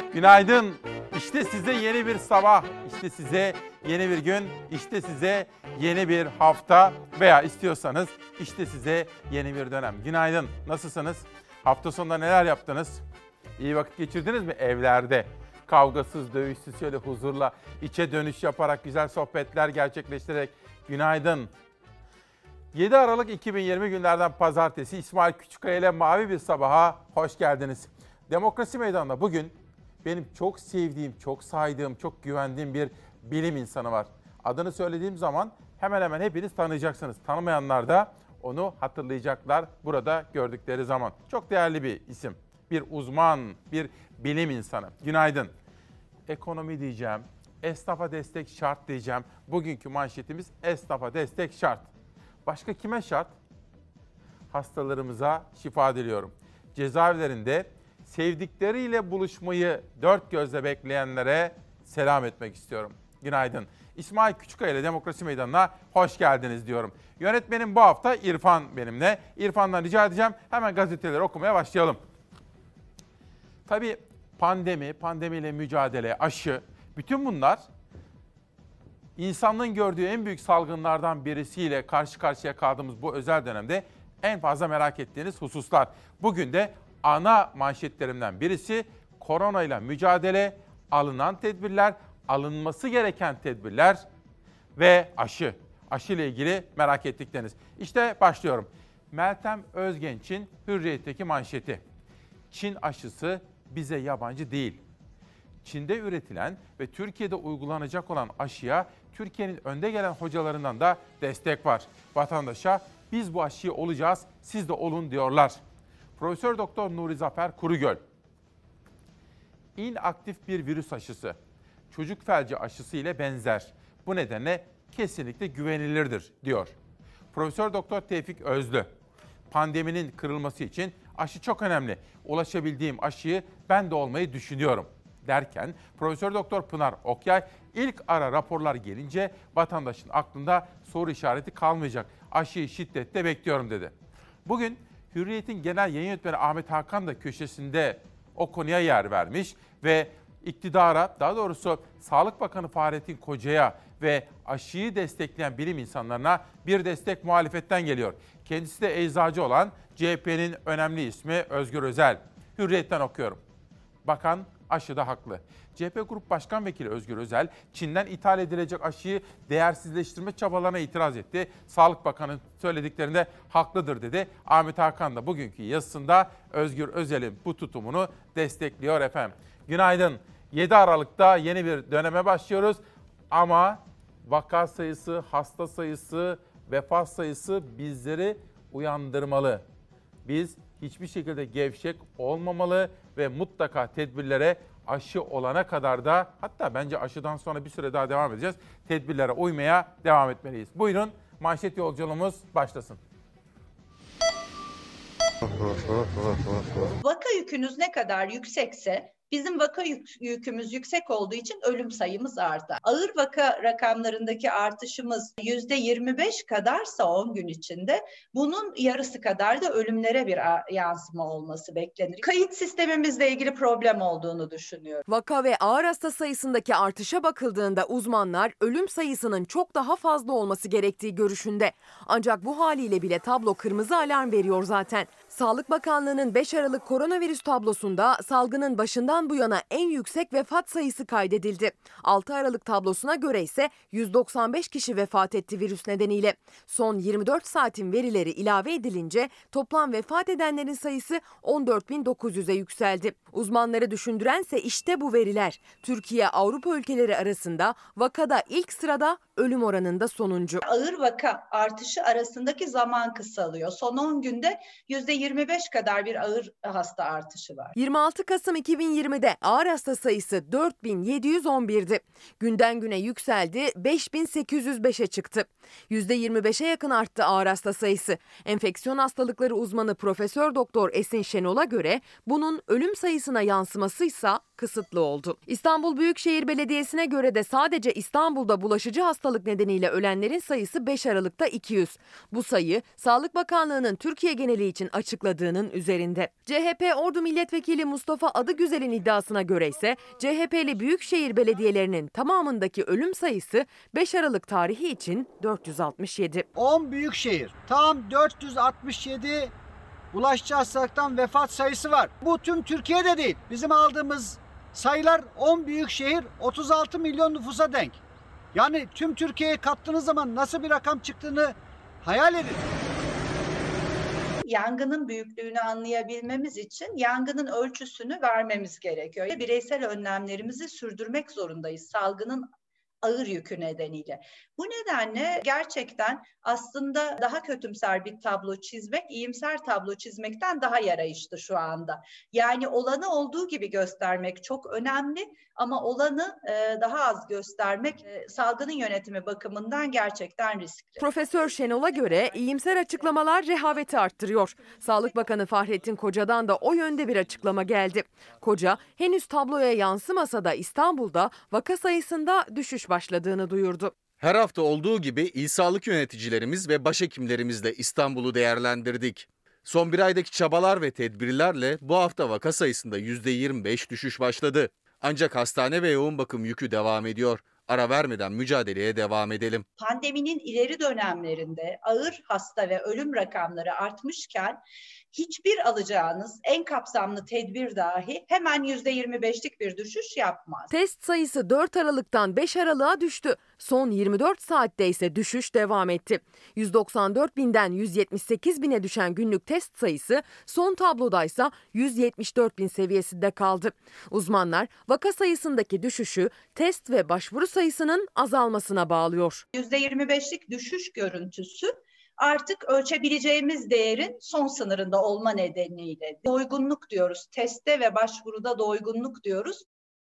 Günaydın. İşte size yeni bir sabah, işte size yeni bir gün, işte size yeni bir hafta veya istiyorsanız işte size yeni bir dönem. Günaydın. Nasılsınız? Hafta sonunda neler yaptınız? İyi vakit geçirdiniz mi evlerde? Kavgasız, dövüşsüz, şöyle huzurla içe dönüş yaparak, güzel sohbetler gerçekleştirerek. Günaydın. 7 Aralık 2020 günlerden pazartesi İsmail Küçükkaya ile Mavi Bir Sabah'a hoş geldiniz. Demokrasi Meydanı'nda bugün benim çok sevdiğim, çok saydığım, çok güvendiğim bir bilim insanı var. Adını söylediğim zaman hemen hemen hepiniz tanıyacaksınız. Tanımayanlar da onu hatırlayacaklar burada gördükleri zaman. Çok değerli bir isim, bir uzman, bir bilim insanı. Günaydın. Ekonomi diyeceğim, esnafa destek şart diyeceğim. Bugünkü manşetimiz esnafa destek şart. Başka kime şart? Hastalarımıza şifa diliyorum. Cezaevlerinde sevdikleriyle buluşmayı dört gözle bekleyenlere selam etmek istiyorum. Günaydın. İsmail Küçükkaya ile Demokrasi Meydanı'na hoş geldiniz diyorum. Yönetmenim bu hafta İrfan benimle. İrfan'dan rica edeceğim, hemen gazeteleri okumaya başlayalım. Tabii pandemiyle mücadele, aşı, bütün bunlar İnsanlığın gördüğü en büyük salgınlardan birisiyle karşı karşıya kaldığımız bu özel dönemde en fazla merak ettiğiniz hususlar. Bugün de ana manşetlerimden birisi koronayla mücadele, alınan tedbirler, alınması gereken tedbirler ve aşı. Aşı ile ilgili merak ettikleriniz. İşte başlıyorum. Meltem Özgenç'in Hürriyet'teki manşeti. Çin aşısı bize yabancı değil. Çin'de üretilen ve Türkiye'de uygulanacak olan aşıya Türkiye'nin önde gelen hocalarından da destek var. Vatandaşa biz bu aşıyı olacağız, siz de olun diyorlar. Profesör Doktor Nuri Zafer Kurugöl, inaktif bir virüs aşısı, çocuk felci aşısı ile benzer. Bu nedenle kesinlikle güvenilirdir diyor. Profesör Doktor Tevfik Özlü, pandeminin kırılması için aşı çok önemli. Ulaşabildiğim aşıyı ben de olmayı düşünüyorum derken Profesör Doktor Pınar Okyay ilk ara raporlar gelince vatandaşın aklında soru işareti kalmayacak. Aşıyı şiddetle bekliyorum dedi. Bugün Hürriyet'in genel yayın yönetmeni Ahmet Hakan da köşesinde o konuya yer vermiş ve iktidara, daha doğrusu Sağlık Bakanı Fahrettin Koca'ya ve aşıyı destekleyen bilim insanlarına bir destek muhalefetten geliyor. Kendisi de eczacı olan CHP'nin önemli ismi Özgür Özel. Hürriyet'ten okuyorum. Bakan aşıda haklı. CHP Grup Başkan Vekili Özgür Özel, Çin'den ithal edilecek aşıyı değersizleştirme çabalarına itiraz etti. Sağlık Bakanı söylediklerinde haklıdır dedi. Ahmet Hakan da bugünkü yazısında Özgür Özel'in bu tutumunu destekliyor efendim. Günaydın. 7 Aralık'ta yeni bir döneme başlıyoruz. Ama vaka sayısı, hasta sayısı, vefat sayısı bizleri uyandırmalı. Biz hiçbir şekilde gevşek olmamalı ve mutlaka tedbirlere aşı olana kadar da, hatta bence aşıdan sonra bir süre daha devam edeceğiz, tedbirlere uymaya devam etmeliyiz. Buyurun, manşet yolculuğumuz başlasın. Vaka yükünüz ne kadar yüksekse bizim vaka yükümüz yüksek olduğu için ölüm sayımız artar. Ağır vaka rakamlarındaki artışımız %25 kadarsa 10 gün içinde bunun yarısı kadar da ölümlere bir yansıma olması beklenir. Kayıt sistemimizle ilgili problem olduğunu düşünüyorum. Vaka ve ağır hasta sayısındaki artışa bakıldığında uzmanlar ölüm sayısının çok daha fazla olması gerektiği görüşünde. Ancak bu haliyle bile tablo kırmızı alarm veriyor zaten. Sağlık Bakanlığı'nın 5 Aralık koronavirüs tablosunda salgının başından bu yana en yüksek vefat sayısı kaydedildi. 6 Aralık tablosuna göre ise 195 kişi vefat etti virüs nedeniyle. Son 24 saatin verileri ilave edilince toplam vefat edenlerin sayısı 14.900'e yükseldi. Uzmanları düşündürense işte bu veriler. Türkiye Avrupa ülkeleri arasında vakada ilk sırada, ölüm oranında sonuncu. Ağır vaka artışı arasındaki zaman kısalıyor. Son 10 günde %25 kadar bir ağır hasta artışı var. 26 Kasım 2020'de ağır hasta sayısı 4.711'di. Günden güne yükseldi, 5.805'e çıktı. %25'e yakın arttı ağır hasta sayısı. Enfeksiyon hastalıkları uzmanı Profesör Doktor Esin Şenol'a göre bunun ölüm sayısına yansımasıysa kısıtlı oldu. İstanbul Büyükşehir Belediyesi'ne göre de sadece İstanbul'da bulaşıcı hastalık nedeniyle ölenlerin sayısı 5 Aralık'ta 200. Bu sayı Sağlık Bakanlığı'nın Türkiye geneli için açıkladığının üzerinde. CHP Ordu Milletvekili Mustafa Adıgüzel'in iddiasına göre ise CHP'li büyükşehir belediyelerinin tamamındaki ölüm sayısı 5 Aralık tarihi için 467. 10 büyükşehir, tam 467 bulaşıcı hastalıktan vefat sayısı var. Bu tüm Türkiye'de değil. Bizim aldığımız sayılar 10 büyükşehir 36 milyon nüfusa denk. Yani tüm Türkiye'ye kattığınız zaman nasıl bir rakam çıktığını hayal edin. Yangının büyüklüğünü anlayabilmemiz için yangının ölçüsünü vermemiz gerekiyor. Bireysel önlemlerimizi sürdürmek zorundayız salgının ağır yükü nedeniyle. Bu nedenle gerçekten aslında daha kötümser bir tablo çizmek, iyimser tablo çizmekten daha yarayışlı şu anda. Yani olanı olduğu gibi göstermek çok önemli ama olanı daha az göstermek salgının yönetimi bakımından gerçekten riskli. Profesör Şenol'a göre iyimser açıklamalar rehaveti arttırıyor. Sağlık Bakanı Fahrettin Koca'dan da o yönde bir açıklama geldi. Koca henüz tabloya yansımasa da İstanbul'da vaka sayısında düşüş başladığını duyurdu. Her hafta olduğu gibi il sağlık yöneticilerimiz ve başhekimlerimizle İstanbul'u değerlendirdik. Son bir aydaki çabalar ve tedbirlerle bu hafta vaka sayısında %25 düşüş başladı. Ancak hastane ve yoğun bakım yükü devam ediyor. Ara vermeden mücadeleye devam edelim. Pandeminin ileri dönemlerinde ağır hasta ve ölüm rakamları artmışken hiçbir alacağınız en kapsamlı tedbir dahi hemen %25'lik bir düşüş yapmaz. Test sayısı 4 Aralık'tan 5 Aralık'a düştü. Son 24 saatte ise düşüş devam etti. 194 binden 178 bine düşen günlük test sayısı son tablodaysa 174 bin seviyesinde kaldı. Uzmanlar vaka sayısındaki düşüşü test ve başvuru sayısının azalmasına bağlıyor. %25'lik düşüş görüntüsü artık ölçebileceğimiz değerin son sınırında olma nedeniyle doygunluk diyoruz. Testte ve başvuruda doygunluk diyoruz.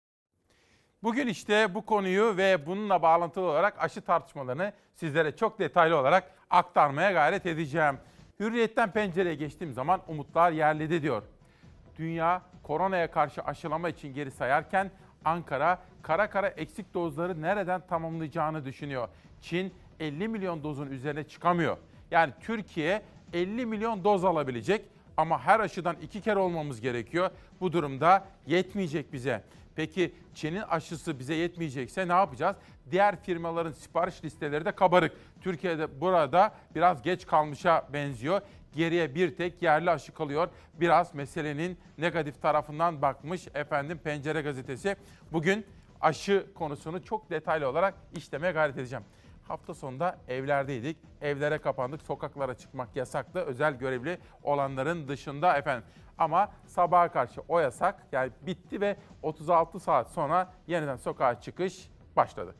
Bugün işte bu konuyu ve bununla bağlantılı olarak aşı tartışmalarını sizlere çok detaylı olarak aktarmaya gayret edeceğim. Hürriyetten pencereye geçtiğim zaman umutlar yerledi diyor. Dünya koronaya karşı aşılama için geri sayarken Ankara kara kara eksik dozları nereden tamamlayacağını düşünüyor. Çin 50 milyon dozun üzerine çıkamıyor. Yani Türkiye 50 milyon doz alabilecek ama her aşıdan 2 kere olmamız gerekiyor. Bu durumda yetmeyecek bize. Peki Çin'in aşısı bize yetmeyecekse ne yapacağız? Diğer firmaların sipariş listeleri de kabarık. Türkiye'de burada biraz geç kalmışa benziyor. Geriye bir tek yerli aşı kalıyor. Biraz meselenin negatif tarafından bakmış Pencere Gazetesi. Bugün aşı konusunu çok detaylı olarak işlemeye gayret edeceğim. Hafta sonunda evlerdeydik. Evlere kapandık. Sokaklara çıkmak yasaktı. Özel görevli olanların dışında efendim. Ama sabaha karşı o yasak yani bitti ve 36 saat sonra yeniden sokağa çıkış başladı.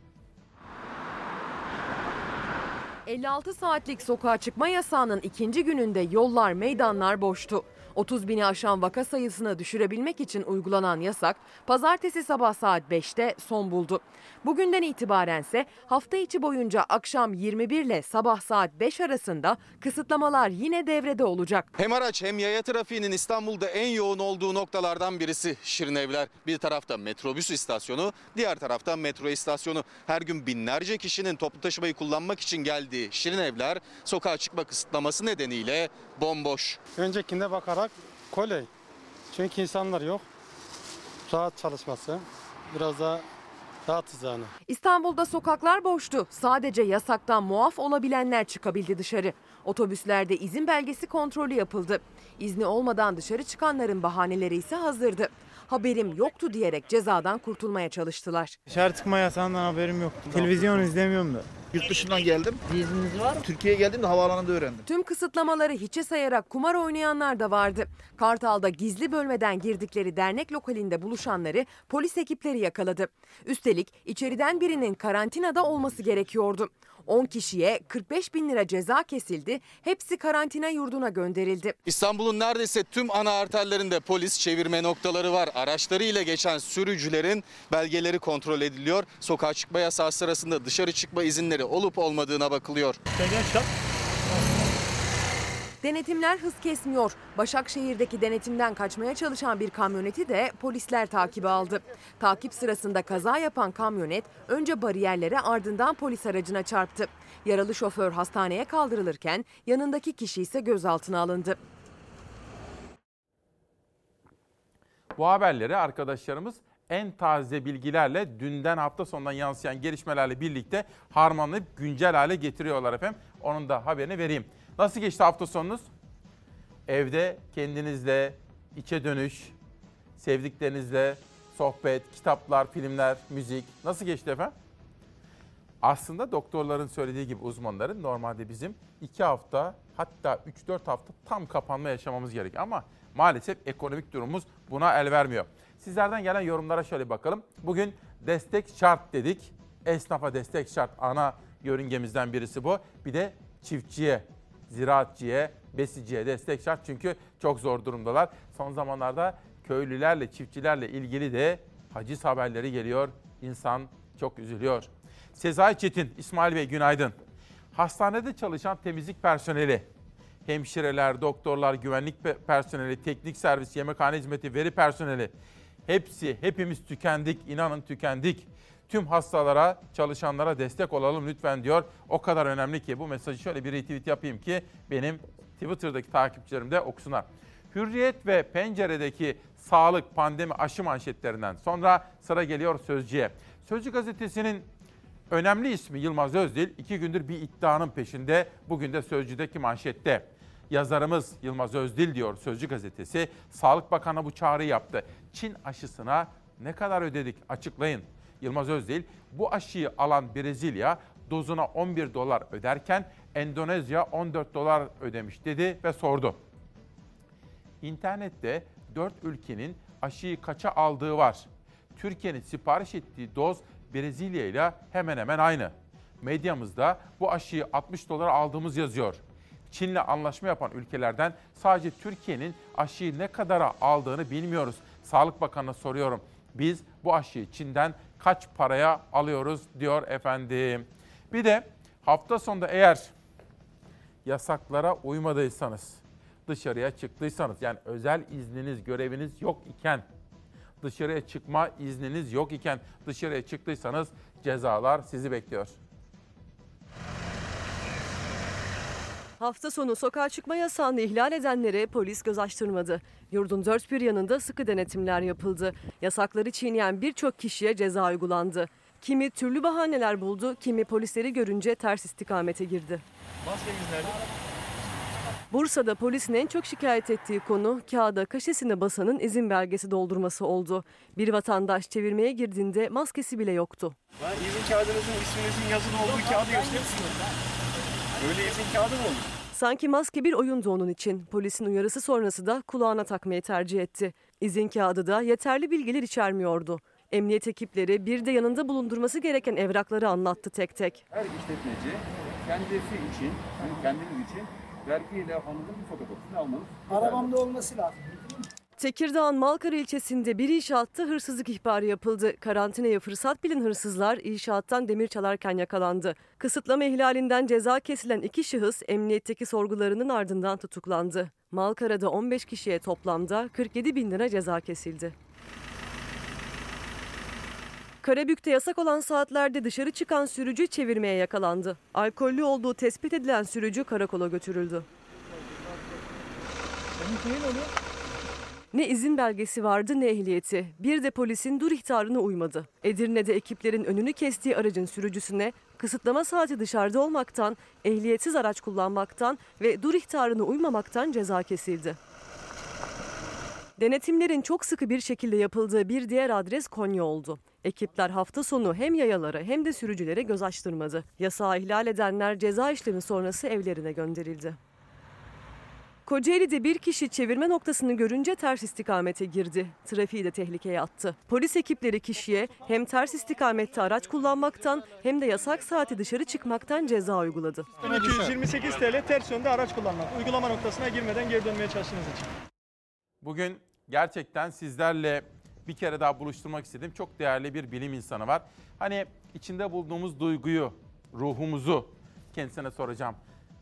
56 saatlik sokağa çıkma yasağının ikinci gününde yollar, meydanlar boştu. 30 bini aşan vaka sayısını düşürebilmek için uygulanan yasak pazartesi sabah saat 5'te son buldu. Bugünden itibarense hafta içi boyunca akşam 21 ile sabah saat 5 arasında kısıtlamalar yine devrede olacak. Hem araç hem yaya trafiğinin İstanbul'da en yoğun olduğu noktalardan birisi Şirinevler. Bir tarafta metrobüs istasyonu, diğer tarafta metro istasyonu. Her gün binlerce kişinin toplu taşımayı kullanmak için geldiği Şirinevler sokağa çıkma kısıtlaması nedeniyle bomboş. Öncekinde bakarak kolay. Çünkü insanlar yok. Rahat çalışması. Biraz daha rahatız yani. İstanbul'da sokaklar boştu. Sadece yasaktan muaf olabilenler çıkabildi dışarı. Otobüslerde izin belgesi kontrolü yapıldı. İzni olmadan dışarı çıkanların bahaneleri ise hazırdı. Haberim yoktu diyerek cezadan kurtulmaya çalıştılar. Dışarı çıkma yasağından haberim yoktu. Televizyon izlemiyorum da. Yurt dışından geldim. İzniniz var mı? Türkiye'ye geldiğimde havaalanında öğrendim. Tüm kısıtlamaları hiçe sayarak kumar oynayanlar da vardı. Kartal'da gizli bölmeden girdikleri dernek lokalinde buluşanları polis ekipleri yakaladı. Üstelik içeriden birinin karantinada olması gerekiyordu. 10 kişiye 45 bin lira ceza kesildi. Hepsi karantina yurduna gönderildi. İstanbul'un neredeyse tüm ana arterlerinde polis çevirme noktaları var. Araçlarıyla geçen sürücülerin belgeleri kontrol ediliyor. Sokağa çıkma yasağı sırasında dışarı çıkma izinleri olup olmadığına bakılıyor. Denetimler hız kesmiyor. Başakşehir'deki denetimden kaçmaya çalışan bir kamyoneti de polisler takibe aldı. Takip sırasında kaza yapan kamyonet önce bariyerlere ardından polis aracına çarptı. Yaralı şoför hastaneye kaldırılırken yanındaki kişi ise gözaltına alındı. Bu haberleri arkadaşlarımız en taze bilgilerle dünden hafta sonundan yansıyan gelişmelerle birlikte harmanlayıp güncel hale getiriyorlar efendim. Onun da haberini vereyim. Nasıl geçti hafta sonunuz? Evde kendinizle içe dönüş, sevdiklerinizle sohbet, kitaplar, filmler, müzik nasıl geçti efendim? Aslında doktorların söylediği gibi uzmanların normalde bizim 2 hafta hatta 3-4 hafta tam kapanma yaşamamız gerekiyor. Ama maalesef ekonomik durumumuz buna el vermiyor. Sizlerden gelen yorumlara şöyle bakalım. Bugün destek şart dedik. Esnafa destek şart, ana yörüngemizden birisi bu. Bir de çiftçiye, ziraatçıya, besiciye destek şart. Çünkü çok zor durumdalar. Son zamanlarda köylülerle, çiftçilerle ilgili de haciz haberleri geliyor. İnsan çok üzülüyor. Sezai Çetin, İsmail Bey günaydın. Hastanede çalışan temizlik personeli, hemşireler, doktorlar, güvenlik personeli, teknik servis, yemekhane hizmeti, veri personeli hepimiz tükendik, inanın tükendik. Tüm hastalara, çalışanlara destek olalım lütfen diyor. O kadar önemli ki bu mesajı şöyle bir retweet yapayım ki benim Twitter'daki takipçilerim de okusunlar. Hürriyet ve Pencere'deki sağlık, pandemi, aşı manşetlerinden sonra sıra geliyor Sözcü'ye. Sözcü gazetesinin önemli ismi Yılmaz Özdil 2 gündür bir iddianın peşinde. Bugün de Sözcü'deki manşette. Yazarımız Yılmaz Özdil diyor Sözcü gazetesi. Sağlık Bakanı bu çağrıyı yaptı. Çin aşısına ne kadar ödedik açıklayın. Yılmaz Özdil bu aşıyı alan Brezilya dozuna $11 öderken Endonezya $14 ödemiş dedi ve sordu. İnternette 4 ülkenin aşıyı kaça aldığı var. Türkiye'nin sipariş ettiği doz Brezilya ile hemen hemen aynı. Medyamızda bu aşıyı $60 aldığımız yazıyor. Çin'le anlaşma yapan ülkelerden sadece Türkiye'nin aşıyı ne kadara aldığını bilmiyoruz. Sağlık Bakanı'na soruyorum. Biz bu aşıyı Çin'den kaç paraya alıyoruz diyor efendim. Bir de hafta sonunda eğer yasaklara uymadıysanız, dışarıya çıktıysanız yani özel izniniz, göreviniz yok iken, dışarıya çıkma izniniz yok iken dışarıya çıktıysanız cezalar sizi bekliyor. Hafta sonu sokağa çıkma yasağını ihlal edenlere polis göz açtırmadı. Yurdun dört bir yanında sıkı denetimler yapıldı. Yasakları çiğneyen birçok kişiye ceza uygulandı. Kimi türlü bahaneler buldu, kimi polisleri görünce ters istikamete girdi. Maskemiz nerede? Bursa'da polisin en çok şikayet ettiği konu kağıda kaşesine basanın izin belgesi doldurması oldu. Bir vatandaş çevirmeye girdiğinde maskesi bile yoktu. Ben izin kağıdınızın isminizin yazılı olduğu kağıdı gösterirsiniz. Böyle izin kağıdı mı olur? Sanki maske bir oyundu onun için. Polisin uyarısı sonrası da kulağına takmayı tercih etti. İzin kağıdı da yeterli bilgiler içermiyordu. Emniyet ekipleri bir de yanında bulundurması gereken evrakları anlattı tek tek. Her işletmeci kendisi için, yani kendiniz için vergi levhanızın bir fotokopisini almanız. Arabamda olması lazım. Tekirdağ'ın Malkara ilçesinde bir inşaatta hırsızlık ihbarı yapıldı. Karantinaya fırsat bilen hırsızlar inşaattan demir çalarken yakalandı. Kısıtlama ihlalinden ceza kesilen 2 şahıs emniyetteki sorgularının ardından tutuklandı. Malkara'da 15 kişiye toplamda 47 bin lira ceza kesildi. Karabük'te yasak olan saatlerde dışarı çıkan sürücü çevirmeye yakalandı. Alkollü olduğu tespit edilen sürücü karakola götürüldü. Ne izin belgesi vardı ne ehliyeti. Bir de polisin dur ihtarına uymadı. Edirne'de ekiplerin önünü kestiği aracın sürücüsüne kısıtlama saati dışarıda olmaktan, ehliyetsiz araç kullanmaktan ve dur ihtarına uymamaktan ceza kesildi. Denetimlerin çok sıkı bir şekilde yapıldığı bir diğer adres Konya oldu. Ekipler hafta sonu hem yayalara hem de sürücülere göz açtırmadı. Yasağı ihlal edenler ceza işlemi sonrası evlerine gönderildi. Kocaeli'de bir kişi çevirme noktasını görünce ters istikamete girdi. Trafiği de tehlikeye attı. Polis ekipleri kişiye hem ters istikamette araç kullanmaktan hem de yasak saati dışarı çıkmaktan ceza uyguladı. 228 TL ters yönde araç kullanmak. Uygulama noktasına girmeden geri dönmeye çalıştığınız için. Bugün gerçekten sizlerle bir kere daha buluşturmak istediğim çok değerli bir bilim insanı var. Hani içinde bulduğumuz duyguyu, ruhumuzu kendisine soracağım.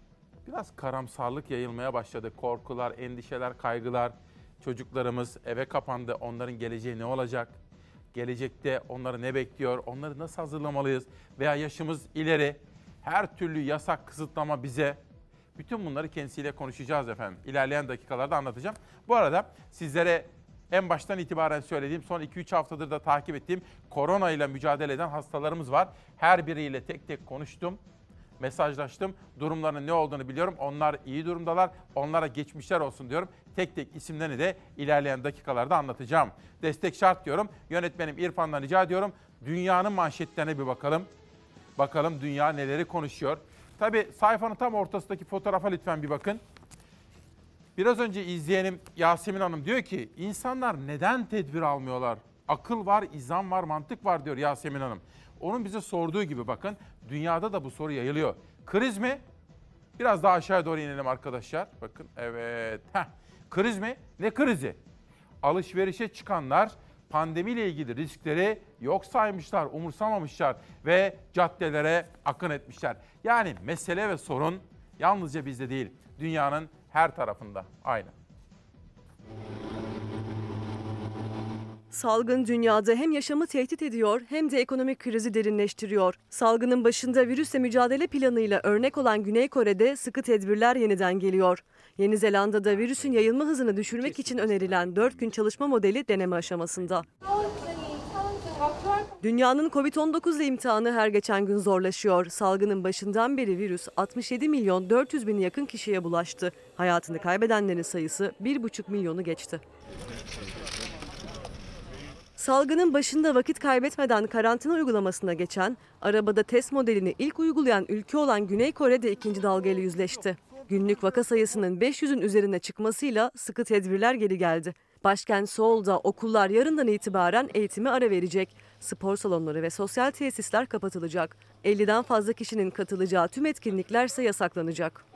biraz karamsarlık yayılmaya başladı. Korkular, endişeler, kaygılar. Çocuklarımız eve kapandı. Onların geleceği ne olacak? Gelecekte onları ne bekliyor? Onları nasıl hazırlamalıyız? Veya yaşımız ileri. Her türlü yasak, kısıtlama bize. Bütün bunları kendisiyle konuşacağız efendim. İlerleyen dakikalarda anlatacağım. Bu arada sizlere en baştan itibaren söylediğim, son 2-3 haftadır da takip ettiğim korona ile mücadele eden hastalarımız var. Her biriyle tek tek konuştum, mesajlaştım. Durumlarının ne olduğunu biliyorum. Onlar iyi durumdalar. Onlara geçmişler olsun diyorum. Tek tek isimlerini de ilerleyen dakikalarda anlatacağım. Destek şart diyorum. Yönetmenim İrfan'dan rica ediyorum. Dünyanın manşetlerine bir bakalım. Bakalım dünya neleri konuşuyor. Tabii sayfanın tam ortasındaki fotoğrafa lütfen bir bakın. Biraz önce izleyenim Yasemin Hanım diyor ki insanlar neden tedbir almıyorlar? Akıl var, izan var, mantık var diyor Yasemin Hanım. Onun bize sorduğu gibi bakın dünyada da bu soru yayılıyor. Kriz mi? Biraz daha aşağıya doğru inelim arkadaşlar. Bakın evet. Kriz mi? Ne krizi? Alışverişe çıkanlar pandemiyle ilgili riskleri yok saymışlar, umursamamışlar ve caddelere akın etmişler. Yani mesele ve sorun yalnızca bizde değil, dünyanın her tarafında aynı. Salgın dünyada hem yaşamı tehdit ediyor hem de ekonomik krizi derinleştiriyor. Salgının başında virüsle mücadele planıyla örnek olan Güney Kore'de sıkı tedbirler yeniden geliyor. Yeni Zelanda'da virüsün yayılma hızını düşürmek için önerilen 4 gün çalışma modeli deneme aşamasında. Dünyanın Covid-19 ile imtihanı her geçen gün zorlaşıyor. Salgının başından beri virüs 67 milyon 400 bine yakın kişiye bulaştı. Hayatını kaybedenlerin sayısı 1,5 milyonu geçti. Salgının başında vakit kaybetmeden karantina uygulamasına geçen, arabada test modelini ilk uygulayan ülke olan Güney Kore'de ikinci dalgayla yüzleşti. Günlük vaka sayısının 500'ün üzerine çıkmasıyla sıkı tedbirler geri geldi. Başkent Seul'da okullar yarından itibaren eğitime ara verecek. Spor salonları ve sosyal tesisler kapatılacak. 50'den fazla kişinin katılacağı tüm etkinlikler ise yasaklanacak.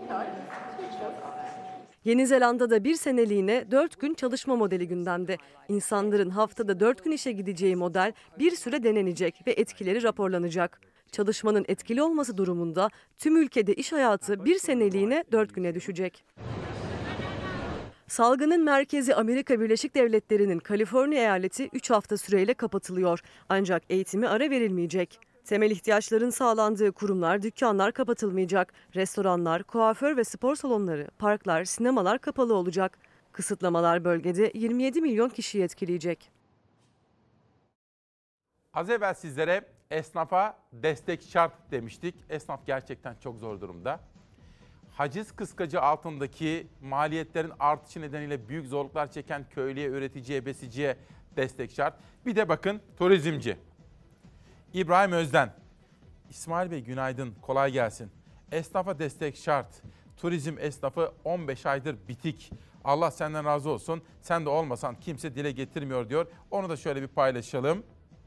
Yeni Zelanda'da bir seneliğine 4 gün çalışma modeli gündemde. İnsanların haftada 4 gün işe gideceği model bir süre denenecek ve etkileri raporlanacak. Çalışmanın etkili olması durumunda tüm ülkede iş hayatı bir seneliğine 4 güne düşecek. Salgının merkezi Amerika Birleşik Devletleri'nin Kaliforniya eyaleti 3 hafta süreyle kapatılıyor. Ancak eğitime ara verilmeyecek. Temel ihtiyaçların sağlandığı kurumlar, dükkanlar kapatılmayacak. Restoranlar, kuaför ve spor salonları, parklar, sinemalar kapalı olacak. Kısıtlamalar bölgede 27 milyon kişiyi etkileyecek. Az evvel sizlere esnafa destek şart demiştik. Esnaf gerçekten çok zor durumda. Haciz kıskacı altındaki maliyetlerin artışı nedeniyle büyük zorluklar çeken köylüye, üreticiye, besiciye destek şart. Bir de bakın turizmci. İbrahim Özden. İsmail Bey günaydın, kolay gelsin. Esnafa destek şart. Turizm esnafı 15 aydır bitik. Allah senden razı olsun. Sen de olmasan kimse dile getirmiyor diyor. Onu da şöyle bir paylaşalım.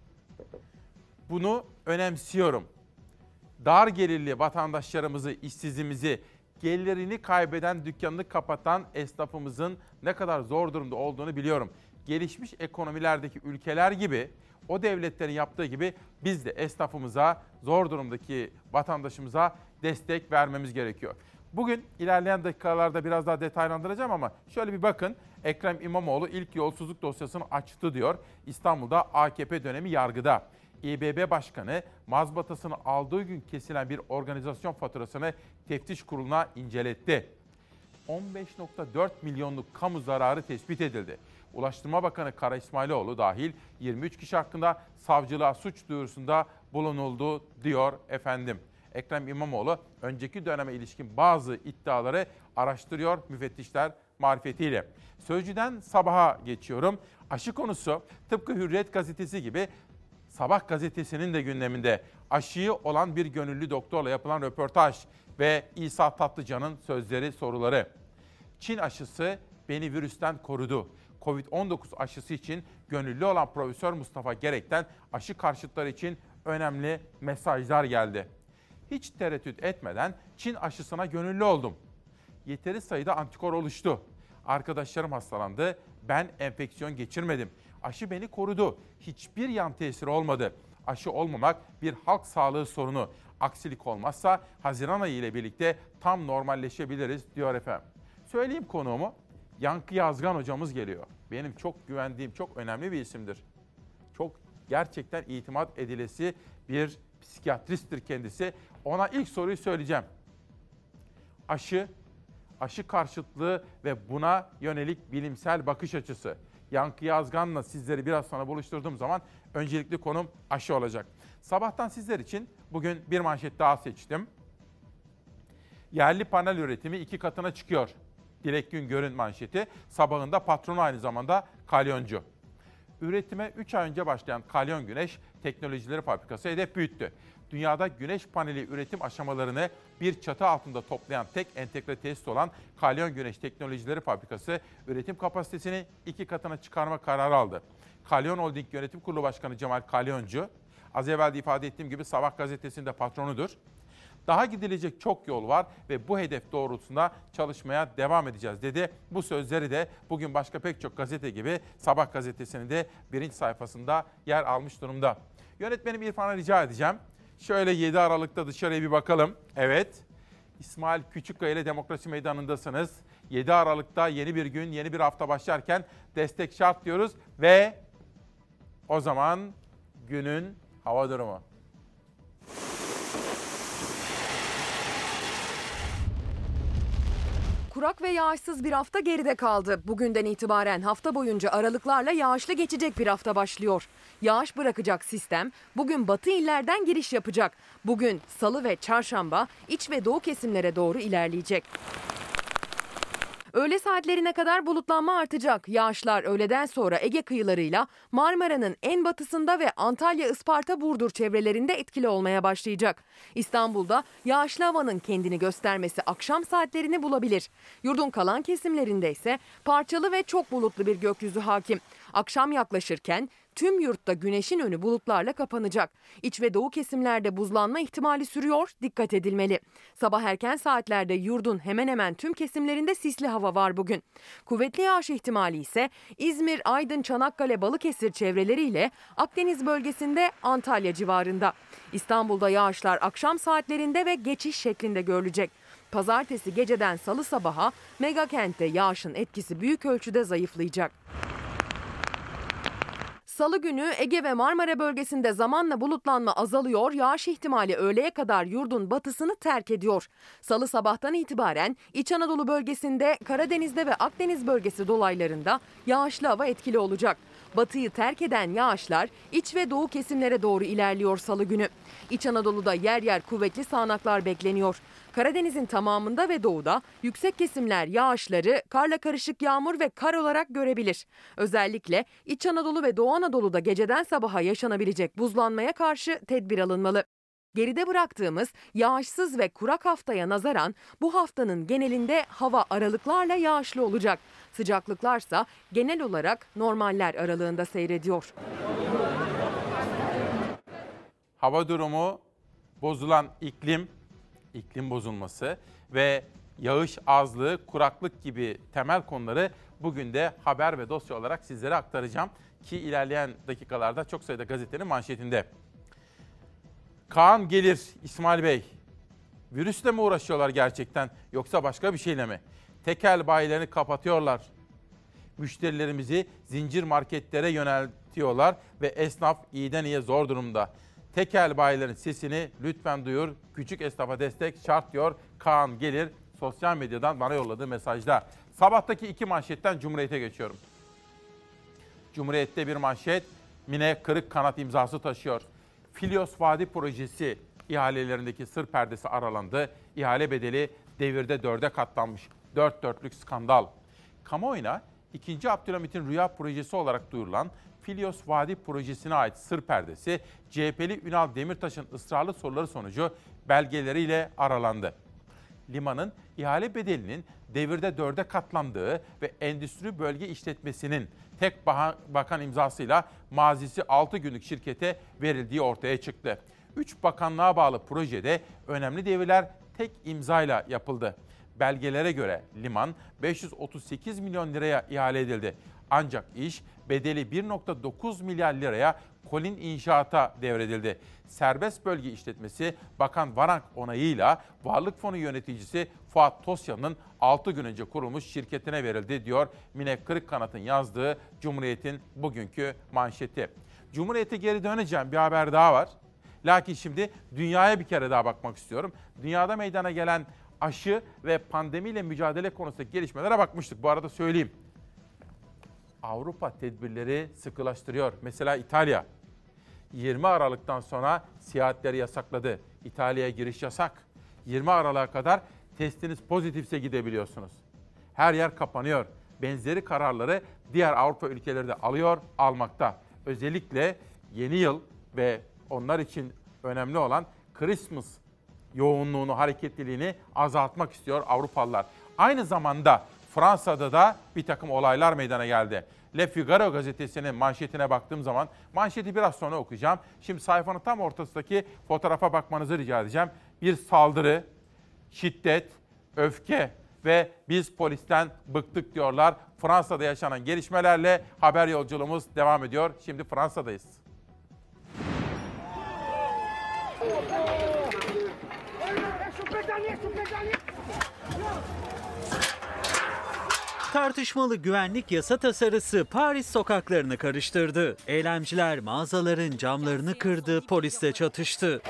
Bunu önemsiyorum. Dar gelirli vatandaşlarımızı, işsizimizi, gelirini kaybeden, dükkanını kapatan esnafımızın ne kadar zor durumda olduğunu biliyorum. Gelişmiş ekonomilerdeki ülkeler gibi, o devletlerin yaptığı gibi biz de esnafımıza, zor durumdaki vatandaşımıza destek vermemiz gerekiyor. Bugün ilerleyen dakikalarda biraz daha detaylandıracağım ama şöyle bir bakın. Ekrem İmamoğlu ilk yolsuzluk dosyasını açtı diyor. İstanbul'da AKP dönemi yargıda. İBB Başkanı mazbatasını aldığı gün kesilen bir organizasyon faturasını teftiş kuruluna inceletti. 15.4 milyonluk kamu zararı tespit edildi. Ulaştırma Bakanı Kara İsmailoğlu dahil 23 kişi hakkında savcılığa suç duyurusunda bulunuldu diyor efendim. Ekrem İmamoğlu önceki döneme ilişkin bazı iddiaları araştırıyor müfettişler marifetiyle. Sözcü'den Sabah'a geçiyorum. Aşı konusu tıpkı Hürriyet gazetesi gibi Sabah gazetesinin de gündeminde. Aşıyı olan bir gönüllü doktorla yapılan röportaj ve İsa Tatlıcan'ın sözleri, soruları. Çin aşısı beni virüsten korudu. Covid-19 aşısı için gönüllü olan Profesör Mustafa Gerek'ten aşı karşıtları için önemli mesajlar geldi. Hiç tereddüt etmeden Çin aşısına gönüllü oldum. Yeteri sayıda antikor oluştu. Arkadaşlarım hastalandı. Ben enfeksiyon geçirmedim. Aşı beni korudu. Hiçbir yan tesiri olmadı. Aşı olmamak bir halk sağlığı sorunu. Aksilik olmazsa Haziran ayı ile birlikte tam normalleşebiliriz diyor efendim. Söyleyeyim konuğumu. Yankı Yazgan hocamız geliyor. Benim çok güvendiğim, çok önemli bir isimdir. Çok gerçekten itimat edilesi bir psikiyatristtir kendisi. Ona ilk soruyu söyleyeceğim. Aşı karşıtlığı ve buna yönelik bilimsel bakış açısı. Yankı Yazgan'la sizleri biraz sonra buluşturduğum zaman öncelikli konum aşı olacak. Sabahtan sizler için bugün bir manşet daha seçtim. Yerli panel üretimi 2 katına çıkıyor. Dilek Güngör'ün manşeti. Sabahında patronu aynı zamanda kalyoncu. Üretime 3 ay önce başlayan Kalyon Güneş Teknolojileri Fabrikası hedef büyüttü. Dünyada güneş paneli üretim aşamalarını bir çatı altında toplayan tek entegre tesis olan Kalyon Güneş Teknolojileri Fabrikası üretim kapasitesini 2 katına çıkarma kararı aldı. Kalyon Holding Yönetim Kurulu Başkanı Cemal Kalyoncu, az evvel de ifade ettiğim gibi Sabah gazetesinde patronudur. Daha gidilecek çok yol var ve bu hedef doğrultusunda çalışmaya devam edeceğiz dedi. Bu sözleri de bugün başka pek çok gazete gibi Sabah gazetesinin de birinci sayfasında yer almış durumda. Yönetmenim İrfan'a rica edeceğim. Şöyle 7 Aralık'ta dışarıya bir bakalım. Evet, İsmail Küçükkaya ile Demokrasi Meydanı'ndasınız. 7 Aralık'ta yeni bir gün, yeni bir hafta başlarken destek şart diyoruz ve o zaman günün hava durumu. Kurak ve yağışsız bir hafta geride kaldı. Bugünden itibaren hafta boyunca aralıklarla yağışlı geçecek bir hafta başlıyor. Yağış bırakacak sistem bugün batı illerden giriş yapacak. Bugün salı ve çarşamba iç ve doğu kesimlere doğru ilerleyecek. Öğle saatlerine kadar bulutlanma artacak. Yağışlar öğleden sonra Ege kıyılarıyla Marmara'nın en batısında ve Antalya, Isparta, Burdur çevrelerinde etkili olmaya başlayacak. İstanbul'da yağışlı havanın kendini göstermesi akşam saatlerini bulabilir. Yurdun kalan kesimlerinde ise parçalı ve çok bulutlu bir gökyüzü hakim. Akşam yaklaşırken tüm yurtta güneşin önü bulutlarla kapanacak. İç ve doğu kesimlerde buzlanma ihtimali sürüyor, dikkat edilmeli. Sabah erken saatlerde yurdun hemen hemen tüm kesimlerinde sisli hava var bugün. Kuvvetli yağış ihtimali ise İzmir, Aydın, Çanakkale, Balıkesir çevreleriyle Akdeniz bölgesinde Antalya civarında. İstanbul'da yağışlar akşam saatlerinde ve geçiş şeklinde görülecek. Pazartesi geceden salı sabaha megakentte yağışın etkisi büyük ölçüde zayıflayacak. Salı günü Ege ve Marmara bölgesinde zamanla bulutlanma azalıyor, yağış ihtimali öğleye kadar yurdun batısını terk ediyor. Salı sabahtan itibaren İç Anadolu bölgesinde, Karadeniz'de ve Akdeniz bölgesi dolaylarında yağışlı hava etkili olacak. Batıyı terk eden yağışlar iç ve doğu kesimlere doğru ilerliyor salı günü. İç Anadolu'da yer yer kuvvetli sağanaklar bekleniyor. Karadeniz'in tamamında ve doğuda yüksek kesimler yağışları karla karışık yağmur ve kar olarak görebilir. Özellikle İç Anadolu ve Doğu Anadolu'da geceden sabaha yaşanabilecek buzlanmaya karşı tedbir alınmalı. Geride bıraktığımız yağışsız ve kurak haftaya nazaran bu haftanın genelinde hava aralıklarla yağışlı olacak. Sıcaklıklarsa genel olarak normaller aralığında seyrediyor. Hava durumu, bozulan iklim bozulması ve yağış azlığı, kuraklık gibi temel konuları bugün de haber ve dosya olarak sizlere aktaracağım ki ilerleyen dakikalarda çok sayıda gazetenin manşetinde. Kaan Gelir, İsmail Bey, virüsle mi uğraşıyorlar gerçekten yoksa başka bir şeyle mi? Tekel bayilerini kapatıyorlar. Müşterilerimizi zincir marketlere yöneltiyorlar ve esnaf iyiden iyiye zor durumda. Tekel bayilerin sesini lütfen duyur, küçük esnafa destek şart diyor Kaan Gelir sosyal medyadan bana yolladığı mesajda. Sabahtaki 2 manşetten Cumhuriyet'e geçiyorum. Cumhuriyet'te bir manşet Mine kırık kanat imzası taşıyor. Filyos Vadi projesi ihalelerindeki sır perdesi aralandı. İhale bedeli devirde 4'e katlanmış. 4 dörtlük skandal. Kamuoyuna 2. Abdülhamit'in rüya projesi olarak duyurulan Filyos Vadi projesine ait sır perdesi CHP'li Ünal Demirtaş'ın ısrarlı soruları sonucu belgeleriyle aralandı. Limanın ihale bedelinin devirde 4'e katlandığı ve endüstri bölge işletmesinin tek bakan imzasıyla mazisi 6 günlük şirkete verildiği ortaya çıktı. 3 bakanlığa bağlı projede önemli devirler tek imzayla yapıldı. Belgelere göre liman 538 milyon liraya ihale edildi. Ancak iş bedeli 1.9 milyar liraya Kolin İnşaat'a devredildi. Serbest bölge işletmesi Bakan Varank onayıyla Varlık Fonu yöneticisi Fuat Tosyalı'nın 6 gün önce kurulmuş şirketine verildi diyor Mine Kırıkkanat'ın yazdığı Cumhuriyet'in bugünkü manşeti. Cumhuriyet'e geri döneceğim, bir haber daha var. Lakin şimdi dünyaya bir kere daha bakmak istiyorum. Dünyada meydana gelen aşı ve pandemiyle mücadele konusundaki gelişmelere bakmıştık. Bu arada söyleyeyim. Avrupa tedbirleri sıkılaştırıyor. Mesela İtalya 20 Aralık'tan sonra seyahatleri yasakladı. İtalya'ya giriş yasak. 20 Aralık'a kadar testiniz pozitifse gidebiliyorsunuz. Her yer kapanıyor. Benzeri kararları diğer Avrupa ülkeleri de alıyor, almakta. Özellikle yeni yıl ve onlar için önemli olan Christmas yoğunluğunu, hareketliliğini azaltmak istiyor Avrupalılar. Aynı zamanda Fransa'da da bir takım olaylar meydana geldi. Le Figaro gazetesinin manşetine baktığım zaman, manşeti biraz sonra okuyacağım. Şimdi sayfanın tam ortasındaki fotoğrafa bakmanızı rica edeceğim. Bir saldırı, şiddet, öfke ve biz polisten bıktık diyorlar. Fransa'da yaşanan gelişmelerle haber yolculuğumuz devam ediyor. Şimdi Fransa'dayız. Tartışmalı güvenlik yasa tasarısı Paris sokaklarını karıştırdı. Eylemciler mağazaların camlarını kırdı, polisle çatıştı.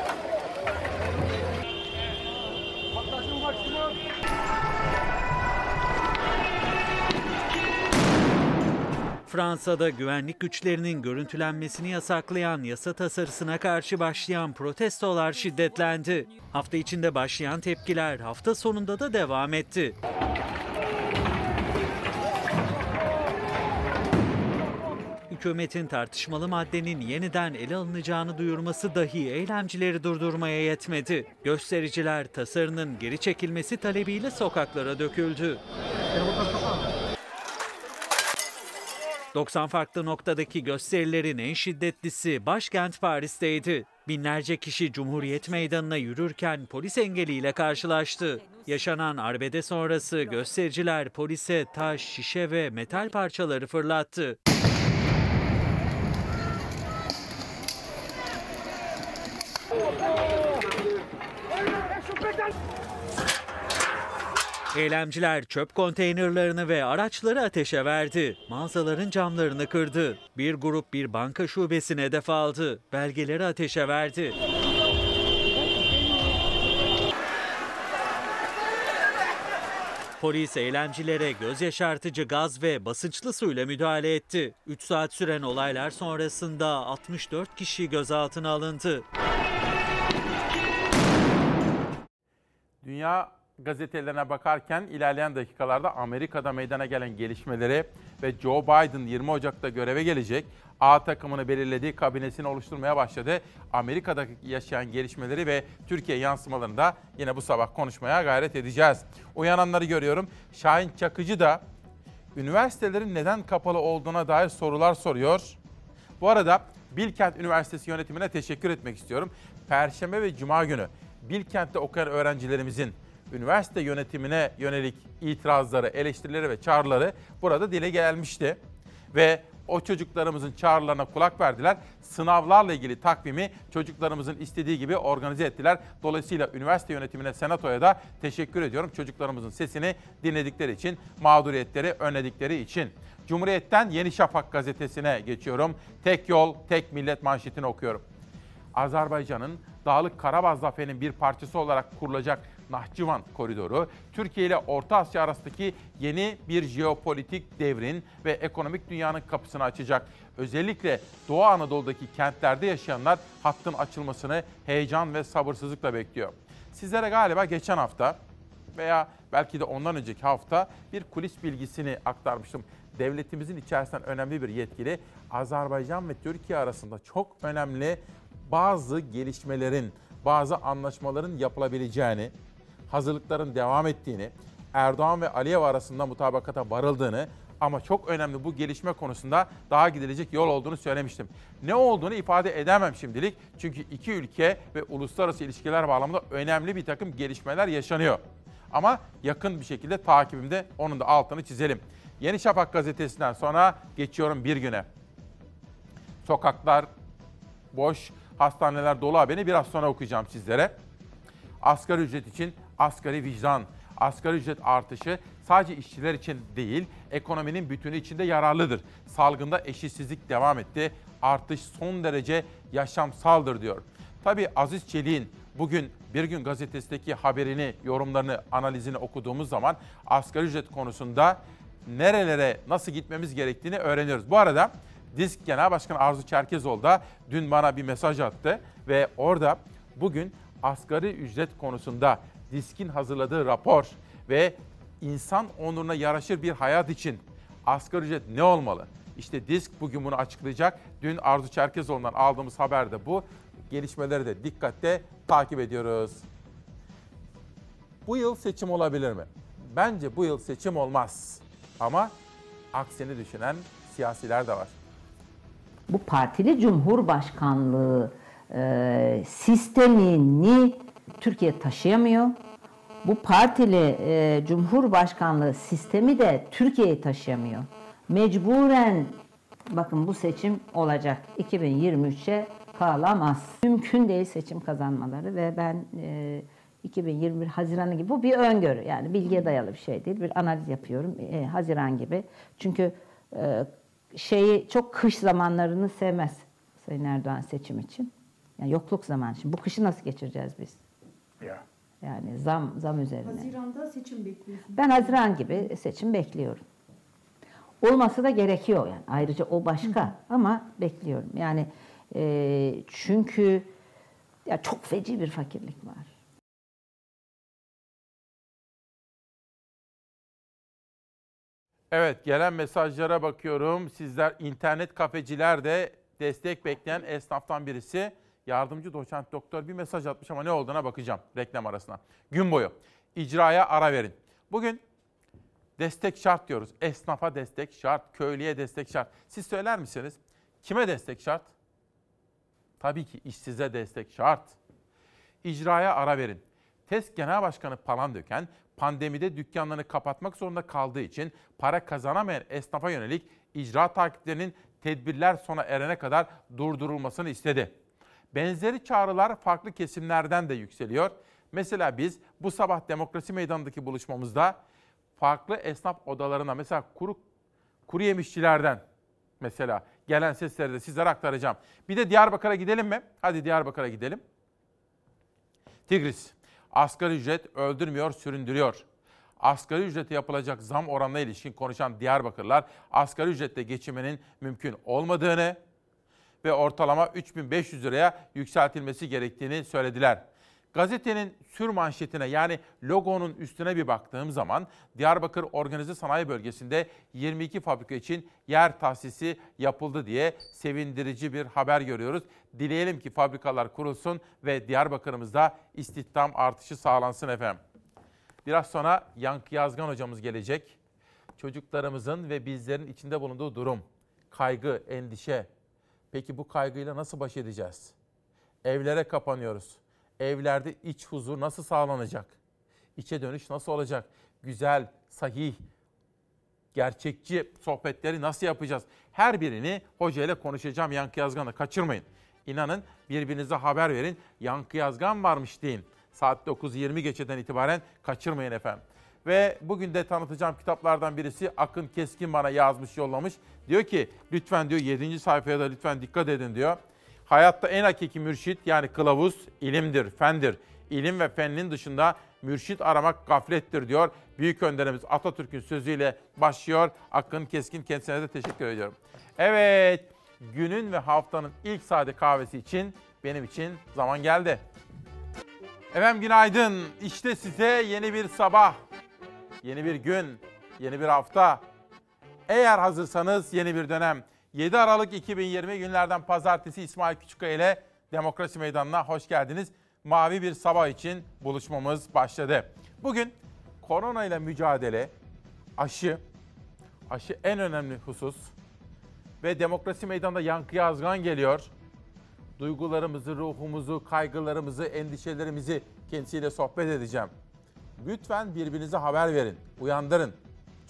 Fransa'da güvenlik güçlerinin görüntülenmesini yasaklayan yasa tasarısına karşı başlayan protestolar şiddetlendi. Hafta içinde başlayan tepkiler hafta sonunda da devam etti. Hükümetin tartışmalı maddenin yeniden ele alınacağını duyurması dahi eylemcileri durdurmaya yetmedi. Göstericiler tasarının geri çekilmesi talebiyle sokaklara döküldü. 90 farklı noktadaki gösterilerin en şiddetlisi başkent Paris'teydi. Binlerce kişi Cumhuriyet Meydanı'na yürürken polis engeliyle karşılaştı. Yaşanan arbede sonrası göstericiler polise taş, şişe ve metal parçaları fırlattı. Eylemciler çöp konteynerlarını ve araçları ateşe verdi. Mağazaların camlarını kırdı. Bir grup bir banka şubesine hedef aldı. Belgeleri ateşe verdi. Polis eylemcilere göz yaşartıcı gaz ve basınçlı suyla müdahale etti. 3 saat süren olaylar sonrasında 64 kişi gözaltına alındı. Dünya gazetelerine bakarken ilerleyen dakikalarda Amerika'da meydana gelen gelişmeleri ve Joe Biden 20 Ocak'ta göreve gelecek, A takımını belirlediği kabinesini oluşturmaya başladı. Amerika'da yaşayan gelişmeleri ve Türkiye yansımalarını da yine bu sabah konuşmaya gayret edeceğiz. Uyananları görüyorum. Şahin Çakıcı da üniversitelerin neden kapalı olduğuna dair sorular soruyor. Bu arada Bilkent Üniversitesi yönetimine teşekkür etmek istiyorum. Perşembe ve Cuma günü Bilkent'te okuyan öğrencilerimizin üniversite yönetimine yönelik itirazları, eleştirileri ve çağrıları burada dile gelmişti. Ve o çocuklarımızın çağrılarına kulak verdiler. Sınavlarla ilgili takvimi çocuklarımızın istediği gibi organize ettiler. Dolayısıyla üniversite yönetimine, senatoya da teşekkür ediyorum. Çocuklarımızın sesini dinledikleri için, mağduriyetleri önledikleri için. Cumhuriyet'ten Yeni Şafak gazetesine geçiyorum. Tek yol, tek millet manşetini okuyorum. Azerbaycan'ın Dağlık Karabağ zaferinin bir parçası olarak kurulacak Nahçıvan koridoru, Türkiye ile Orta Asya arasındaki yeni bir jeopolitik devrin ve ekonomik dünyanın kapısını açacak. Özellikle Doğu Anadolu'daki kentlerde yaşayanlar hattın açılmasını heyecan ve sabırsızlıkla bekliyor. Sizlere galiba geçen hafta veya belki de ondan önceki hafta bir kulis bilgisini aktarmıştım. Devletimizin içerisinden önemli bir yetkili, Azerbaycan ve Türkiye arasında çok önemli bazı gelişmelerin, bazı anlaşmaların yapılabileceğini, hazırlıkların devam ettiğini, Erdoğan ve Aliyev arasında mutabakata varıldığını ama çok önemli bu gelişme konusunda daha gidilecek yol olduğunu söylemiştim. Ne olduğunu ifade edemem şimdilik çünkü iki ülke ve uluslararası ilişkiler bağlamında önemli bir takım gelişmeler yaşanıyor. Ama yakın bir şekilde takibimde, onun da altını çizelim. Yeni Şafak gazetesinden sonra geçiyorum Bir Gün'e. Sokaklar boş, hastaneler dolu haberini biraz sonra okuyacağım sizlere. Asgari ücret için asgari vicdan. Asgari ücret artışı sadece işçiler için değil, ekonominin bütünü için de yararlıdır. Salgında eşitsizlik devam etti. Artış son derece yaşamsaldır diyor. Tabii Aziz Çelik'in bugün Bir Gün gazetesindeki haberini, yorumlarını, analizini okuduğumuz zaman asgari ücret konusunda nerelere nasıl gitmemiz gerektiğini öğreniyoruz. Bu arada DİSK Genel Başkanı Arzu Çerkezoğlu da dün bana bir mesaj attı ve orada bugün asgari ücret konusunda DİSK'in hazırladığı rapor ve insan onuruna yaraşır bir hayat için asgari ücret ne olmalı? İşte DİSK bugün bunu açıklayacak. Dün Arzu Çerkezoğlu'ndan aldığımız haber de bu. Gelişmeleri de dikkatle takip ediyoruz. Bu yıl seçim olabilir mi? Bence bu yıl seçim olmaz. Ama aksini düşünen siyasiler de var. Bu partili cumhurbaşkanlığı sistemini Türkiye taşıyamıyor. Bu partili cumhurbaşkanlığı sistemi de Türkiye'yi taşıyamıyor. Mecburen bakın bu seçim olacak. 2023'e kalamaz. Mümkün değil seçim kazanmaları ve ben 2021 Haziran'ı gibi, bu bir öngörü, yani bilgiye dayalı bir şey değil, bir analiz yapıyorum Haziran gibi. Çünkü çok kış zamanlarını sevmez Sayın Erdoğan seçim için. Yani yokluk zamanı. Şimdi bu kışı nasıl geçireceğiz biz? Ya. Yani zam üzerine. Haziran'da seçim bekliyorsunuz. Ben Haziran gibi seçim bekliyorum. Olması da gerekiyor yani. Ayrıca o başka ama bekliyorum. Yani çünkü ya çok feci bir fakirlik var. Evet, gelen mesajlara bakıyorum. Sizler internet kafeciler de destek bekleyen esnaftan birisi. Yardımcı doçent doktor bir mesaj atmış ama ne olduğuna bakacağım reklam arasına. Gün boyu icraya ara verin. Bugün destek şart diyoruz. Esnafa destek şart, köylüye destek şart. Siz söyler misiniz? Kime destek şart? Tabii ki işsize destek şart. İcraya ara verin. TESK Genel Başkanı Palandöken, pandemide dükkanlarını kapatmak zorunda kaldığı için para kazanamayan esnafa yönelik icra takiplerinin tedbirler sona erene kadar durdurulmasını istedi. Benzeri çağrılar farklı kesimlerden de yükseliyor. Mesela biz bu sabah Demokrasi Meydanı'ndaki buluşmamızda farklı esnaf odalarına, mesela kuru yemişçilerden mesela gelen sesleri de sizlere aktaracağım. Bir de Diyarbakır'a gidelim mi? Hadi Diyarbakır'a gidelim. Tigris, asgari ücret öldürmüyor, süründürüyor. Asgari ücrete yapılacak zam oranına ilişkin konuşan Diyarbakırlılar asgari ücretle geçinmenin mümkün olmadığını ve ortalama 3.500 liraya yükseltilmesi gerektiğini söylediler. Gazetenin sür manşetine, yani logonun üstüne bir baktığım zaman Diyarbakır Organize Sanayi Bölgesi'nde 22 fabrika için yer tahsisi yapıldı diye sevindirici bir haber görüyoruz. Dileyelim ki fabrikalar kurulsun ve Diyarbakır'ımızda istihdam artışı sağlansın efendim. Biraz sonra Yankı Yazgan hocamız gelecek. Çocuklarımızın ve bizlerin içinde bulunduğu durum, kaygı, endişe. Peki bu kaygıyla nasıl baş edeceğiz? Evlere kapanıyoruz. Evlerde iç huzur nasıl sağlanacak? İçe dönüş nasıl olacak? Güzel, sahih, gerçekçi sohbetleri nasıl yapacağız? Her birini hoca ile konuşacağım Yankı Yazgan'la. Kaçırmayın. İnanın, birbirinize haber verin. Yankı Yazgan varmış deyin. Saat 9:20 geçeden itibaren kaçırmayın efendim. Ve bugün de tanıtacağım kitaplardan birisi Akın Keskin bana yazmış, yollamış. Diyor ki lütfen diyor 7. sayfaya da lütfen dikkat edin diyor. Hayatta en hakiki mürşit, yani kılavuz ilimdir, fendir. İlim ve fennin dışında mürşit aramak gaflettir diyor. Büyük önderimiz Atatürk'ün sözüyle başlıyor. Akın Keskin, kendisine de teşekkür ediyorum. Evet, günün ve haftanın ilk sade kahvesi için benim için zaman geldi. Efendim günaydın. İşte size yeni bir sabah, yeni bir gün, yeni bir hafta. Eğer hazırsanız yeni bir dönem. 7 Aralık 2020 günlerden pazartesi İsmail Küçükkaya ile Demokrasi Meydanı'na hoş geldiniz. Mavi bir sabah için buluşmamız başladı. Bugün korona ile mücadele, aşı en önemli husus ve Demokrasi Meydanı'nda Yankı Yazgan geliyor. Duygularımızı, ruhumuzu, kaygılarımızı, endişelerimizi kendisiyle sohbet edeceğim. Lütfen birbirinize haber verin, uyandırın.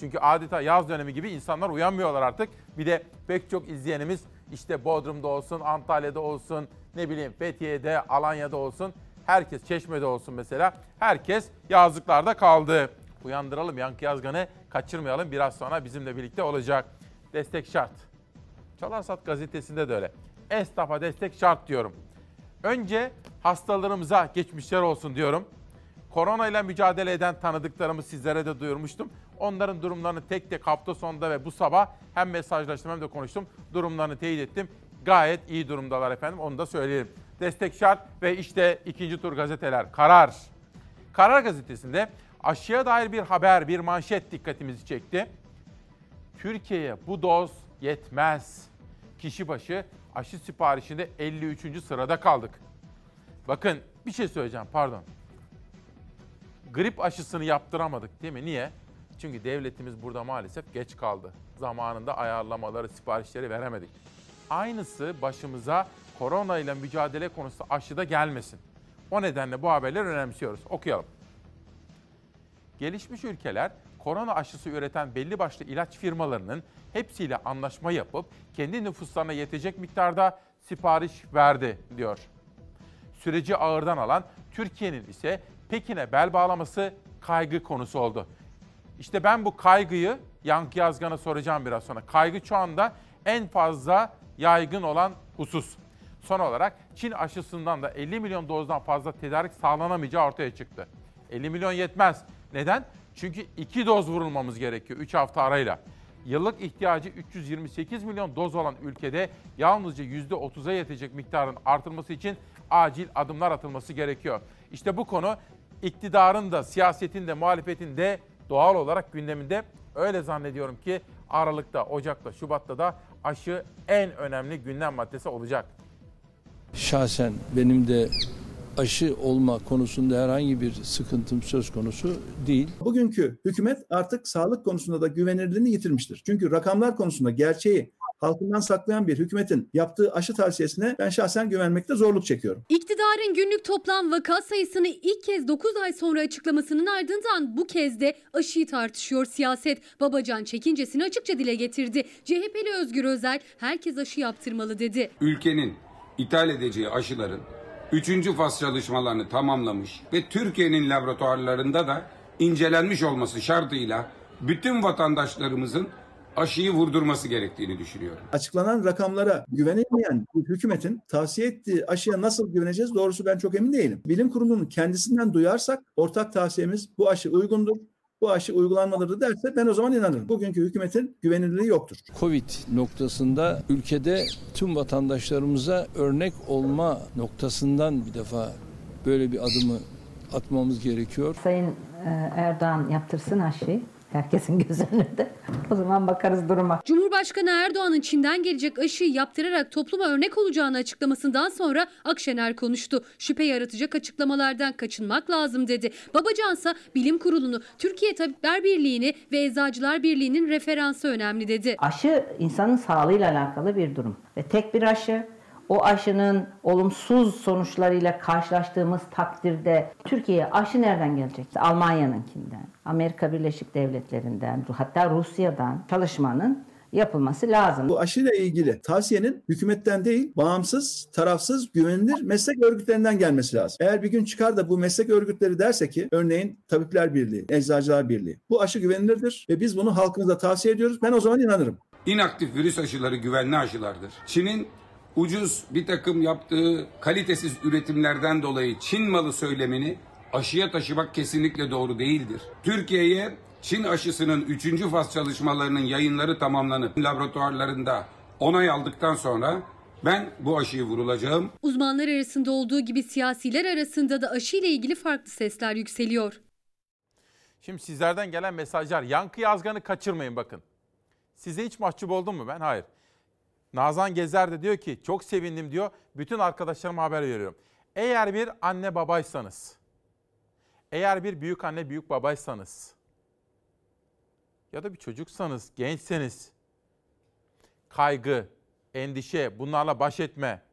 Çünkü adeta yaz dönemi gibi insanlar uyanmıyorlar artık. Bir de pek çok izleyenimiz işte Bodrum'da olsun, Antalya'da olsun, ne bileyim Fethiye'de, Alanya'da olsun. Herkes Çeşme'de olsun mesela. Herkes yazlıklarda kaldı. Uyandıralım Yankı Yazgan'ı, kaçırmayalım. Biraz sonra bizimle birlikte olacak. Destek şart. Çalarsat gazetesinde de öyle. Esnafa destek şart diyorum. Önce hastalarımıza geçmişler olsun diyorum. Korona ile mücadele eden tanıdıklarımı sizlere de duyurmuştum. Onların durumlarını tek tek hafta sonunda ve bu sabah hem mesajlaştım hem de konuştum. Durumlarını teyit ettim. Gayet iyi durumdalar efendim, onu da söyleyelim. Destek şart ve işte ikinci tur gazeteler. Karar. Karar gazetesinde aşıya dair bir haber, bir manşet dikkatimizi çekti. Türkiye'ye bu doz yetmez. Kişi başı aşı siparişinde 53. sırada kaldık. Bakın bir şey söyleyeceğim, pardon. Grip aşısını yaptıramadık değil mi? Niye? Çünkü devletimiz burada maalesef geç kaldı. Zamanında ayarlamaları, siparişleri veremedik. Aynısı başımıza korona ile mücadele konusu aşıda gelmesin. O nedenle bu haberleri önemsiyoruz. Okuyalım. Gelişmiş ülkeler korona aşısı üreten belli başlı ilaç firmalarının hepsiyle anlaşma yapıp kendi nüfuslarına yetecek miktarda sipariş verdi diyor. Süreci ağırdan alan Türkiye'nin ise Pekin'e bel bağlaması kaygı konusu oldu. İşte ben bu kaygıyı Yankı Yazgan'a soracağım biraz sonra. Kaygı şu anda en fazla yaygın olan husus. Son olarak Çin aşısından da 50 milyon dozdan fazla tedarik sağlanamayacağı ortaya çıktı. 50 milyon yetmez. Neden? Çünkü 2 doz vurulmamız gerekiyor 3 hafta arayla. Yıllık ihtiyacı 328 milyon doz olan ülkede yalnızca %30'a yetecek miktarın artırılması için acil adımlar atılması gerekiyor. İşte bu konu iktidarın da, siyasetin de, muhalefetin de doğal olarak gündeminde. Öyle zannediyorum ki Aralık'ta, Ocak'ta, Şubat'ta da aşı en önemli gündem maddesi olacak. Şahsen benim de aşı olma konusunda herhangi bir sıkıntım söz konusu değil. Bugünkü hükümet artık sağlık konusunda da güvenilirliğini yitirmiştir. Çünkü rakamlar konusunda gerçeği halkından saklayan bir hükümetin yaptığı aşı tavsiyesine ben şahsen güvenmekte zorluk çekiyorum. İktidarın günlük toplam vaka sayısını ilk kez 9 ay sonra açıklamasının ardından bu kez de aşıyı tartışıyor siyaset. Babacan çekincesini açıkça dile getirdi. CHP'li Özgür Özel herkes aşı yaptırmalı dedi. Ülkenin ithal edeceği aşıların 3. faz çalışmalarını tamamlamış ve Türkiye'nin laboratuvarlarında da incelenmiş olması şartıyla bütün vatandaşlarımızın aşıyı vurdurması gerektiğini düşünüyorum. Açıklanan rakamlara güvenilmeyen bir hükümetin tavsiye ettiği aşıya nasıl güveneceğiz? Doğrusu ben çok emin değilim. Bilim kurulunun kendisinden duyarsak ortak tavsiyemiz bu aşı uygundur. Bu aşı uygulanmalıdır derse ben o zaman inanırım. Bugünkü hükümetin güvenilirliği yoktur. Covid noktasında ülkede tüm vatandaşlarımıza örnek olma noktasından bir defa böyle bir adımı atmamız gerekiyor. Sayın Erdoğan yaptırsın aşıyı. Herkesin göz önünde. O zaman bakarız duruma. Cumhurbaşkanı Erdoğan'ın Çin'den gelecek aşıyı yaptırarak topluma örnek olacağını açıklamasından sonra Akşener konuştu. Şüphe yaratacak açıklamalardan kaçınmak lazım dedi. Babacansa bilim kurulunu, Türkiye Tabipler Birliği'ni ve Eczacılar Birliği'nin referansı önemli dedi. Aşı insanın sağlığıyla alakalı bir durum. Ve tek bir aşı, o aşının olumsuz sonuçlarıyla karşılaştığımız takdirde Türkiye'ye aşı nereden gelecek? Almanya'nınkinden, Amerika Birleşik Devletleri'nden, hatta Rusya'dan çalışmanın yapılması lazım. Bu aşıyla ilgili tavsiyenin hükümetten değil, bağımsız, tarafsız, güvenilir meslek örgütlerinden gelmesi lazım. Eğer bir gün çıkar da bu meslek örgütleri derse ki, örneğin Tabipler Birliği, Eczacılar Birliği, bu aşı güvenilirdir ve biz bunu halkımıza tavsiye ediyoruz, ben o zaman inanırım. İnaktif virüs aşıları güvenli aşılardır. Çin'in ucuz bir takım yaptığı kalitesiz üretimlerden dolayı Çin malı söylemini aşıya taşımak kesinlikle doğru değildir. Türkiye'ye Çin aşısının 3. faz çalışmalarının yayınları tamamlanıp laboratuvarlarında onay aldıktan sonra ben bu aşıyı vurulacağım. Uzmanlar arasında olduğu gibi siyasiler arasında da aşıyla ilgili farklı sesler yükseliyor. Şimdi sizlerden gelen mesajlar. Yankı Yazgan'ı kaçırmayın bakın. Size hiç mahcup oldum mu ben? Hayır. Nazan Gezer de diyor ki çok sevindim diyor. Bütün arkadaşlarıma haber veriyorum. Eğer bir anne babaysanız, eğer bir büyük anne büyük babaysanız ya da bir çocuksanız, gençseniz kaygı, endişe, bunlarla baş etme,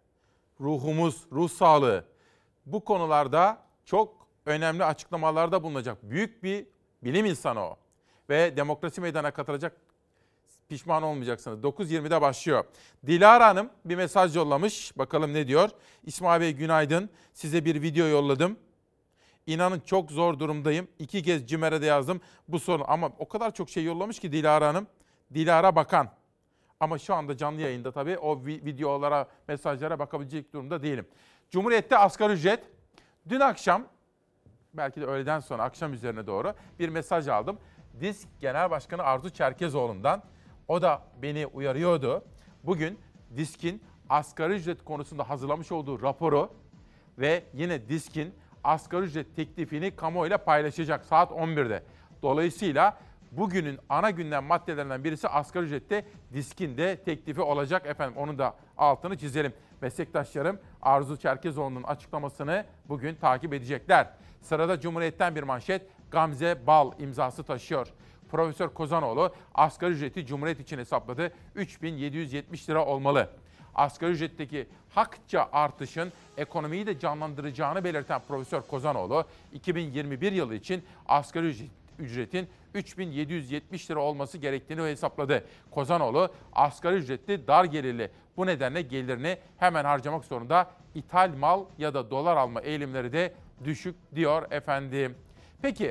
ruh sağlığı bu konularda çok önemli açıklamalarda bulunacak büyük bir bilim insanı o. ve Demokrasi Meydanı'na katılacak, pişman olmayacaksınız. 9.20'de başlıyor. Dilara Hanım bir mesaj yollamış. Bakalım ne diyor? İsmail Bey günaydın. Size bir video yolladım. İnanın çok zor durumdayım. 2 kez CİMER'e de yazdım bu sorun. Ama o kadar çok şey yollamış ki Dilara Hanım. Dilara Bakan. Ama şu anda canlı yayında tabii o videolara, mesajlara bakabilecek durumda değilim. Cumhuriyet'te asgari ücret. Dün akşam, belki de öğleden sonra akşam üzerine doğru bir mesaj aldım. DİSK Genel Başkanı Arzu Çerkezoğlu'ndan. O da beni uyarıyordu. Bugün DİSK'in asgari ücret konusunda hazırlamış olduğu raporu ve yine DİSK'in asgari ücret teklifini kamuoyuyla paylaşacak saat 11'de. Dolayısıyla bugünün ana gündem maddelerinden birisi asgari ücrette DİSK'in de teklifi olacak efendim. Onun da altını çizelim. Meslektaşlarım Arzu Çerkezoğlu'nun açıklamasını bugün takip edecekler. Sırada Cumhuriyet'ten bir manşet, Gamze Bal imzası taşıyor. Profesör Kozanoğlu asgari ücreti Cumhuriyet için hesapladı. 3.770 lira olmalı. Asgari ücretteki hakça artışın ekonomiyi de canlandıracağını belirten Profesör Kozanoğlu, 2021 yılı için asgari ücretin 3.770 lira olması gerektiğini hesapladı. Kozanoğlu, asgari ücretli dar gelirli. Bu nedenle gelirini hemen harcamak zorunda. İthal mal ya da dolar alma eğilimleri de düşük diyor efendim. Peki,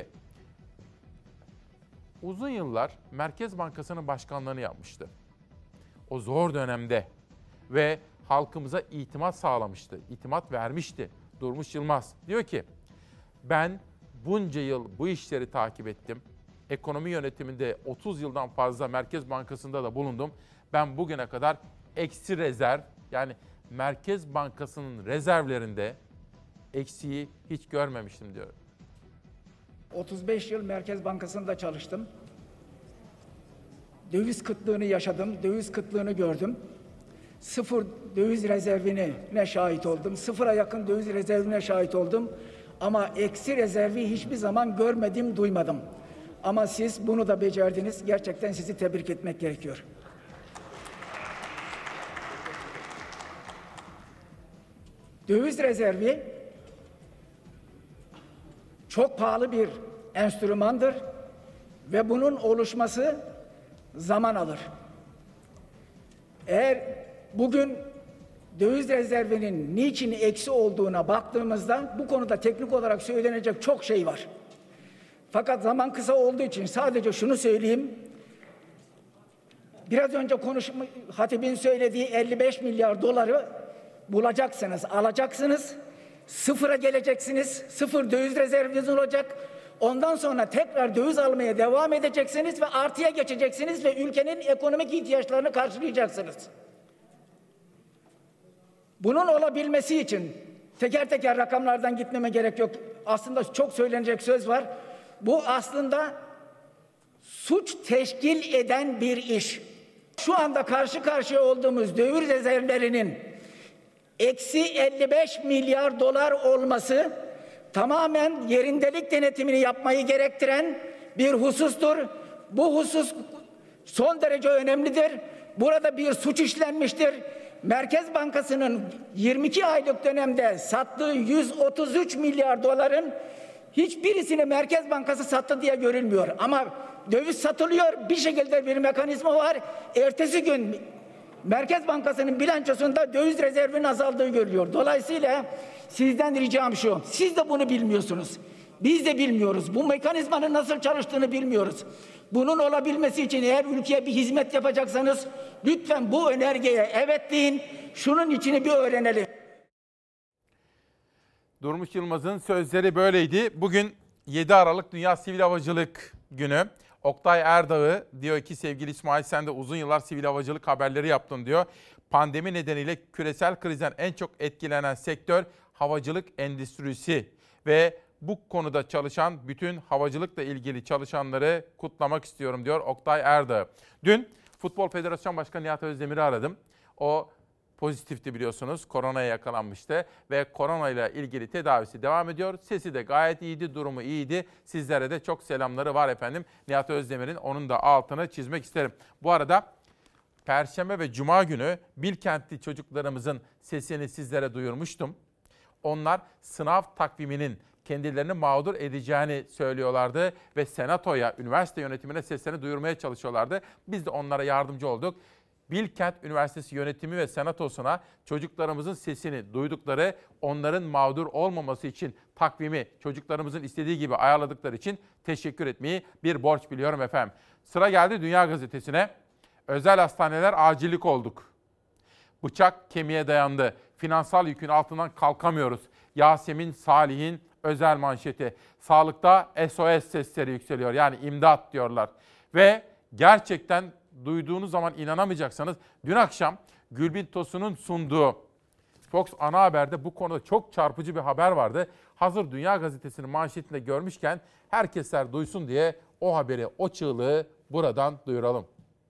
uzun yıllar Merkez Bankası'nın başkanlığını yapmıştı. O zor dönemde ve halkımıza itimat sağlamıştı, itimat vermişti. Durmuş Yılmaz diyor ki, ben bunca yıl bu işleri takip ettim. Ekonomi yönetiminde 30 yıldan fazla Merkez Bankası'nda da bulundum. Ben bugüne kadar eksi rezerv, yani Merkez Bankası'nın rezervlerinde eksiği hiç görmemiştim diyor. 35 yıl Merkez Bankası'nda çalıştım. Döviz kıtlığını yaşadım, döviz kıtlığını gördüm. Sıfır döviz rezervine şahit oldum. Sıfıra yakın döviz rezervine şahit oldum. Ama eksi rezervi hiçbir zaman görmedim, duymadım. Ama siz bunu da becerdiniz. Gerçekten sizi tebrik etmek gerekiyor. Döviz rezervi çok pahalı bir enstrümandır ve bunun oluşması zaman alır. Eğer bugün döviz rezervinin niçin eksi olduğuna baktığımızda bu konuda teknik olarak söylenecek çok şey var. Fakat zaman kısa olduğu için sadece şunu söyleyeyim. Biraz önce Hatip'in söylediği 55 milyar doları bulacaksınız, alacaksınız. Sıfıra geleceksiniz. Sıfır döviz rezerviniz olacak. Ondan sonra tekrar döviz almaya devam edeceksiniz ve artıya geçeceksiniz ve ülkenin ekonomik ihtiyaçlarını karşılayacaksınız. Bunun olabilmesi için teker teker rakamlardan gitmeme gerek yok. Aslında çok söylenecek söz var. Bu aslında suç teşkil eden bir iş. Şu anda karşı karşıya olduğumuz döviz rezervlerinin eksi 55 milyar dolar olması tamamen yerindelik denetimini yapmayı gerektiren bir husustur. Bu husus son derece önemlidir. Burada bir suç işlenmiştir. Merkez Bankası'nın 22 aylık dönemde sattığı 133 milyar doların hiçbirisini Merkez Bankası sattı diye görülmüyor. Ama döviz satılıyor, bir şekilde bir mekanizma var. Ertesi gün Merkez Bankası'nın bilançosunda döviz rezervinin azaldığı görülüyor. Dolayısıyla sizden ricam şu, siz de bunu bilmiyorsunuz. Biz de bilmiyoruz. Bu mekanizmanın nasıl çalıştığını bilmiyoruz. Bunun olabilmesi için eğer ülkeye bir hizmet yapacaksanız lütfen bu önergeye evet deyin. Şunun içini bir öğrenelim. Durmuş Yılmaz'ın sözleri böyleydi. Bugün 7 Aralık Dünya Sivil Havacılık Günü. Oktay Erdağ'ı diyor ki sevgili İsmail sen de uzun yıllar sivil havacılık haberleri yaptın diyor. Pandemi nedeniyle küresel krizden en çok etkilenen sektör havacılık endüstrisi ve bu konuda çalışan bütün havacılıkla ilgili çalışanları kutlamak istiyorum diyor Oktay Erdağ. Dün Futbol Federasyon Başkanı Nihat Özdemir'i aradım. O pozitifti biliyorsunuz, koronaya yakalanmıştı ve koronayla ilgili tedavisi devam ediyor. Sesi de gayet iyiydi, durumu iyiydi. Sizlere de çok selamları var efendim. Nihat Özdemir'in, onun da altını çizmek isterim. Bu arada Perşembe ve Cuma günü Bilkentli çocuklarımızın sesini sizlere duyurmuştum. Onlar sınav takviminin kendilerini mağdur edeceğini söylüyorlardı ve senatoya, üniversite yönetimine seslerini duyurmaya çalışıyorlardı. Biz de onlara yardımcı olduk. Bilkent Üniversitesi yönetimi ve senatosuna çocuklarımızın sesini duydukları, onların mağdur olmaması için takvimi çocuklarımızın istediği gibi ayarladıkları için teşekkür etmeyi bir borç biliyorum efendim. Sıra geldi Dünya Gazetesi'ne. Özel hastaneler acillik olduk. Bıçak kemiğe dayandı. Finansal yükün altından kalkamıyoruz. Yasemin Salih'in özel manşeti. Sağlıkta SOS sesleri yükseliyor. Yani imdat diyorlar. Ve gerçekten duyduğunuz zaman inanamayacaksınız. Dün akşam Gülbin Tosun'un sunduğu Fox Ana Haber'de bu konuda çok çarpıcı bir haber vardı. Hazır Dünya Gazetesi'nin manşetinde görmüşken herkesler duysun diye o haberi, o çığlığı buradan duyuralım.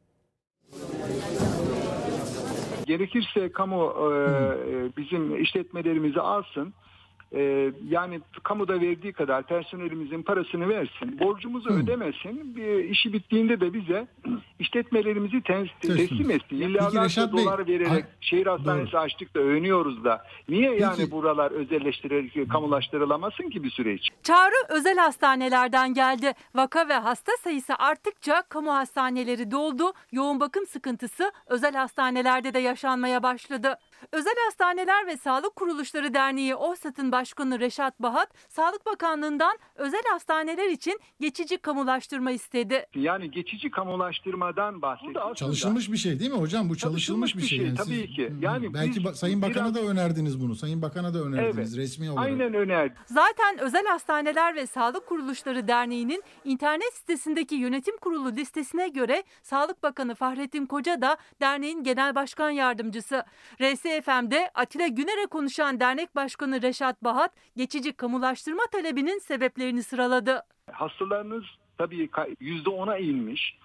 Gerekirse kamu bizim işletmelerimizi alsın. Yani kamuda verdiği kadar personelimizin parasını versin, borcumuzu ödemesin, bir işi bittiğinde de bize işletmelerimizi teslim etsin. Milyarlarca dolar vererek şehir hastanesi açtık da övünüyoruz da niye yani buralar özelleştirilerek kamulaştırılamasın ki bir süre için? Çağrı özel hastanelerden geldi. Vaka ve hasta sayısı arttıkça kamu hastaneleri doldu. Yoğun bakım sıkıntısı özel hastanelerde de yaşanmaya başladı. Özel Hastaneler ve Sağlık Kuruluşları Derneği OHSAD'ın başkanı Reşat Bahat, Sağlık Bakanlığı'ndan özel hastaneler için geçici kamulaştırma istedi. Yani geçici kamulaştırmadan bahsediyor. Çalışılmış bir şey değil mi hocam? Bu çalışılmış bir şey. Yani tabii ki. Yani belki Sayın Bakan'a da önerdiniz bunu. Sayın Bakan'a da önerdiniz resmi olarak. Aynen önerdim. Zaten Özel Hastaneler ve Sağlık Kuruluşları Derneği'nin internet sitesindeki yönetim kurulu listesine göre Sağlık Bakanı Fahrettin Koca da derneğin genel başkan yardımcısı. RSFM'de Atilla Güner'e konuşan dernek başkanı Reşat Bahat, geçici kamulaştırma talebinin sebeplerini sıraladı. Hastalarınız tabii %10'a inmiş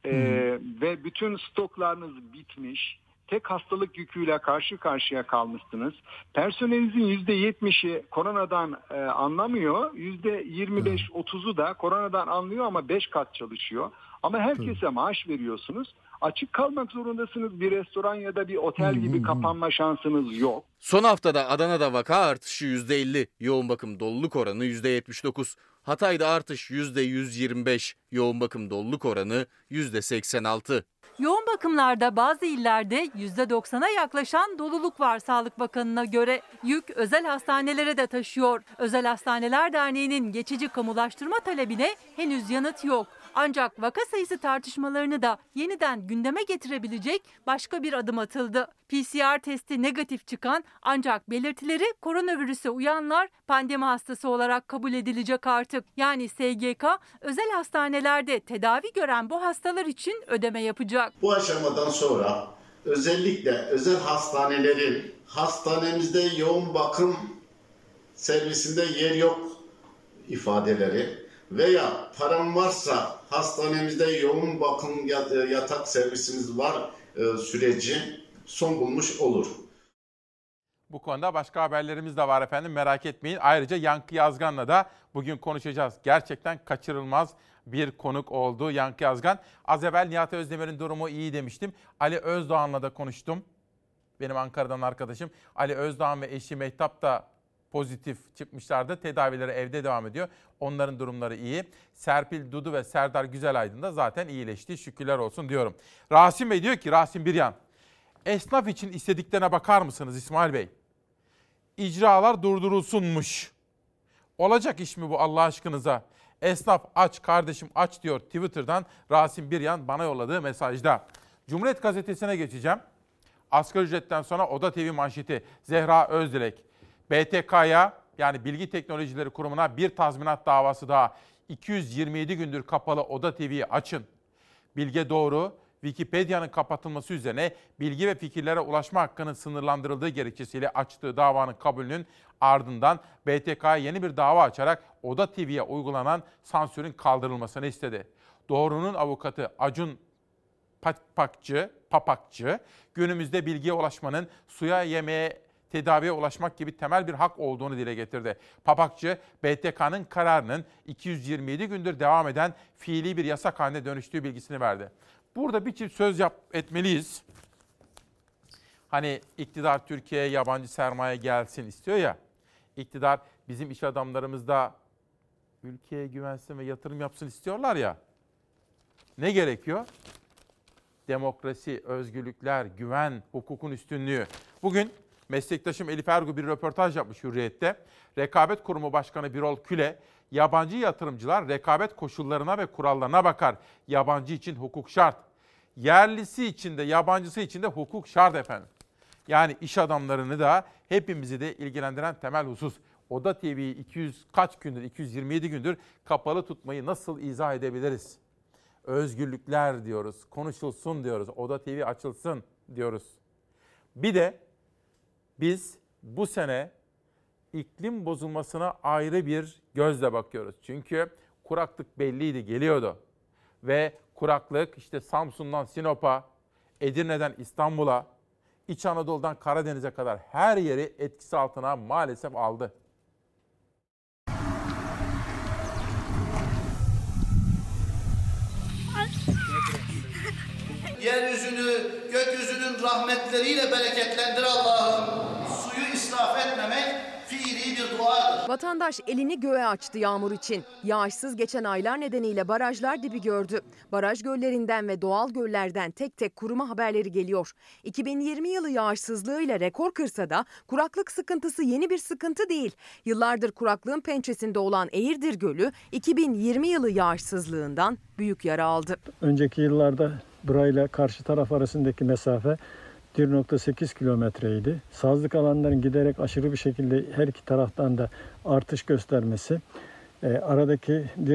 ve bütün stoklarınız bitmiş. Tek hastalık yüküyle karşı karşıya kalmışsınız. Personelinizin %70'i koronadan anlamıyor. %25-30'u da koronadan anlıyor ama 5 kat çalışıyor. Ama herkese maaş veriyorsunuz. Açık kalmak zorundasınız. Bir restoran ya da bir otel gibi kapanma şansınız yok. Son haftada Adana'da vaka artışı %50, yoğun bakım doluluk oranı %79. Hatay'da artış %125, yoğun bakım doluluk oranı %86. Yoğun bakımlarda bazı illerde %90'a yaklaşan doluluk var Sağlık Bakanı'na göre. Yük özel hastanelere de taşıyor. Özel Hastaneler Derneği'nin geçici kamulaştırma talebine henüz yanıt yok. Ancak vaka sayısı tartışmalarını da yeniden gündeme getirebilecek başka bir adım atıldı. PCR testi negatif çıkan ancak belirtileri koronavirüse uyanlar pandemi hastası olarak kabul edilecek artık. Yani SGK özel hastanelerde tedavi gören bu hastalar için ödeme yapacak. Bu aşamadan sonra özellikle özel hastanelerin hastanemizde yoğun bakım servisinde yer yok ifadeleri veya param varsa hastanemizde yoğun bakım yatak servisimiz var süreci son bulmuş olur. Bu konuda başka haberlerimiz de var efendim, merak etmeyin. Ayrıca Yankı Yazgan'la da bugün konuşacağız. Gerçekten kaçırılmaz bir konuk oldu Yankı Yazgan. Az evvel Nihat Özdemir'in durumu iyi demiştim. Ali Özdoğan'la da konuştum. Benim Ankara'dan arkadaşım. Ali Özdoğan ve eşi Mehtap da pozitif çıkmışlardı. Tedavileri evde devam ediyor. Onların durumları iyi. Serpil Dudu ve Serdar Güzelaydın da zaten iyileşti. Şükürler olsun diyorum. Rasim Bey diyor ki, Rasim Biryan, esnaf için istediklerine bakar mısınız İsmail Bey? İcralar durdurulsunmuş. Olacak iş mi bu Allah aşkınıza? Esnaf aç kardeşim aç diyor Twitter'dan Rasim Biryan bana yolladığı mesajda. Cumhuriyet Gazetesi'ne geçeceğim. Asgari ücretten sonra Oda TV manşeti Zehra Özdilek. BTK'ya yani Bilgi Teknolojileri Kurumu'na bir tazminat davası daha. 227 gündür kapalı Oda TV'yi açın. Bilge Doğru, Wikipedia'nın kapatılması üzerine bilgi ve fikirlere ulaşma hakkının sınırlandırıldığı gerekçesiyle açtığı davanın kabulünün ardından BTK'ya yeni bir dava açarak Oda TV'ye uygulanan sansürün kaldırılmasını istedi. Doğru'nun avukatı Acun Papakçı, günümüzde bilgiye ulaşmanın suya, yemeğe, tedaviye ulaşmak gibi temel bir hak olduğunu dile getirdi. Papakçı, BTK'nın kararının 227 gündür devam eden fiili bir yasak haline dönüştüğü bilgisini verdi. Burada bir çift söz etmeliyiz. Hani iktidar Türkiye'ye yabancı sermaye gelsin istiyor ya. İktidar bizim iş adamlarımız da ülkeye güvensin ve yatırım yapsın istiyorlar ya. Ne gerekiyor? Demokrasi, özgürlükler, güven, hukukun üstünlüğü. Bugün meslektaşım Elif Ergu bir röportaj yapmış Hürriyet'te. Rekabet Kurumu Başkanı Birol Küle, yabancı yatırımcılar rekabet koşullarına ve kurallarına bakar. Yabancı için hukuk şart. Yerlisi için de yabancısı için de hukuk şart efendim. Yani iş adamlarını da hepimizi de ilgilendiren temel husus. Oda TV'yi 227 gündür kapalı tutmayı nasıl izah edebiliriz? Özgürlükler diyoruz, konuşulsun diyoruz, Oda TV açılsın diyoruz. Bir de biz bu sene iklim bozulmasına ayrı bir gözle bakıyoruz. Çünkü kuraklık belliydi, geliyordu. Ve kuraklık işte Samsun'dan Sinop'a, Edirne'den İstanbul'a, İç Anadolu'dan Karadeniz'e kadar her yeri etkisi altına maalesef aldı. Yeryüzünü, gökyüzünün rahmetleriyle bereketlendir Allah'ım. Suyu israf etmemek fiili bir duadır. Vatandaş elini göğe açtı yağmur için. Yağışsız geçen aylar nedeniyle barajlar dibi gördü. Baraj göllerinden ve doğal göllerden tek tek kuruma haberleri geliyor. 2020 yılı yağışsızlığıyla rekor kırsa da kuraklık sıkıntısı yeni bir sıkıntı değil. Yıllardır kuraklığın pençesinde olan Eğirdir Gölü 2020 yılı yağışsızlığından büyük yara aldı. Önceki yıllarda burayla karşı taraf arasındaki mesafe 1,8 kilometreydi. Sazlık alanların giderek aşırı bir şekilde her iki taraftan da artış göstermesi, aradaki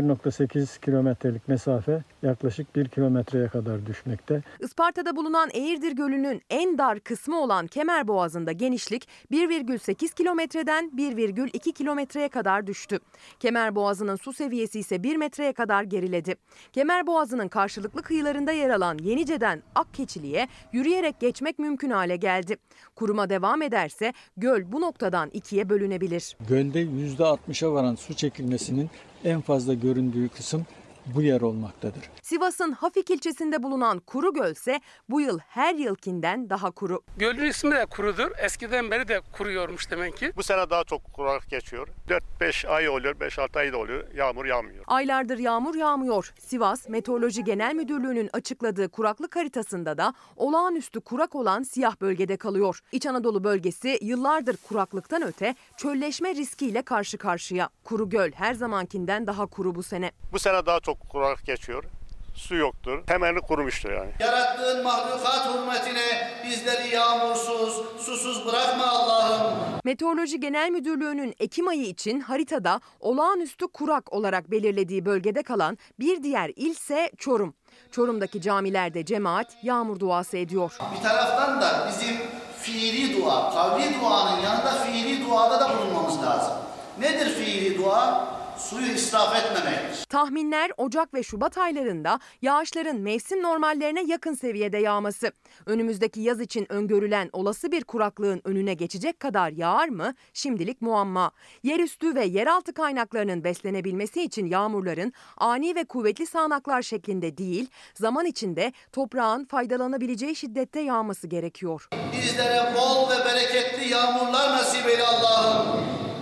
1,8 kilometrelik mesafe yaklaşık 1 kilometreye kadar düşmekte. Isparta'da bulunan Eğirdir Gölü'nün en dar kısmı olan Kemerboğazı'nda genişlik 1,8 kilometreden 1,2 kilometreye kadar düştü. Kemerboğazı'nın su seviyesi ise 1 metreye kadar geriledi. Kemerboğazı'nın karşılıklı kıyılarında yer alan Yenice'den Akkeçili'ye yürüyerek geçmek mümkün hale geldi. Kuruma devam ederse göl bu noktadan ikiye bölünebilir. Gölde %60'a varan su çekilmesinin en fazla göründüğü kısım bu yer olmaktadır. Sivas'ın Hafik ilçesinde bulunan Kurugöl ise bu yıl her yılkinden daha kuru. Gölün ismi de kurudur. Eskiden beri de kuruyormuş demek ki. Bu sene daha çok kurak geçiyor. 4-5 ay oluyor, 5-6 ay da oluyor. Yağmur yağmıyor. Aylardır yağmur yağmıyor. Sivas Meteoroloji Genel Müdürlüğü'nün açıkladığı kuraklık haritasında da olağanüstü kurak olan siyah bölgede kalıyor. İç Anadolu bölgesi yıllardır kuraklıktan öte çölleşme riskiyle karşı karşıya. Kurugöl her zamankinden daha kuru bu sene. Bu sene daha çok kurak geçiyor. Su yoktur. Temelli kurumuştur yani. Yarattığın mahlukat hürmetine bizleri yağmursuz, susuz bırakma Allah'ım. Meteoroloji Genel Müdürlüğü'nün Ekim ayı için haritada olağanüstü kurak olarak belirlediği bölgede kalan bir diğer il ise Çorum. Çorum'daki camilerde cemaat yağmur duası ediyor. Bir taraftan da bizim fiili dua, kavli duanın yanında fiili duada da bulunmamız lazım. Nedir fiili dua? Suyu israf etmemek. Tahminler Ocak ve Şubat aylarında yağışların mevsim normallerine yakın seviyede yağması. Önümüzdeki yaz için öngörülen olası bir kuraklığın önüne geçecek kadar yağar mı? Şimdilik muamma. Yerüstü ve yeraltı kaynaklarının beslenebilmesi için yağmurların ani ve kuvvetli sağanaklar şeklinde değil, zaman içinde toprağın faydalanabileceği şiddette yağması gerekiyor. Bizlere bol ve bereketli yağmurlar nasip eyle Allah'ım.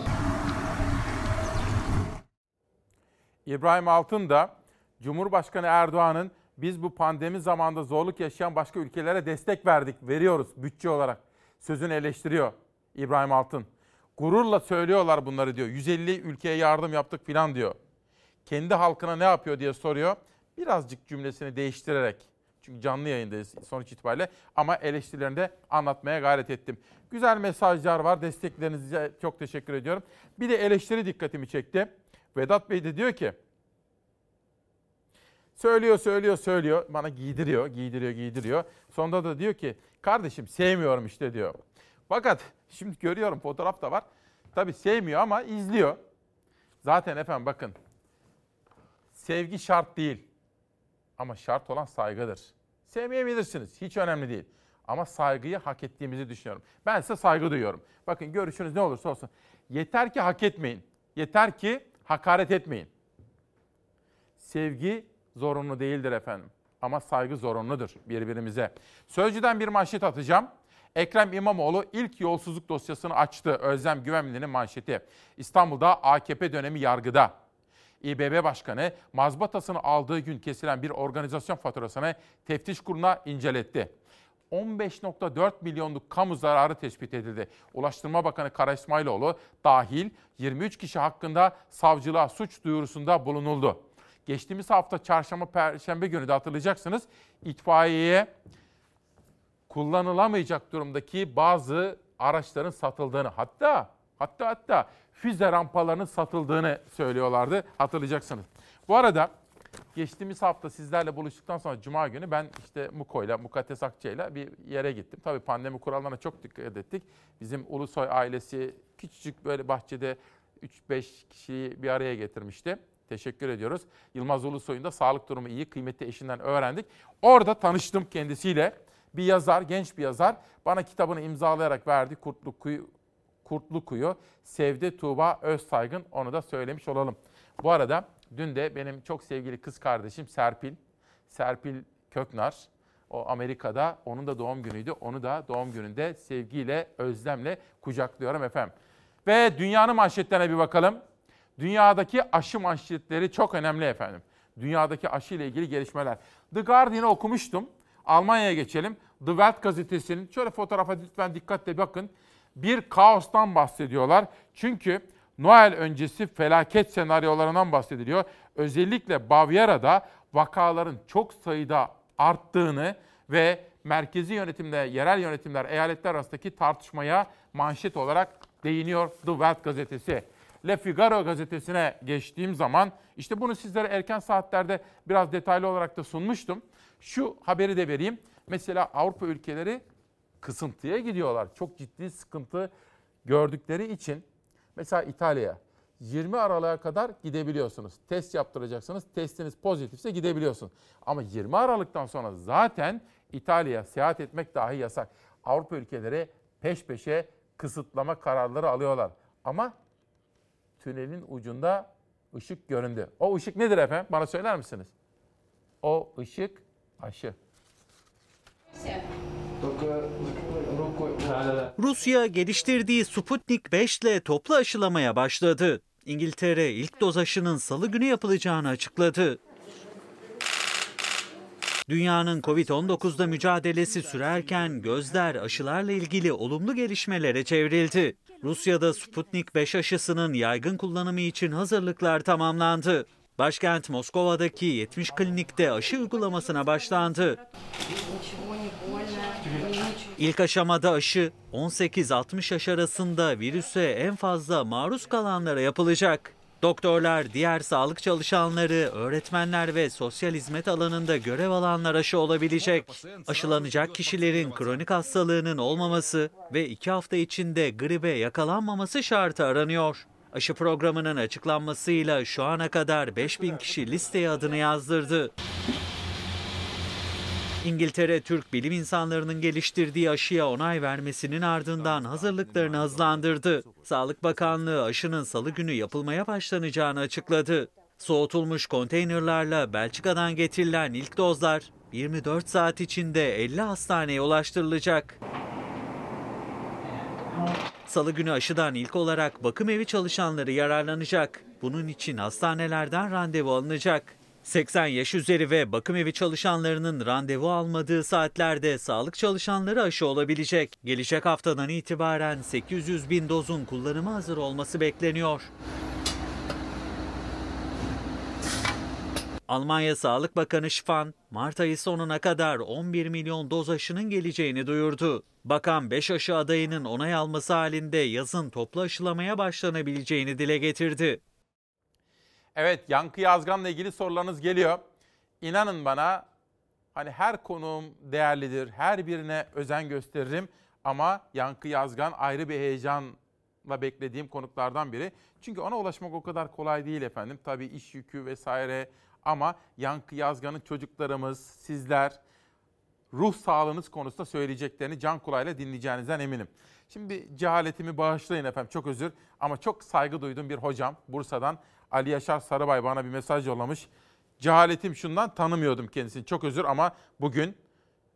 İbrahim Altun da Cumhurbaşkanı Erdoğan'ın biz bu pandemi zamanında zorluk yaşayan başka ülkelere destek veriyoruz bütçe olarak sözünü eleştiriyor İbrahim Altun. Gururla söylüyorlar bunları diyor. 150 ülkeye yardım yaptık filan diyor. Kendi halkına ne yapıyor diye soruyor. Birazcık cümlesini değiştirerek. Çünkü canlı yayındayız sonuç itibariyle ama eleştirilerini de anlatmaya gayret ettim. Güzel mesajlar var. Desteklerinize çok teşekkür ediyorum. Bir de eleştiri dikkatimi çekti. Vedat Bey de diyor ki, söylüyor, bana giydiriyor. Sonunda da diyor ki, kardeşim sevmiyorum işte diyor. Fakat şimdi görüyorum fotoğraf da var. Tabii sevmiyor ama izliyor. Zaten efendim bakın, sevgi şart değil ama şart olan saygıdır. Sevmeyebilirsiniz, hiç önemli değil. Ama saygıyı hak ettiğimizi düşünüyorum. Ben size saygı duyuyorum. Bakın görüşünüz ne olursa olsun. Yeter ki hak etmeyin. Yeter ki hakaret etmeyin. Sevgi zorunlu değildir efendim. Ama saygı zorunludur birbirimize. Sözcü'den bir manşet atacağım. Ekrem İmamoğlu ilk yolsuzluk dosyasını açtı. Özlem Güvenli'nin manşeti. İstanbul'da AKP dönemi yargıda. İBB Başkanı mazbatasını aldığı gün kesilen bir organizasyon faturasını teftiş kuruluna inceletti. 15.4 milyonluk kamu zararı tespit edildi. Ulaştırma Bakanı Kara İsmailoğlu dahil 23 kişi hakkında savcılığa suç duyurusunda bulunuldu. Geçtiğimiz hafta çarşamba, perşembe günü de hatırlayacaksınız itfaiyeye kullanılamayacak durumdaki bazı araçların satıldığını hatta füze rampalarının satıldığını söylüyorlardı, hatırlayacaksınız. Bu arada geçtiğimiz hafta sizlerle buluştuktan sonra Cuma günü ben işte Muko'yla, Mukaddes Akçay'la bir yere gittim. Tabii pandemi kurallarına çok dikkat ettik. Bizim Ulusoy ailesi küçücük böyle bahçede 3-5 kişiyi bir araya getirmişti. Teşekkür ediyoruz. Yılmaz Ulusoy'un da sağlık durumu iyi, kıymetli eşinden öğrendik. Orada tanıştım kendisiyle. Bir yazar, genç bir yazar. Bana kitabını imzalayarak verdi. Kurtlu Kuyu. Sevde Tuğba Özsaygın, onu da söylemiş olalım. Bu arada dün de benim çok sevgili kız kardeşim Serpil Köknar, o Amerika'da, onun da doğum günüydü. Onu da doğum gününde sevgiyle, özlemle kucaklıyorum efendim. Ve dünyanın manşetlerine bir bakalım. Dünyadaki aşı manşetleri çok önemli efendim. Dünyadaki aşı ile ilgili gelişmeler. The Guardian'ı okumuştum. Almanya'ya geçelim. The Welt gazetesinin, şöyle fotoğrafa lütfen dikkatle bakın. Bir kaostan bahsediyorlar. Çünkü Noel öncesi felaket senaryolarından bahsediliyor. Özellikle Bavyera'da vakaların çok sayıda arttığını ve merkezi yönetimle yerel yönetimler, eyaletler arasındaki tartışmaya manşet olarak değiniyor The Welt gazetesi. Le Figaro gazetesine geçtiğim zaman, işte bunu sizlere erken saatlerde biraz detaylı olarak da sunmuştum. Şu haberi de vereyim. Mesela Avrupa ülkeleri kısıntıya gidiyorlar. Çok ciddi sıkıntı gördükleri için. Mesela İtalya'ya 20 Aralık'a kadar gidebiliyorsunuz. Test yaptıracaksınız. Testiniz pozitifse gidebiliyorsunuz. Ama 20 Aralık'tan sonra zaten İtalya'ya seyahat etmek dahi yasak. Avrupa ülkeleri peş peşe kısıtlama kararları alıyorlar. Ama tünelin ucunda ışık göründü. O ışık nedir efendim? Bana söyler misiniz? O ışık aşı. Rusya geliştirdiği Sputnik 5 ile toplu aşılamaya başladı. İngiltere ilk doz aşının Salı günü yapılacağını açıkladı. Dünyanın Covid-19'da mücadelesi sürerken gözler aşılarla ilgili olumlu gelişmelere çevrildi. Rusya'da Sputnik 5 aşısının yaygın kullanımı için hazırlıklar tamamlandı. Başkent Moskova'daki 70 klinikte aşı uygulamasına başlandı. İlk aşamada aşı 18-60 yaş arasında virüse en fazla maruz kalanlara yapılacak. Doktorlar, diğer sağlık çalışanları, öğretmenler ve sosyal hizmet alanında görev alanlar aşı olabilecek. Aşılanacak kişilerin kronik hastalığının olmaması ve 2 hafta içinde gribe yakalanmaması şartı aranıyor. Aşı programının açıklanmasıyla şu ana kadar 5000 kişi listeye adını yazdırdı. İngiltere, Türk bilim insanlarının geliştirdiği aşıya onay vermesinin ardından hazırlıklarını hızlandırdı. Sağlık Bakanlığı aşının Salı günü yapılmaya başlanacağını açıkladı. Soğutulmuş konteynerlarla Belçika'dan getirilen ilk dozlar 24 saat içinde 50 hastaneye ulaştırılacak. Salı günü aşıdan ilk olarak bakım evi çalışanları yararlanacak. Bunun için hastanelerden randevu alınacak. 80 yaş üzeri ve bakım evi çalışanlarının randevu almadığı saatlerde sağlık çalışanları aşı olabilecek. Gelecek haftadan itibaren 800 bin dozun kullanıma hazır olması bekleniyor. Almanya Sağlık Bakanı Spahn, Mart ayı sonuna kadar 11 milyon doz aşının geleceğini duyurdu. Bakan 5 aşı adayının onay alması halinde yazın toplu aşılamaya başlanabileceğini dile getirdi. Evet, Yankı Yazgan'la ilgili sorularınız geliyor. İnanın bana, hani her konuğum değerlidir, her birine özen gösteririm. Ama Yankı Yazgan ayrı bir heyecanla beklediğim konuklardan biri. Çünkü ona ulaşmak o kadar kolay değil efendim. Tabii iş yükü vesaire. Ama Yankı Yazgan'ın çocuklarımız, sizler, ruh sağlığınız konusunda söyleyeceklerini can kulağıyla dinleyeceğinizden eminim. Şimdi cehaletimi bağışlayın efendim, çok özür. Ama çok saygı duyduğum bir hocam Bursa'dan, Ali Yaşar Sarıbay, bana bir mesaj yollamış. Cehaletim şundan, tanımıyordum kendisini. Çok özür ama bugün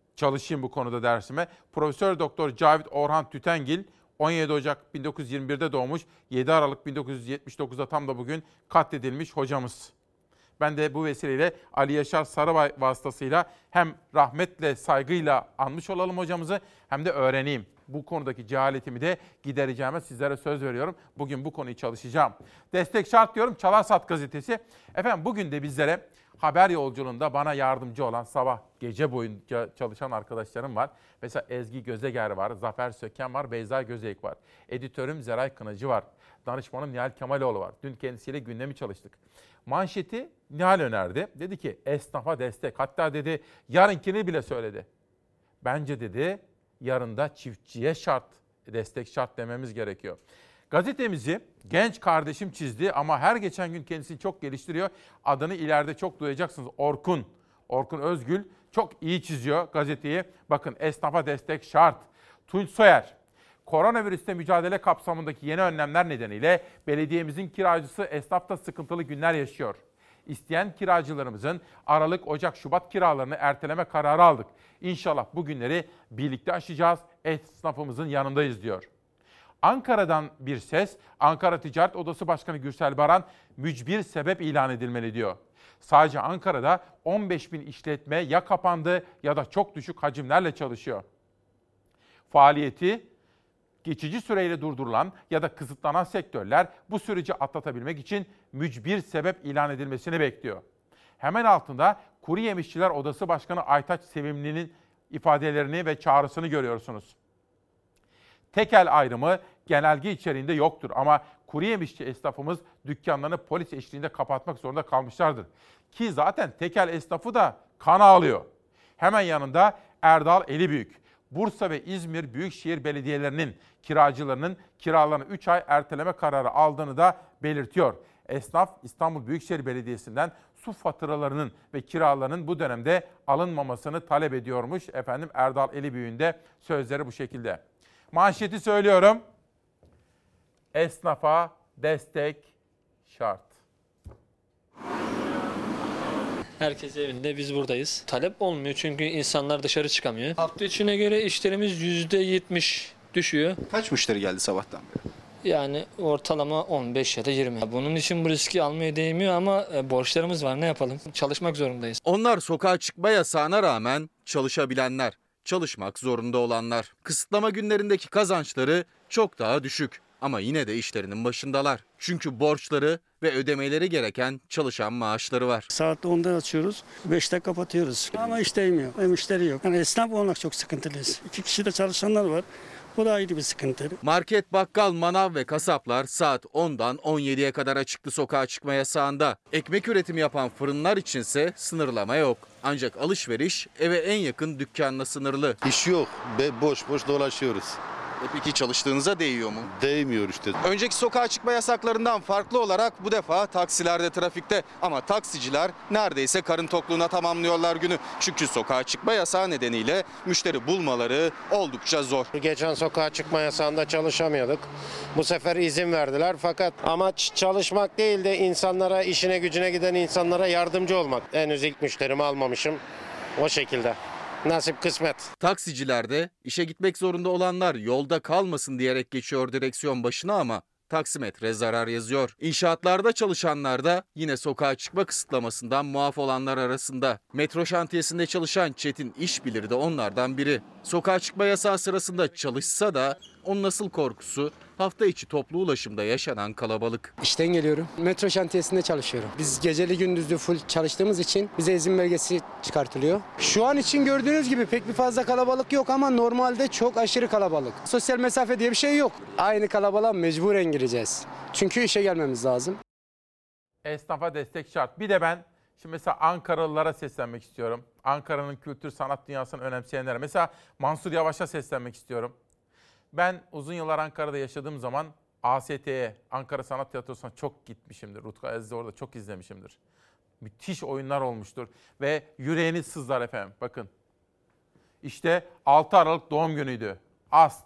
çalışayım bu konuda dersime. Profesör Doktor Cavit Orhan Tütengil 17 Ocak 1921'de doğmuş, 7 Aralık 1979'da tam da bugün katledilmiş hocamız. Ben de bu vesileyle Ali Yaşar Sarıbay vasıtasıyla hem rahmetle, saygıyla anmış olalım hocamızı hem de öğreneyim. Bu konudaki cehaletimi de gidereceğime sizlere söz veriyorum. Bugün bu konuyu çalışacağım. Destek şart diyorum. Çalarsat gazetesi. Efendim bugün de bizlere haber yolculuğunda bana yardımcı olan sabah gece boyunca çalışan arkadaşlarım var. Mesela Ezgi Gözeger var, Zafer Söken var, Beyza Gözeyik var. Editörüm Zeray Kınacı var. Danışmanım Nihal Kemaloğlu var. Dün kendisiyle gündemi çalıştık. Manşeti Nihal önerdi. Dedi ki esnafa destek. Hatta dedi yarınkini bile söyledi. Bence dedi yarın da çiftçiye şart, destek şart dememiz gerekiyor. Gazetemizi genç kardeşim çizdi ama her geçen gün kendisini çok geliştiriyor. Adını ileride çok duyacaksınız. Orkun Özgül çok iyi çiziyor gazeteyi. Bakın esnafa destek şart. Tunç Soyer, koronavirüsle mücadele kapsamındaki yeni önlemler nedeniyle belediyemizin kiracısı esnafta sıkıntılı günler yaşıyor. İsteyen kiracılarımızın Aralık, Ocak, Şubat kiralarını erteleme kararı aldık. İnşallah bu günleri birlikte aşacağız, esnafımızın yanındayız diyor. Ankara'dan bir ses, Ankara Ticaret Odası Başkanı Gürsel Baran mücbir sebep ilan edilmeli diyor. Sadece Ankara'da 15.000 işletme ya kapandı ya da çok düşük hacimlerle çalışıyor. Faaliyeti geçici süreyle durdurulan ya da kısıtlanan sektörler bu süreci atlatabilmek için mücbir sebep ilan edilmesini bekliyor. Hemen altında Kuru Yemişçiler Odası Başkanı Aytaç Sevimli'nin ifadelerini ve çağrısını görüyorsunuz. Tekel ayrımı genelge içeriğinde yoktur ama kuru yemişçi esnafımız dükkanlarını polis eşliğinde kapatmak zorunda kalmışlardır. Ki zaten tekel esnafı da kan ağlıyor. Hemen yanında Erdal Elibüyük, Bursa ve İzmir Büyükşehir Belediyelerinin kiracılarının kiralarını 3 ay erteleme kararı aldığını da belirtiyor. Esnaf İstanbul Büyükşehir Belediyesi'nden su faturalarının ve kiralarının bu dönemde alınmamasını talep ediyormuş. Erdal Elibüyük'ün de sözleri bu şekilde. Manşeti söylüyorum. Esnafa destek şart. Herkes evinde, biz buradayız. Talep olmuyor çünkü insanlar dışarı çıkamıyor. Hafta içine göre işlerimiz %70 düşüyor. Kaç müşteri geldi sabahtan beri? Yani ortalama 15 ya da 20. Bunun için bu riski almaya değmiyor ama borçlarımız var, ne yapalım? Çalışmak zorundayız. Onlar sokağa çıkma yasağına rağmen çalışabilenler, çalışmak zorunda olanlar. Kısıtlama günlerindeki kazançları çok daha düşük ama yine de işlerinin başındalar. Çünkü borçları ve ödemeleri gereken çalışan maaşları var. Saat 10'da açıyoruz, 5'te kapatıyoruz. Ama iş değmiyor, müşteri yok. Yani esnaf olmak çok sıkıntılıyız. 2 kişi de çalışanlar var. Bu da ayrı bir sıkıntı. Market, bakkal, manav ve kasaplar saat 10'dan 17'ye kadar açıktı sokağa çıkma yasağında. Ekmek üretimi yapan fırınlar içinse sınırlama yok. Ancak alışveriş eve en yakın dükkanla sınırlı. İş yok ve boş dolaşıyoruz. Peki çalıştığınıza değiyor mu? Değmiyor işte. Önceki sokağa çıkma yasaklarından farklı olarak bu defa taksilerde trafikte. Ama taksiciler neredeyse karın tokluğuna tamamlıyorlar günü. Çünkü sokağa çıkma yasağı nedeniyle müşteri bulmaları oldukça zor. Geçen sokağa çıkma yasağında çalışamıyorduk. Bu sefer izin verdiler fakat amaç çalışmak değil de insanlara, işine gücüne giden insanlara yardımcı olmak. Henüz ilk müşterimi almamışım o şekilde. Nasip kısmet. Taksicilerde işe gitmek zorunda olanlar yolda kalmasın diyerek geçiyor direksiyon başına ama taksimetre zarar yazıyor. İnşaatlarda çalışanlar da yine sokağa çıkma kısıtlamasından muaf olanlar arasında. Metro şantiyesinde çalışan Çetin İşbilir de onlardan biri. Sokağa çıkma yasağı sırasında çalışsa da onun asıl korkusu hafta içi toplu ulaşımda yaşanan kalabalık. İşten geliyorum. Metro şantiyesinde çalışıyorum. Biz geceli gündüzlü full çalıştığımız için bize izin belgesi çıkartılıyor. Şu an için gördüğünüz gibi pek bir fazla kalabalık yok ama normalde çok aşırı kalabalık. Sosyal mesafe diye bir şey yok. Aynı kalabalığa mecburen gireceğiz. Çünkü işe gelmemiz lazım. Esnafa destek şart. Bir de ben şimdi mesela Ankaralılara seslenmek istiyorum. Ankara'nın kültür sanat dünyasını önemseyenlere. Mesela Mansur Yavaş'a seslenmek istiyorum. Ben uzun yıllar Ankara'da yaşadığım zaman AST'ye, Ankara Sanat Tiyatrosu'na çok gitmişimdir. Rutku Aziz'i orada çok izlemişimdir. Müthiş oyunlar olmuştur ve yüreğiniz sızlar efendim. Bakın işte 6 Aralık doğum günüydü. AST.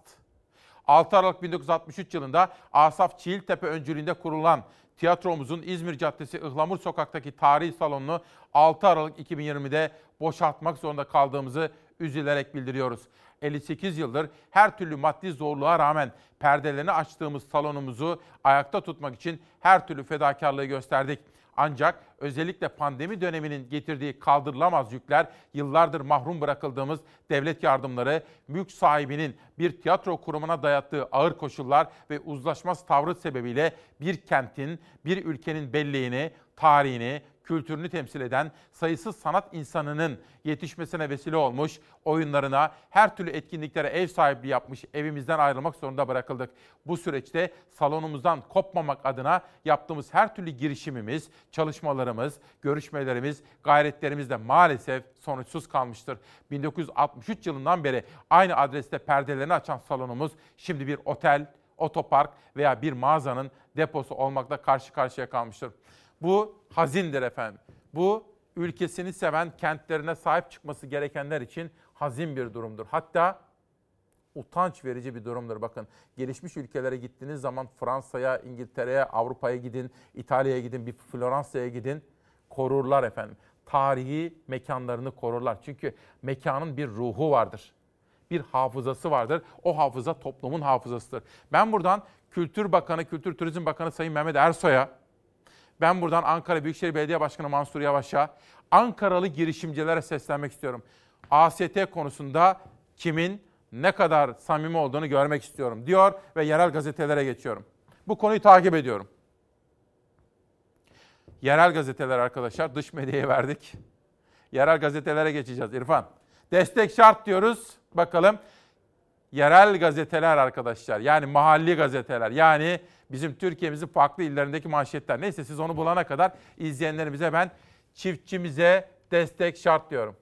6 Aralık 1963 yılında Asaf Çiğiltepe öncülüğünde kurulan tiyatromuzun İzmir Caddesi Ihlamur Sokak'taki tarihi salonunu 6 Aralık 2020'de boşaltmak zorunda kaldığımızı üzülerek bildiriyoruz. 58 yıldır her türlü maddi zorluğa rağmen perdelerini açtığımız salonumuzu ayakta tutmak için her türlü fedakarlığı gösterdik. Ancak özellikle pandemi döneminin getirdiği kaldırılamaz yükler, yıllardır mahrum bırakıldığımız devlet yardımları, mülk sahibinin bir tiyatro kurumuna dayattığı ağır koşullar ve uzlaşmaz tavrı sebebiyle bir kentin, bir ülkenin belleğini, tarihini, kültürünü temsil eden sayısız sanat insanının yetişmesine vesile olmuş, oyunlarına, her türlü etkinliklere ev sahipliği yapmış, evimizden ayrılmak zorunda bırakıldık. Bu süreçte salonumuzdan kopmamak adına yaptığımız her türlü girişimimiz, çalışmalarımız, görüşmelerimiz, gayretlerimiz de maalesef sonuçsuz kalmıştır. 1963 yılından beri aynı adreste perdelerini açan salonumuz şimdi bir otel, otopark veya bir mağazanın deposu olmakla karşı karşıya kalmıştır. Bu hazindir efendim. Bu ülkesini seven, kentlerine sahip çıkması gerekenler için hazin bir durumdur. Hatta utanç verici bir durumdur. Bakın gelişmiş ülkelere gittiğiniz zaman Fransa'ya, İngiltere'ye, Avrupa'ya gidin, İtalya'ya gidin, bir Floransa'ya gidin. Korurlar efendim. Tarihi mekanlarını korurlar. Çünkü mekanın bir ruhu vardır. Bir hafızası vardır. O hafıza toplumun hafızasıdır. Ben buradan Kültür Bakanı, Kültür Turizm Bakanı Sayın Mehmet Ersoy'a, ben buradan Ankara Büyükşehir Belediye Başkanı Mansur Yavaş'a, Ankaralı girişimcilere seslenmek istiyorum. AST konusunda kimin ne kadar samimi olduğunu görmek istiyorum diyor ve yerel gazetelere geçiyorum. Bu konuyu takip ediyorum. Yerel gazeteler arkadaşlar, dış medyaya verdik. Yerel gazetelere geçeceğiz İrfan. Destek şart diyoruz. Bakalım yerel gazeteler arkadaşlar, yani mahalli gazeteler, yani bizim Türkiye'mizin farklı illerindeki manşetler. Neyse siz onu bulana kadar izleyenlerimize ben çiftçimize destek şart diyorum.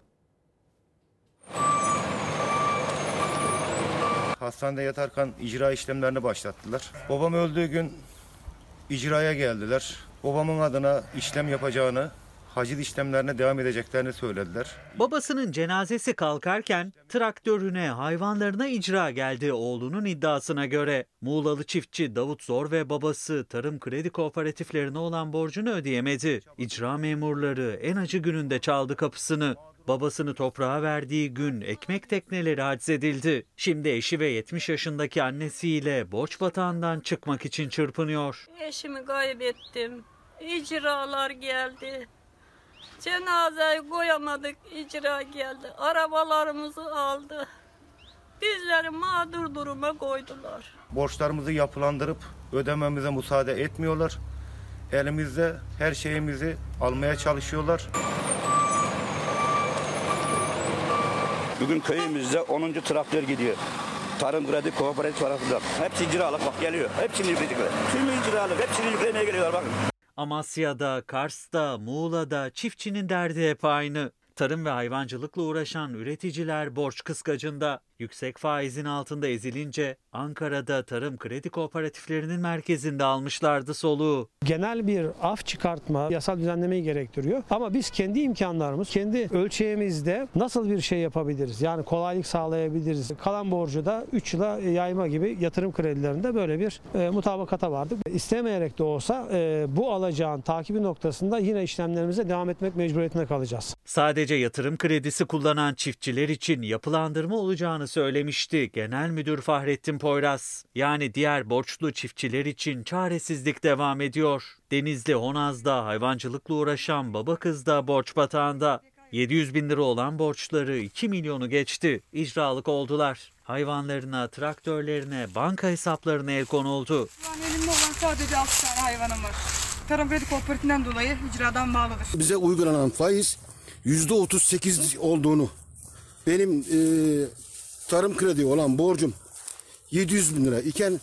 Hastanede yatarken icra işlemlerini başlattılar. Babam öldüğü gün icraya geldiler. Babamın adına işlem yapacağını, haciz işlemlerine devam edeceklerini söylediler. Babasının cenazesi kalkarken traktörüne, hayvanlarına icra geldi oğlunun iddiasına göre. Muğlalı çiftçi Davut Zor ve babası tarım kredi kooperatiflerine olan borcunu ödeyemedi. İcra memurları en acı gününde çaldı kapısını. Babasını toprağa verdiği gün ekmek tekneleri haczedildi. Şimdi eşi ve 70 yaşındaki annesiyle borç batağından çıkmak için çırpınıyor. Eşimi kaybettim. İcralar geldi. Cenazeyi koyamadık, icra geldi. Arabalarımızı aldı. Bizleri mağdur duruma koydular. Borçlarımızı yapılandırıp ödememize müsaade etmiyorlar. Elimizde her şeyimizi almaya çalışıyorlar. Bugün köyümüzde 10. traktör gidiyor. Tarım kredi kooperatif tarafından. Hepsi icralık bak geliyor. Hepsini yükledikler. Tüm icralık hepsini yüklemeye geliyorlar bakın. Amasya'da, Kars'ta, Muğla'da çiftçinin derdi hep aynı. Tarım ve hayvancılıkla uğraşan üreticiler borç kıskacında. Yüksek faizin altında ezilince Ankara'da tarım kredi kooperatiflerinin merkezinde almışlardı soluğu. Genel bir af çıkartma, yasal düzenlemeyi gerektiriyor. Ama biz kendi imkanlarımız, kendi ölçeğimizde nasıl bir şey yapabiliriz? Yani kolaylık sağlayabiliriz. Kalan borcu da 3 yıla yayma gibi yatırım kredilerinde böyle bir mutabakata vardık. İstemeyerek de olsa bu alacağın takibi noktasında yine işlemlerimize devam etmek mecburiyetinde kalacağız. Sadece yatırım kredisi kullanan çiftçiler için yapılandırma olacağını söylemişti Genel Müdür Fahrettin Poyraz. Yani diğer borçlu çiftçiler için çaresizlik devam ediyor. Denizli Honaz'da hayvancılıkla uğraşan baba kız da borç batağında. 700 bin lira olan borçları 2 milyonu geçti. İcralık oldular. Hayvanlarına, traktörlerine, banka hesaplarına el konuldu. Şu an elimde olan sadece 6 tane hayvanım var. Tarım kredi kooperatifinden dolayı icradan bağlıdır. Bize uygulanan faiz %38 olduğunu, benim tarım kredi olan borcum 700 bin lira iken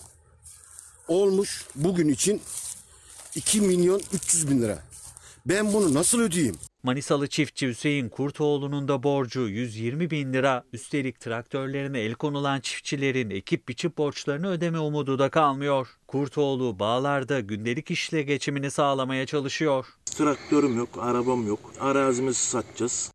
olmuş bugün için 2 milyon 300 bin lira. Ben bunu nasıl ödeyeyim? Manisalı çiftçi Hüseyin Kurtoğlu'nun da borcu 120 bin lira. Üstelik traktörlerine el konulan çiftçilerin ekip biçip borçlarını ödeme umudu da kalmıyor. Kurtoğlu bağlarda gündelik işle geçimini sağlamaya çalışıyor. Traktörüm yok, arabam yok. Arazimizi satacağız.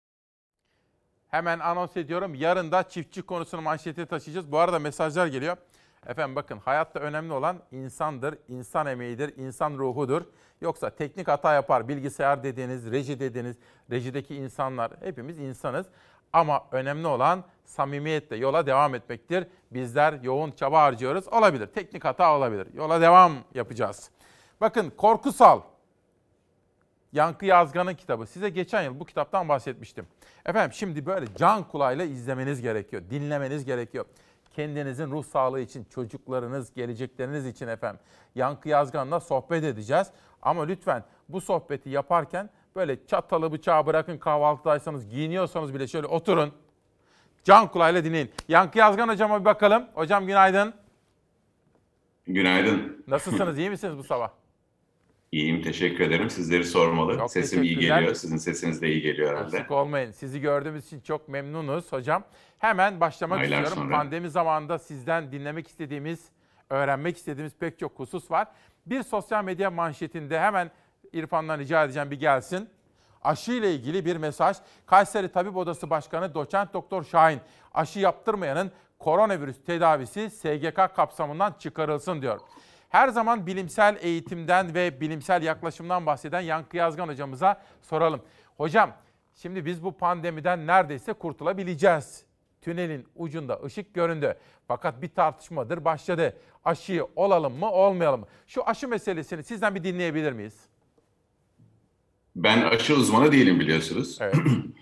Hemen anons ediyorum. Yarın da çiftçi konusunu manşete taşıyacağız. Bu arada mesajlar geliyor. Efendim bakın, hayatta önemli olan insandır, insan emeğidir, insan ruhudur. Yoksa teknik hata yapar, bilgisayar dediğiniz, reji dediğiniz, rejideki insanlar, hepimiz insanız. Ama önemli olan samimiyetle yola devam etmektir. Bizler yoğun çaba harcıyoruz. Olabilir, teknik hata olabilir. Yola devam yapacağız. Bakın Korku Sal, Yankı Yazgan'ın kitabı. Size geçen yıl bu kitaptan bahsetmiştim. Efendim şimdi böyle can kulağıyla izlemeniz gerekiyor, dinlemeniz gerekiyor. Kendinizin ruh sağlığı için, çocuklarınız, gelecekleriniz için efendim. Yankı Yazgan'la sohbet edeceğiz. Ama lütfen bu sohbeti yaparken böyle çatalı bıçağı bırakın, kahvaltıdaysanız, giyiniyorsanız bile şöyle oturun. Can kulağıyla dinleyin. Yankı Yazgan hocama bir bakalım. Hocam günaydın. Günaydın. Nasılsınız, iyi misiniz bu sabah? İyiyim, teşekkür ederim. Sizleri sormalı. Çok Sesim iyi geliyor, sizin sesiniz de iyi geliyor herhalde. Eksik olmayın. Sizi gördüğümüz için çok memnunuz hocam. Hemen başlamak Aylar istiyorum. sonra. Pandemi zamanında sizden dinlemek istediğimiz, öğrenmek istediğimiz pek çok husus var. Bir sosyal medya manşetinde hemen İrfan'dan rica edeceğim bir gelsin. Aşı ile ilgili bir mesaj. Kayseri Tabip Odası Başkanı Doçent Doktor Şahin, aşı yaptırmayanın koronavirüs tedavisi SGK kapsamından çıkarılsın diyor. Her zaman bilimsel eğitimden ve bilimsel yaklaşımdan bahseden Yankı Yazgan hocamıza soralım. Hocam, şimdi biz bu pandemiden neredeyse kurtulabileceğiz. Tünelin ucunda ışık göründü. Fakat bir tartışmadır başladı. Aşıyı olalım mı, olmayalım mı? Şu aşı meselesini sizden bir dinleyebilir miyiz? Ben aşı uzmanı değilim biliyorsunuz. Evet.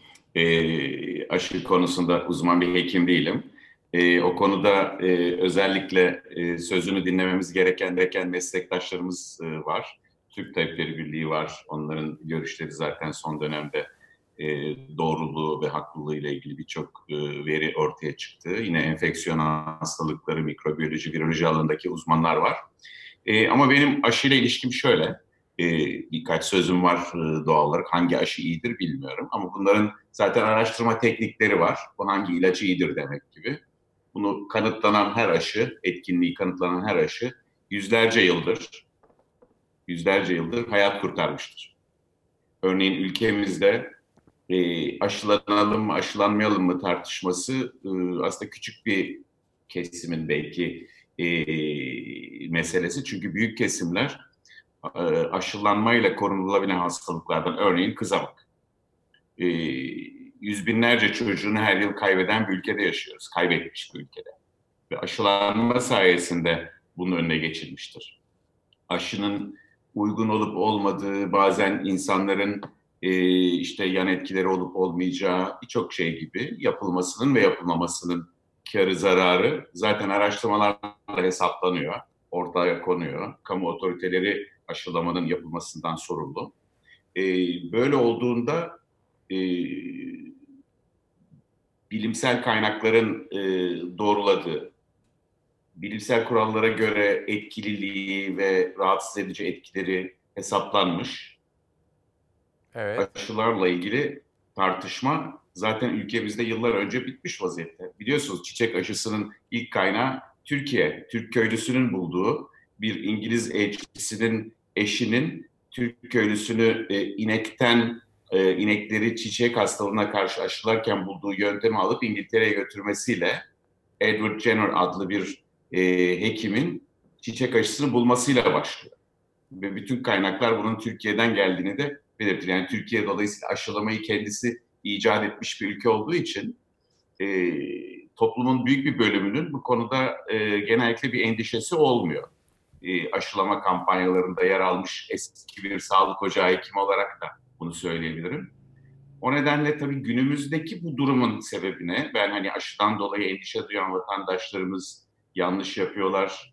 Aşı konusunda uzman bir hekim değilim. O konuda özellikle sözünü dinlememiz gereken meslektaşlarımız var. Türk Tabipleri Birliği var. Onların görüşleri zaten son dönemde doğruluğu ve haklılığı ile ilgili birçok veri ortaya çıktı. Yine enfeksiyon hastalıkları, mikrobiyoloji, viroloji alanındaki uzmanlar var. Ama benim aşıyla ilişkim şöyle. Birkaç sözüm var doğal olarak. Hangi aşı iyidir bilmiyorum. Ama bunların zaten araştırma teknikleri var. Bu hangi ilacı iyidir demek gibi. Bunu kanıtlanan her aşı, etkinliği kanıtlanan her aşı yüzlerce yıldır hayat kurtarmıştır. Örneğin ülkemizde aşılanalım mı, aşılanmayalım mı tartışması aslında küçük bir kesimin belki meselesi. Çünkü büyük kesimler aşılanmayla korunulabilen hastalıklardan, örneğin kızamık. Yüz binlerce çocuğunu her yıl kaybeden bir ülkede yaşıyoruz. Kaybetmiş bir ülkede. Ve aşılanma sayesinde bunun önüne geçilmiştir. Aşının uygun olup olmadığı, bazen insanların işte yan etkileri olup olmayacağı birçok şey gibi yapılmasının ve yapılmamasının kârı zararı zaten araştırmalarla hesaplanıyor, ortaya konuyor. Kamu otoriteleri aşılamanın yapılmasından sorumlu. Böyle olduğunda bilimsel kaynakların doğruladığı, bilimsel kurallara göre etkililiği ve rahatsız edici etkileri hesaplanmış. Evet. Aşılarla ilgili tartışma zaten ülkemizde yıllar önce bitmiş vaziyette. Biliyorsunuz çiçek aşısının ilk kaynağı Türkiye. Türk köylüsünün bulduğu, bir İngiliz elçisinin eşinin Türk köylüsünü inekleri çiçek hastalığına karşı aşılarken bulduğu yöntemi alıp İngiltere'ye götürmesiyle Edward Jenner adlı bir hekimin çiçek aşısını bulmasıyla başlıyor. Ve bütün kaynaklar bunun Türkiye'den geldiğini de belirtir. Yani Türkiye dolayısıyla aşılamayı kendisi icat etmiş bir ülke olduğu için toplumun büyük bir bölümünün bu konuda genellikle bir endişesi olmuyor. Aşılama kampanyalarında yer almış eski bir sağlık ocağı hekimi olarak da bunu söyleyebilirim. O nedenle tabii günümüzdeki bu durumun sebebine ben hani aşıdan dolayı endişe duyan vatandaşlarımız yanlış yapıyorlar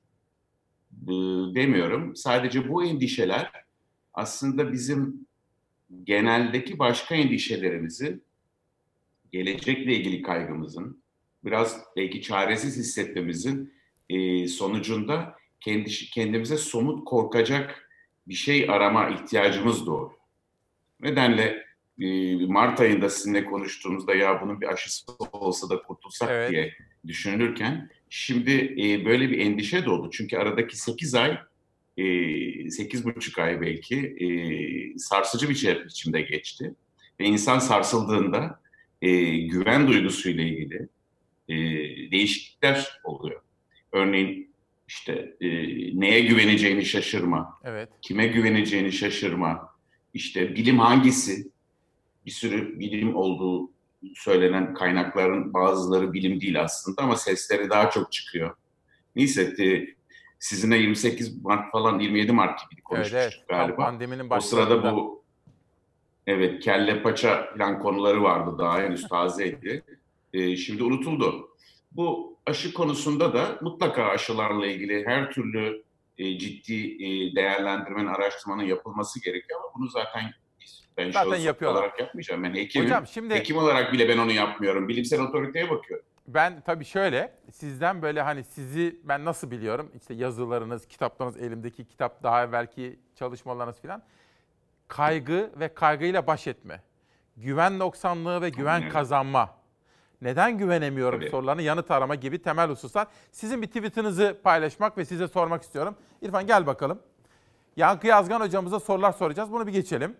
demiyorum. Sadece bu endişeler aslında bizim geneldeki başka endişelerimizi, gelecekle ilgili kaygımızın, biraz belki çaresiz hissetmemizin sonucunda kendimize somut korkacak bir şey arama ihtiyacımız doğuyor. Nedenle Mart ayında sizinle konuştuğumuzda ya bunun bir aşısı olsa da kurtulsak diye düşünülürken şimdi böyle bir endişe doğdu. Çünkü aradaki 8 ay, 8,5 ay belki sarsıcı bir biçimde geçti. Ve insan sarsıldığında güven duygusuyla ilgili değişiklikler oluyor. Örneğin işte neye güveneceğini şaşırma, kime güveneceğini şaşırma, işte bilim hangisi, bir sürü bilim olduğu söylenen kaynakların bazıları bilim değil aslında ama sesleri daha çok çıkıyor. Neyse sizinle 28 Mart falan 27 Mart gibi konuşmuştuk galiba. Pandeminin o sırada başlarında. bu kelle paça falan konuları vardı, daha henüz tazeydi. Şimdi unutuldu. Bu aşı konusunda da mutlaka aşılarla ilgili her türlü ciddi değerlendirmenin, araştırmanın yapılması gerekiyor ama bunu zaten şahıs yapıyorlar. olarak yapmayacağım. Ben hekimim. Hocam şimdi hekim olarak bile ben onu yapmıyorum. Bilimsel otoriteye bakıyorum. ben tabii şöyle sizden böyle hani sizi ben nasıl biliyorum? İşte yazılarınız, kitaplarınız, elimdeki kitap, daha evvelki çalışmalarınız filan. Kaygı ve kaygıyla baş etme. Güven noksanlığı ve güven kazanma. Neden güvenemiyorum sorularını yanıt arama gibi temel hususlar. Sizin bir tweetinizi paylaşmak ve size sormak istiyorum. İrfan gel bakalım. Yankı Yazgan hocamıza sorular soracağız. Bunu bir geçelim.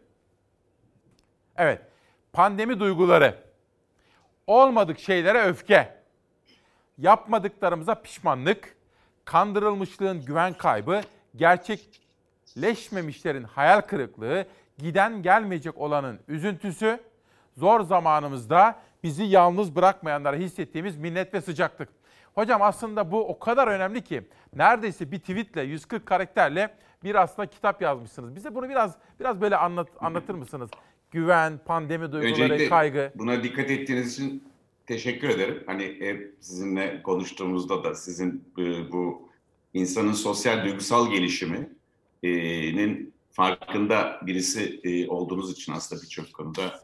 Evet. Pandemi duyguları. Olmadık şeylere öfke. Yapmadıklarımıza pişmanlık. Kandırılmışlığın güven kaybı. Gerçekleşmemişlerin hayal kırıklığı. Giden gelmeyecek olanın üzüntüsü. Zor zamanımızda bizi yalnız bırakmayanlara hissettiğimiz minnet ve sıcaklık. Hocam aslında bu o kadar önemli ki neredeyse bir tweetle 140 karakterle bir aslında kitap yazmışsınız. Bize bunu biraz böyle anlatır mısınız? Güven, pandemi duyguları, Öncelikle kaygı. Buna dikkat ettiğiniz için teşekkür ederim. Hani hep sizinle konuştuğumuzda da sizin bu insanın sosyal duygusal gelişiminin farkında birisi olduğunuz için aslında birçok konuda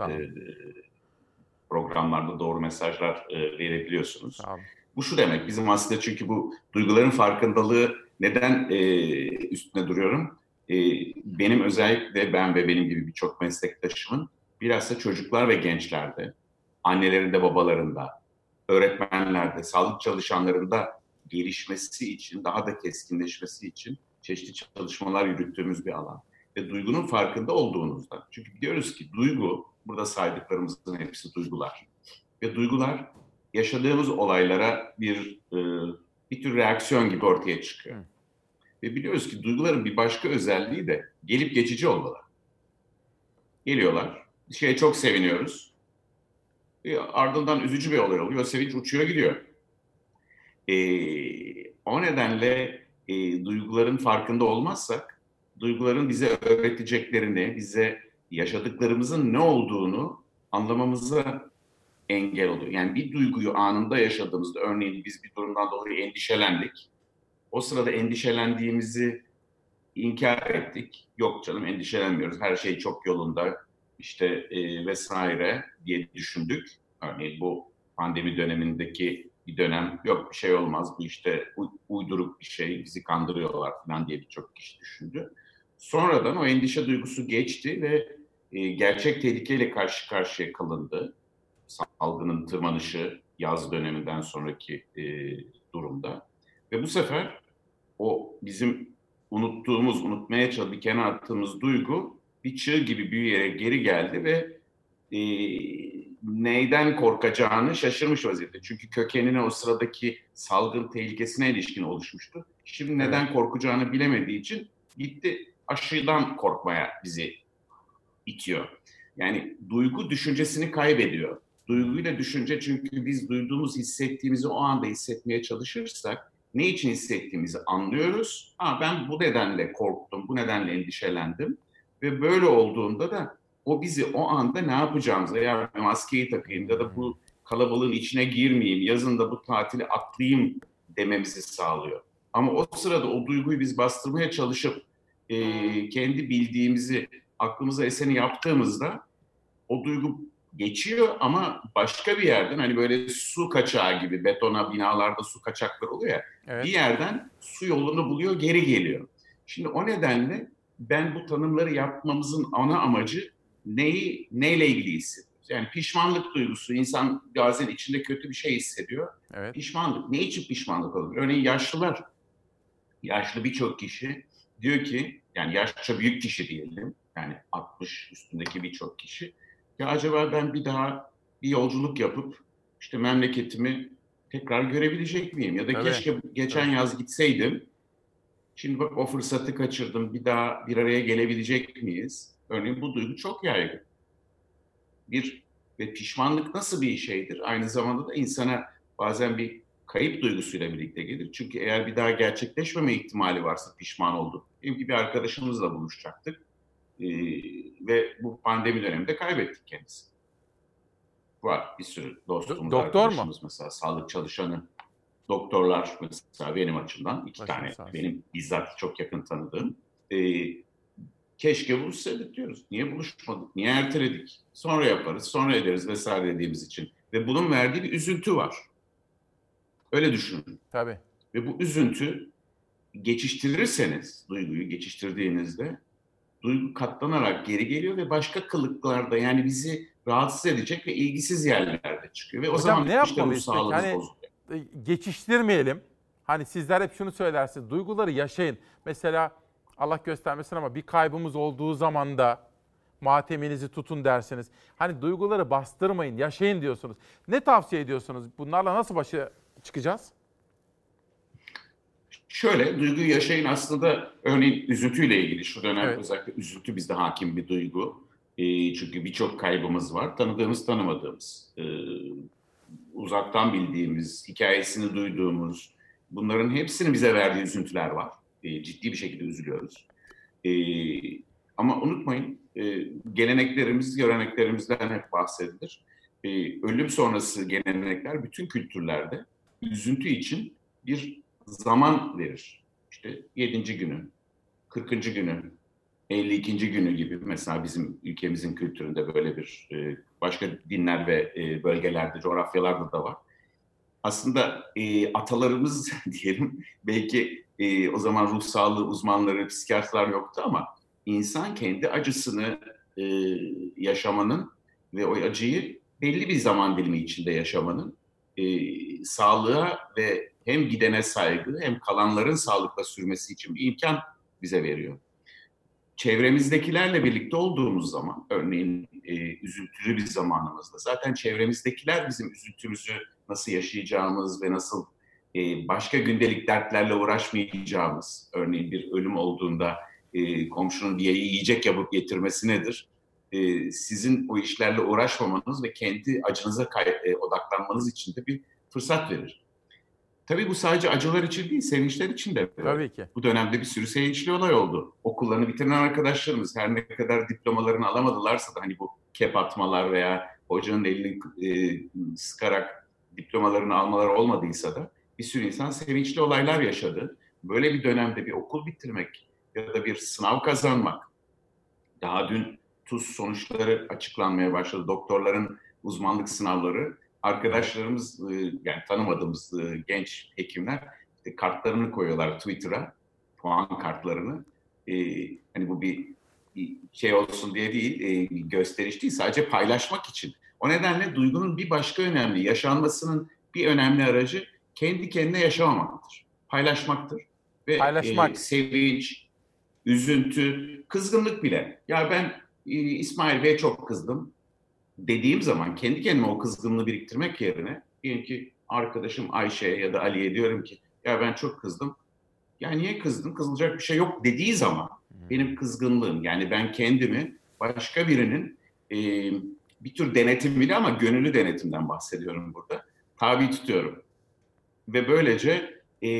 programlarda doğru mesajlar verebiliyorsunuz. Bu şu demek, bizim aslında çünkü bu duyguların farkındalığı neden üstüne duruyorum? Benim özellikle ben ve benim gibi birçok meslektaşımın bilhassa çocuklar ve gençlerde, annelerinde, babalarında, öğretmenlerde, sağlık çalışanlarında gelişmesi için, daha da keskinleşmesi için çeşitli çalışmalar yürüttüğümüz bir alan. Ve duygunun farkında olduğunuzda, çünkü biliyoruz ki duygu, burada saydıklarımızın hepsi duygular. Ve duygular yaşadığımız olaylara bir tür reaksiyon gibi ortaya çıkıyor. Ve biliyoruz ki duyguların bir başka özelliği de gelip geçici olmaları. Geliyorlar, bir şeye çok seviniyoruz. Ardından üzücü bir olay oluyor, o sevinç uçuyor gidiyor. O nedenle duyguların farkında olmazsak, duyguların bize öğreteceklerini, bize yaşadıklarımızın ne olduğunu anlamamıza engel oluyor. Yani bir duyguyu anında yaşadığımızda, örneğin biz bir durumdan dolayı endişelendik. O sırada endişelendiğimizi inkar ettik. Yok canım, endişelenmiyoruz, her şey çok yolunda işte vesaire diye düşündük. Örneğin bu pandemi dönemindeki bir dönem, yok bir şey olmaz, bu işte uyduruk bir şey, bizi kandırıyorlar falan diye birçok kişi düşündü. Sonradan o endişe duygusu geçti ve gerçek tehlikeyle karşı karşıya kalındı. Salgının tırmanışı yaz döneminden sonraki durumda. Ve bu sefer o bizim unutmaya çalışıp bir kenara attığımız duygu bir çığ gibi büyüyerek geri geldi ve neyden korkacağını şaşırmış vaziyette. Çünkü kökenine o sıradaki salgın tehlikesine ilişkin oluşmuştu. Şimdi neden korkacağını bilemediği için gitti aşıdan korkmaya bizi itiyor. Yani duygu düşüncesini kaybediyor. Duyguyla düşünce, çünkü biz duyduğumuz, hissettiğimizi o anda hissetmeye çalışırsak ne için hissettiğimizi anlıyoruz. Ben bu nedenle korktum, bu nedenle endişelendim ve böyle olduğunda da o bizi o anda ne yapacağımıza, ya maskeyi takayım ya da bu kalabalığın içine girmeyeyim, yazın da bu tatili atlayayım dememizi sağlıyor. Ama o sırada o duyguyu biz bastırmaya çalışıp kendi bildiğimizi, aklımıza eseni yaptığımızda o duygu geçiyor ama başka bir yerden, hani böyle su kaçağı gibi, betona, binalarda su kaçakları oluyor ya, bir yerden su yolunu buluyor, geri geliyor. Şimdi o nedenle ben bu tanımları yapmamızın ana amacı neyle ilgili hissediyoruz? Yani pişmanlık duygusu, insan bazen içinde kötü bir şey hissediyor. Pişmanlık, ne için pişmanlık olur? Örneğin yaşlı birçok kişi diyor ki, yani yaşça büyük kişi diyelim, yani 60 üstündeki birçok kişi, ya acaba ben bir daha bir yolculuk yapıp işte memleketimi tekrar görebilecek miyim? Ya da keşke geçen yaz gitseydim, şimdi bak o fırsatı kaçırdım, bir daha bir araya gelebilecek miyiz? Örneğin bu duygu çok yaygın. Ve pişmanlık nasıl bir şeydir? Aynı zamanda da insana bazen bir kayıp duygusuyla birlikte gelir. Çünkü eğer bir daha gerçekleşmeme ihtimali varsa pişman olduk. Benim gibi bir arkadaşımızla buluşacaktık. Ve bu pandemi döneminde kaybettik kendisini. Var bir sürü dostumuz, Doktor arkadaşımız mesela, sağlık çalışanı, doktorlar mesela benim açımdan 2 tane, benim bizzat çok yakın tanıdığım. Keşke buluşsaydık diyoruz. Niye buluşmadık? Niye erteledik? Sonra yaparız, sonra ederiz vesaire dediğimiz için. Ve bunun verdiği bir üzüntü var. Öyle düşünün. Tabii. Ve bu üzüntü geçiştirirseniz, duyguyu geçiştirdiğinizde duygu katlanarak geri geliyor ve başka kılıklarda, yani bizi rahatsız edecek ve ilgisiz yerlerde çıkıyor. Ve o Hocam zaman ne işte ruh yapmalıyız peki? sağlığımız Hani bozuluyor. geçiştirmeyelim. Hani sizler hep şunu söylersiniz. Duyguları yaşayın. Mesela Allah göstermesin ama bir kaybımız olduğu zaman da mateminizi tutun dersiniz. Hani duyguları bastırmayın, yaşayın diyorsunuz. Ne tavsiye ediyorsunuz? Bunlarla nasıl başa çıkacağız? Şöyle, duyguyu yaşayın aslında örneğin üzüntüyle ilgili. Şu dönem özellikle üzüntü bizde hakim bir duygu. Çünkü birçok kaybımız var. Tanıdığımız, tanımadığımız, uzaktan bildiğimiz, hikayesini duyduğumuz, bunların hepsinin bize verdiği üzüntüler var. Ciddi bir şekilde üzülüyoruz. Ama unutmayın, geleneklerimiz, göreneklerimizden hep bahsedilir. Ölüm sonrası gelenekler bütün kültürlerde üzüntü için bir zaman verir. İşte 7. günü, 40. günü, 52. günü gibi mesela bizim ülkemizin kültüründe böyle bir başka dinler ve bölgelerde, coğrafyalarda da var. Aslında atalarımız diyelim belki o zaman ruh sağlığı uzmanları, psikiyatrlar yoktu ama insan kendi acısını yaşamanın ve o acıyı belli bir zaman dilimi içinde yaşamanın sağlığa ve hem gidene saygı hem kalanların sağlıkla sürmesi için bir imkan bize veriyor. Çevremizdekilerle birlikte olduğumuz zaman, örneğin üzüntülü bir zamanımızda, zaten çevremizdekiler bizim üzüntümüzü nasıl yaşayacağımız ve nasıl başka gündelik dertlerle uğraşmayacağımız, örneğin bir ölüm olduğunda komşunun bir yiyecek yapıp getirmesi nedir? Sizin o işlerle uğraşmamanız ve kendi acınıza odaklanmanız için de bir fırsat verir. Tabii bu sadece acılar için değil, sevinçler için de. Tabii ki. Bu dönemde bir sürü sevinçli olay oldu. Okullarını bitiren arkadaşlarımız her ne kadar diplomalarını alamadılarsa da hani bu kep atmalar veya hocanın elini sıkarak diplomalarını almaları olmadıysa da bir sürü insan sevinçli olaylar yaşadı. Böyle bir dönemde bir okul bitirmek ya da bir sınav kazanmak. Daha dün TUS sonuçları açıklanmaya başladı. Doktorların uzmanlık sınavları. Arkadaşlarımız, yani tanımadığımız genç hekimler kartlarını koyuyorlar Twitter'a, puan kartlarını. Hani bu bir şey olsun diye değil, gösteriş değil, sadece paylaşmak için. O nedenle duygunun bir başka önemli, yaşanmasının bir önemli aracı kendi kendine yaşamamaktır. Paylaşmaktır. Ve Paylaşmak. Sevinç, üzüntü, kızgınlık bile. Ya ben İsmail Bey'e çok kızdım dediğim zaman kendi kendime o kızgınlığı biriktirmek yerine diyelim ki arkadaşım Ayşe'ye ya da Ali'ye diyorum ki ya ben çok kızdım. Ya niye kızdın? Kızılacak bir şey yok dediği zaman benim kızgınlığım, yani ben kendimi başka birinin bir tür denetimiyle ama gönüllü denetimden bahsediyorum burada. Tabi tutuyorum. Ve böylece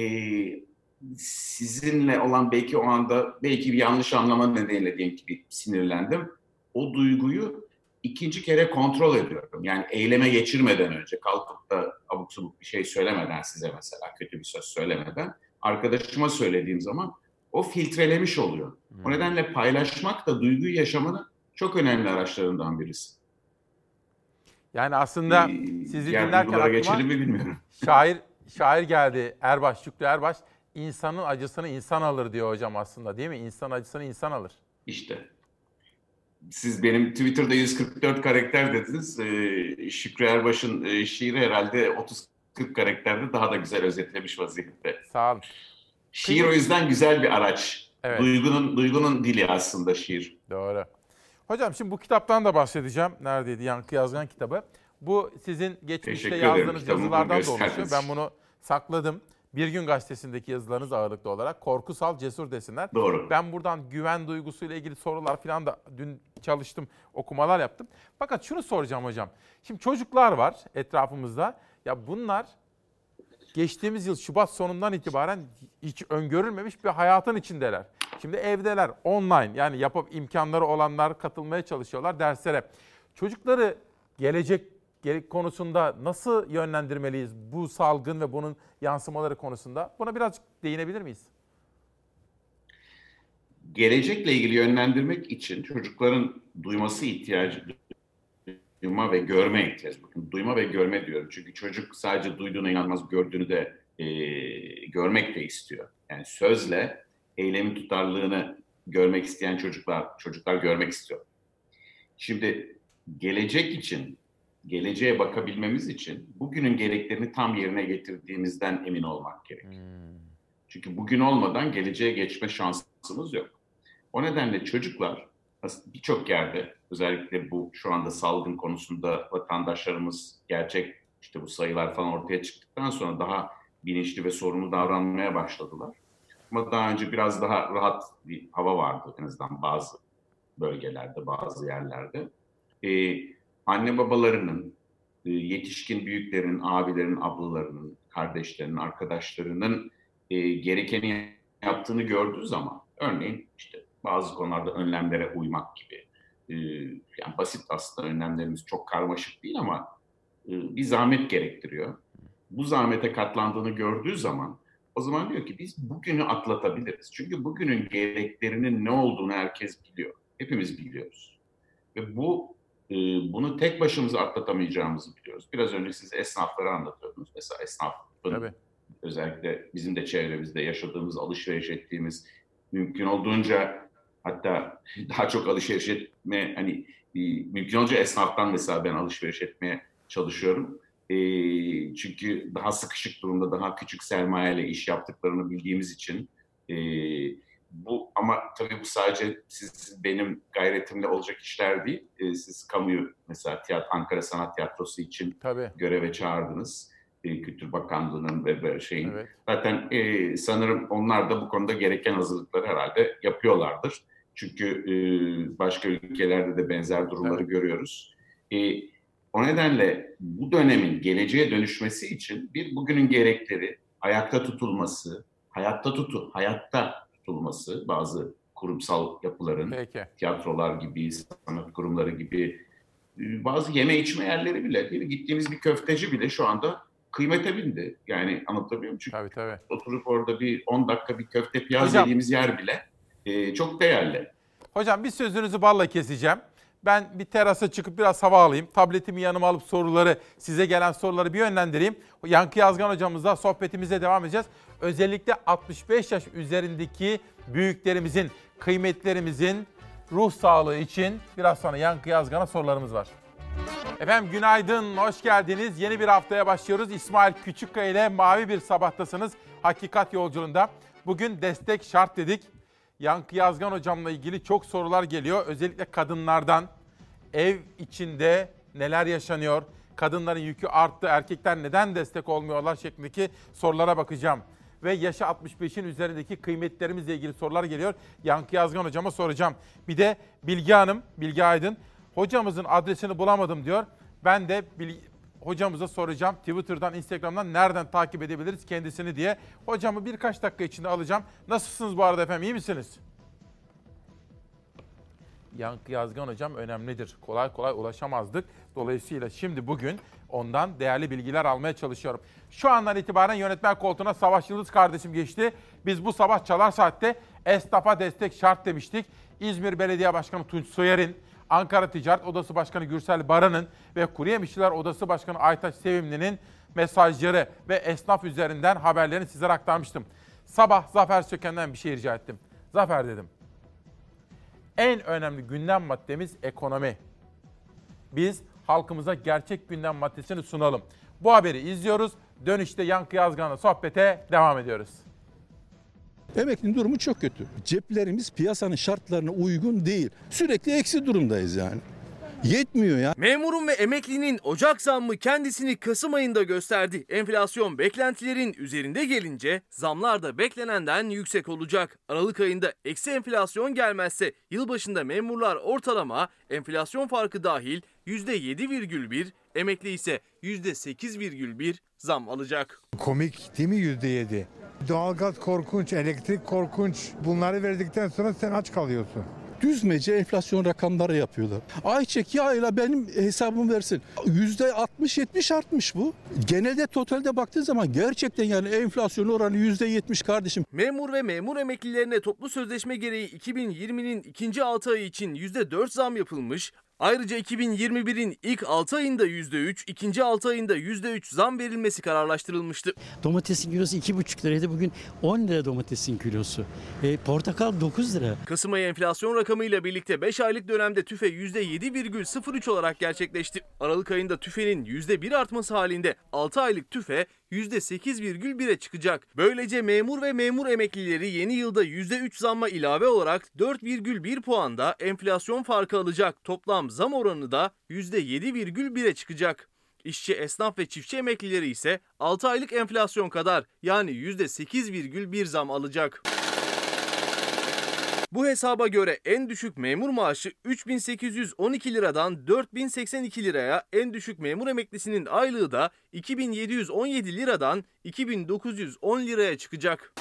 sizinle olan belki o anda belki bir yanlış anlama nedeniyle diyelim ki bir sinirlendim. O duyguyu ikinci kere kontrol ediyorum. Yani eyleme geçirmeden önce kalkıp da abuk sabuk bir şey söylemeden size mesela kötü bir söz söylemeden arkadaşıma söylediğim zaman o filtrelemiş oluyor. O nedenle paylaşmak da duyguyu yaşamanın çok önemli araçlarından birisi. Yani aslında sizi dinlerken aklıma geçelim mi bilmiyorum. Şair geldi, Erbaş, Şükrü Erbaş. İnsanın acısını insan alır diyor hocam aslında, değil mi? İnsan acısını insan alır. İşte. Siz benim Twitter'da 144 karakter dediniz. Şükrü Erbaş'ın şiiri herhalde 30-40 karakterde daha da güzel özetlemiş vaziyette. Sağ olun. Şiir o yüzden güzel bir araç. Evet. Duygunun dili aslında şiir. Doğru. Hocam şimdi bu kitaptan da bahsedeceğim. Neredeydi? Yankı Yazgan kitabı. Bu sizin geçmişte yazdığınız yazılardan da oluşuyor. Ben bunu sakladım. Bir Gün Gazetesi'ndeki yazılarınız ağırlıklı olarak korku sal, cesur desinler. Doğru. Ben buradan güven duygusuyla ilgili sorular falan da dün çalıştım, okumalar yaptım. Fakat şunu soracağım hocam. Şimdi çocuklar var etrafımızda. Ya bunlar geçtiğimiz yıl Şubat sonundan itibaren hiç öngörülmemiş bir hayatın içindeler. Şimdi evdeler, online, yani yapıp imkanları olanlar katılmaya çalışıyorlar derslere. Çocukları gelecek konusunda nasıl yönlendirmeliyiz bu salgın ve bunun yansımaları konusunda? Buna birazcık değinebilir miyiz? Gelecekle ilgili yönlendirmek için çocukların duyması ihtiyacı, duyma ve görme ihtiyacı. Bakın, duyma ve görme diyorum. Çünkü çocuk sadece duyduğuna inanmaz, gördüğünü de görmek de istiyor. Yani sözle eylemin tutarlılığını görmek isteyen çocuklar görmek istiyor. Şimdi gelecek için, geleceğe bakabilmemiz için bugünün gereklerini tam yerine getirdiğimizden emin olmak gerekiyor. Çünkü bugün olmadan geleceğe geçme şansımız yok. O nedenle çocuklar birçok yerde, özellikle bu şu anda salgın konusunda vatandaşlarımız gerçek işte bu sayılar falan ortaya çıktıktan sonra daha bilinçli ve sorumlu davranmaya başladılar. Ama daha önce biraz daha rahat bir hava vardı en azından bazı bölgelerde, bazı yerlerde. Anne babalarının, yetişkin büyüklerin, abilerin, ablalarının, kardeşlerinin, arkadaşlarının gerekeni yaptığını gördüğü zaman, örneğin işte bazı konularda önlemlere uymak gibi, yani basit aslında önlemlerimiz çok karmaşık değil ama bir zahmet gerektiriyor. Bu zahmete katlandığını gördüğü zaman, o zaman diyor ki biz bugünü atlatabiliriz. Çünkü bugünün gereklerinin ne olduğunu herkes biliyor. Hepimiz biliyoruz. Ve bunu tek başımıza atlatamayacağımızı biliyoruz. Biraz önce siz esnafları anlatıyordunuz. Mesela esnafın özellikle bizim de çevremizde yaşadığımız, alışveriş ettiğimiz, mümkün olduğunca hatta daha çok alışveriş etme, hani mümkün olunca esnaftan mesela ben alışveriş etmeye çalışıyorum. Çünkü daha sıkışık durumda, daha küçük sermayeyle iş yaptıklarını bildiğimiz için ama tabii bu sadece benim gayretimle olacak işler değil. Siz kamuyu mesela Ankara Sanat Tiyatrosu için göreve çağırdınız. Kültür Bakanlığı'nın ve şeyin. Evet. Zaten sanırım onlar da bu konuda gereken hazırlıkları herhalde yapıyorlardır. Çünkü başka ülkelerde de benzer durumları görüyoruz. O nedenle bu dönemin geleceğe dönüşmesi için bugünün gerekleri ayakta tutulması, hayatta tutulması bazı kurumsal yapıların, tiyatrolar gibi, sanat kurumları gibi, bazı yeme içme yerleri bile, değil mi? Gittiğimiz bir köfteci bile şu anda kıymete bindi. Yani anlatabiliyor muyum? Çünkü oturup orada bir 10 dakika bir köfte piyaz yediğimiz yer bile çok değerli. Hocam bir sözünüzü balla keseceğim. Ben bir terasa çıkıp biraz hava alayım. Tabletimi yanıma alıp size gelen soruları bir yönlendireyim. Yankı Yazgan hocamızla sohbetimize devam edeceğiz. Özellikle 65 yaş üzerindeki büyüklerimizin, kıymetlerimizin ruh sağlığı için biraz sonra Yankı Yazgan'a sorularımız var. Efendim günaydın, hoş geldiniz. Yeni bir haftaya başlıyoruz. İsmail Küçükkaya ile Mavi Bir Sabah'tasınız. Hakikat yolculuğunda. Bugün destek şart dedik. Yankı Yazgan hocamla ilgili çok sorular geliyor. Özellikle kadınlardan. Ev içinde neler yaşanıyor? Kadınların yükü arttı. Erkekler neden destek olmuyorlar şeklindeki sorulara bakacağım. Ve yaşı 65'in üzerindeki kıymetlerimizle ilgili sorular geliyor. Yankı Yazgan hocama soracağım. Bir de Bilge Aydın. Hocamızın adresini bulamadım diyor. Ben de hocamıza soracağım. Twitter'dan, Instagram'dan nereden takip edebiliriz kendisini diye. Hocamı birkaç dakika içinde alacağım. Nasılsınız bu arada efendim, iyi misiniz? Yankı Yazgan hocam önemlidir. Kolay kolay ulaşamazdık. Dolayısıyla şimdi bugün ondan değerli bilgiler almaya çalışıyorum. Şu andan itibaren yönetmen koltuğuna Savaş Yıldız kardeşim geçti. Biz bu sabah Çalar Saat'te esnafa destek şart demiştik. İzmir Belediye Başkanı Tunç Soyer'in, Ankara Ticaret Odası Başkanı Gürsel Baran'ın ve Kuruyemişçiler Odası Başkanı Aytaç Sevimli'nin mesajları ve esnaf üzerinden haberlerini sizlere aktarmıştım. Sabah Zafer Söken'den bir şey rica ettim. Zafer dedim. En önemli gündem maddemiz ekonomi. Biz halkımıza gerçek gündem maddesini sunalım. Bu haberi izliyoruz. Dönüşte Yankı Yazgan'la sohbete devam ediyoruz. Emeklinin durumu çok kötü. Ceplerimiz piyasanın şartlarına uygun değil. Sürekli eksi durumdayız yani. Yetmiyor ya. Memurun ve emeklinin Ocak zammı kendisini Kasım ayında gösterdi. Enflasyon beklentilerin üzerinde gelince zamlar da beklenenden yüksek olacak. Aralık ayında eksi enflasyon gelmezse yılbaşında memurlar ortalama enflasyon farkı dahil %7,1, emekli ise %8,1 zam alacak. Komik değil mi %7? Doğalgaz korkunç, elektrik korkunç. Bunları verdikten sonra sen aç kalıyorsun. Düzmece enflasyon rakamları yapıyorlar. Ayçek yağıyla benim hesabımı versin. %60-70 artmış bu. Genelde totalde baktığın zaman gerçekten yani enflasyon oranı %70 kardeşim. Memur ve memur emeklilerine toplu sözleşme gereği 2020'nin ikinci 6 ayı için %4 zam yapılmış. Ayrıca 2021'in ilk 6 ayında %3, ikinci 6 ayında %3 zam verilmesi kararlaştırılmıştı. Domatesin kilosu 2,5 liraydı. Bugün 10 lira domatesin kilosu. Portakal 9 lira. Kasım ayı enflasyon rakamıyla birlikte 5 aylık dönemde tüfe %7,03 olarak gerçekleşti. Aralık ayında tüfenin %1 artması halinde 6 aylık tüfe %8,1'e çıkacak. Böylece memur ve memur emeklileri yeni yılda %3 zamma ilave olarak 4,1 puanda enflasyon farkı alacak. Toplam zam oranı da %7,1'e çıkacak. İşçi, esnaf ve çiftçi emeklileri ise 6 aylık enflasyon kadar yani %8,1 zam alacak. Bu hesaba göre en düşük memur maaşı 3.812 liradan 4.082 liraya, en düşük memur emeklisinin aylığı da 2.717 liradan 2.910 liraya çıkacak.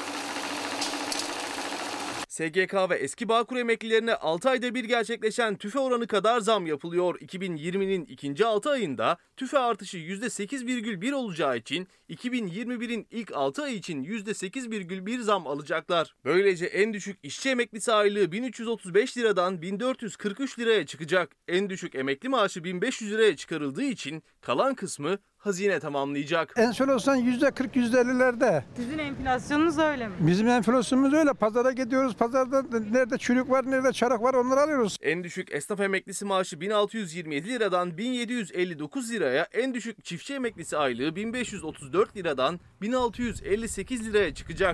SGK ve eski Bağkur emeklilerine 6 ayda bir gerçekleşen tüfe oranı kadar zam yapılıyor. 2020'nin ikinci 6 ayında tüfe artışı %8,1 olacağı için 2021'in ilk 6 ay için %8,1 zam alacaklar. Böylece en düşük işçi emeklisi aylığı 1335 liradan 1443 liraya çıkacak. En düşük emekli maaşı 1500 liraya çıkarıldığı için kalan kısmı hazine tamamlayacak. Enflasyon %40-%50'lerde. Sizin enflasyonunuz öyle mi? Bizim enflasyonumuz öyle. Pazara gidiyoruz. Pazarda nerede çürük var, nerede çarık var onları alıyoruz. En düşük esnaf emeklisi maaşı 1627 liradan 1759 liraya, en düşük çiftçi emeklisi aylığı 1534 liradan 1658 liraya çıkacak.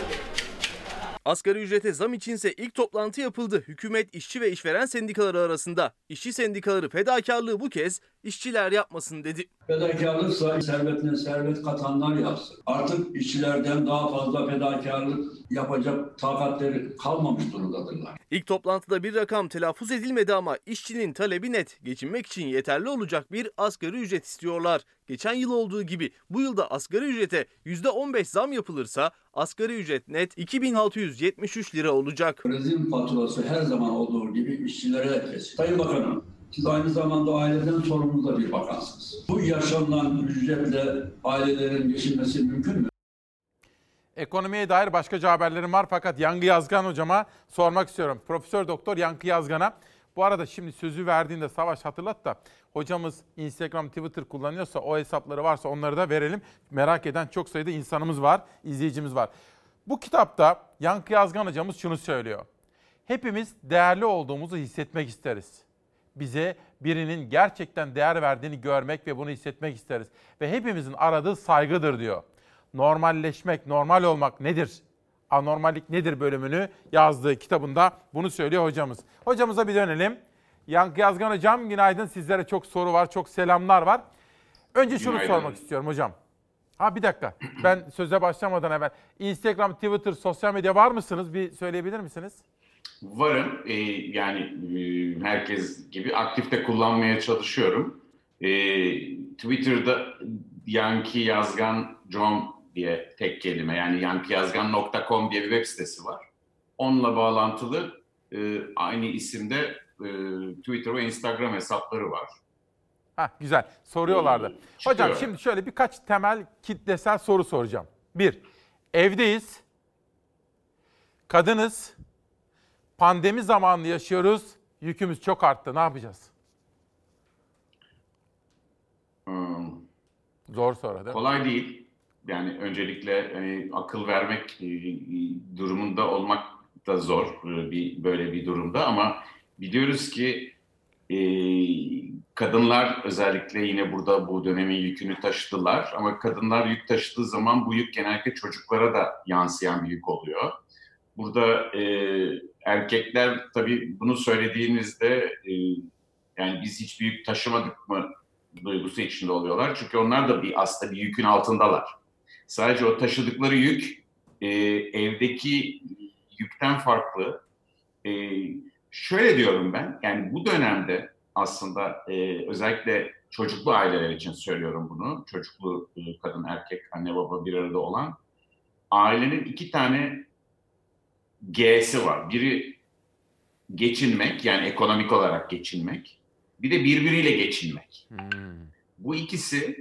Asgari ücrete zam içinse ilk toplantı yapıldı. Hükümet, işçi ve işveren sendikaları arasında. İşçi sendikaları fedakarlığı bu kez işçiler yapmasın dedi. Fedakarlıksa servetine servet katanlar yapsın. Artık işçilerden daha fazla fedakarlık yapacak takatleri kalmamış durumdadırlar. İlk toplantıda bir rakam telaffuz edilmedi ama işçinin talebi net. Geçinmek için yeterli olacak bir asgari ücret istiyorlar. Geçen yıl olduğu gibi bu yılda asgari ücrete %15 zam yapılırsa asgari ücret net 2673 lira olacak. Rezil faturası her zaman olduğu gibi işçilere kesin. Sayın Bakanım, siz aynı zamanda aileden sorumlu da bir bakansınız. Bu yaşanan ücretle ailelerin geçinmesi mümkün mü? Ekonomiye dair başkaca haberlerim var fakat Yankı Yazgan hocama sormak istiyorum. Profesör Doktor Yankı Yazgan'a. Bu arada şimdi sözü verdiğinde Savaş hatırlat da hocamız Instagram, Twitter kullanıyorsa o hesapları varsa onları da verelim. Merak eden çok sayıda insanımız var, izleyicimiz var. Bu kitapta Yankı Yazgan hocamız şunu söylüyor. Hepimiz değerli olduğumuzu hissetmek isteriz. Bize birinin gerçekten değer verdiğini görmek ve bunu hissetmek isteriz. Ve hepimizin aradığı saygıdır diyor. Normalleşmek, normal olmak nedir? Anormallik nedir bölümünü yazdığı kitabında bunu söylüyor hocamız. Hocamıza bir dönelim. Yankı Yazgan hocam günaydın. Sizlere çok soru var, çok selamlar var. Önce şunu sormak istiyorum hocam. Bir dakika. Ben söze başlamadan evvel Instagram, Twitter, sosyal medya var mısınız? Bir söyleyebilir misiniz? Varım. Herkes gibi aktifte kullanmaya çalışıyorum. Twitter'da Yankı Yazgan diye tek kelime, yani yankıyazgan.com diye bir web sitesi var. Onunla bağlantılı aynı isimde Twitter ve Instagram hesapları var. Güzel. Soruyorlardı. Hocam şimdi şöyle birkaç temel kitlesel soru soracağım. 1. Evdeyiz. Kadınız. Pandemi zamanını yaşıyoruz. Yükümüz çok arttı. Ne yapacağız? Zor soru değil mi? Kolay değil. Yani öncelikle akıl vermek durumunda olmak da zor böyle bir durumda, ama biliyoruz ki kadınlar özellikle yine burada bu dönemin yükünü taşıdılar, ama kadınlar yük taşıdığı zaman bu yük genellikle çocuklara da yansıyan bir yük oluyor. Burada erkekler tabii bunu söylediğimizde Yani biz hiçbir yük taşımadık mı duygusu içinde oluyorlar. Çünkü onlar da aslında bir yükün altındalar. Sadece o taşıdıkları yük evdeki yükten farklı. Şöyle diyorum ben, yani bu dönemde aslında özellikle çocuklu aileler için söylüyorum bunu. Çocuklu kadın, erkek, anne baba bir arada olan ailenin 2 tane G'si var. Biri geçinmek, yani ekonomik olarak geçinmek. Bir de birbiriyle geçinmek. Bu ikisi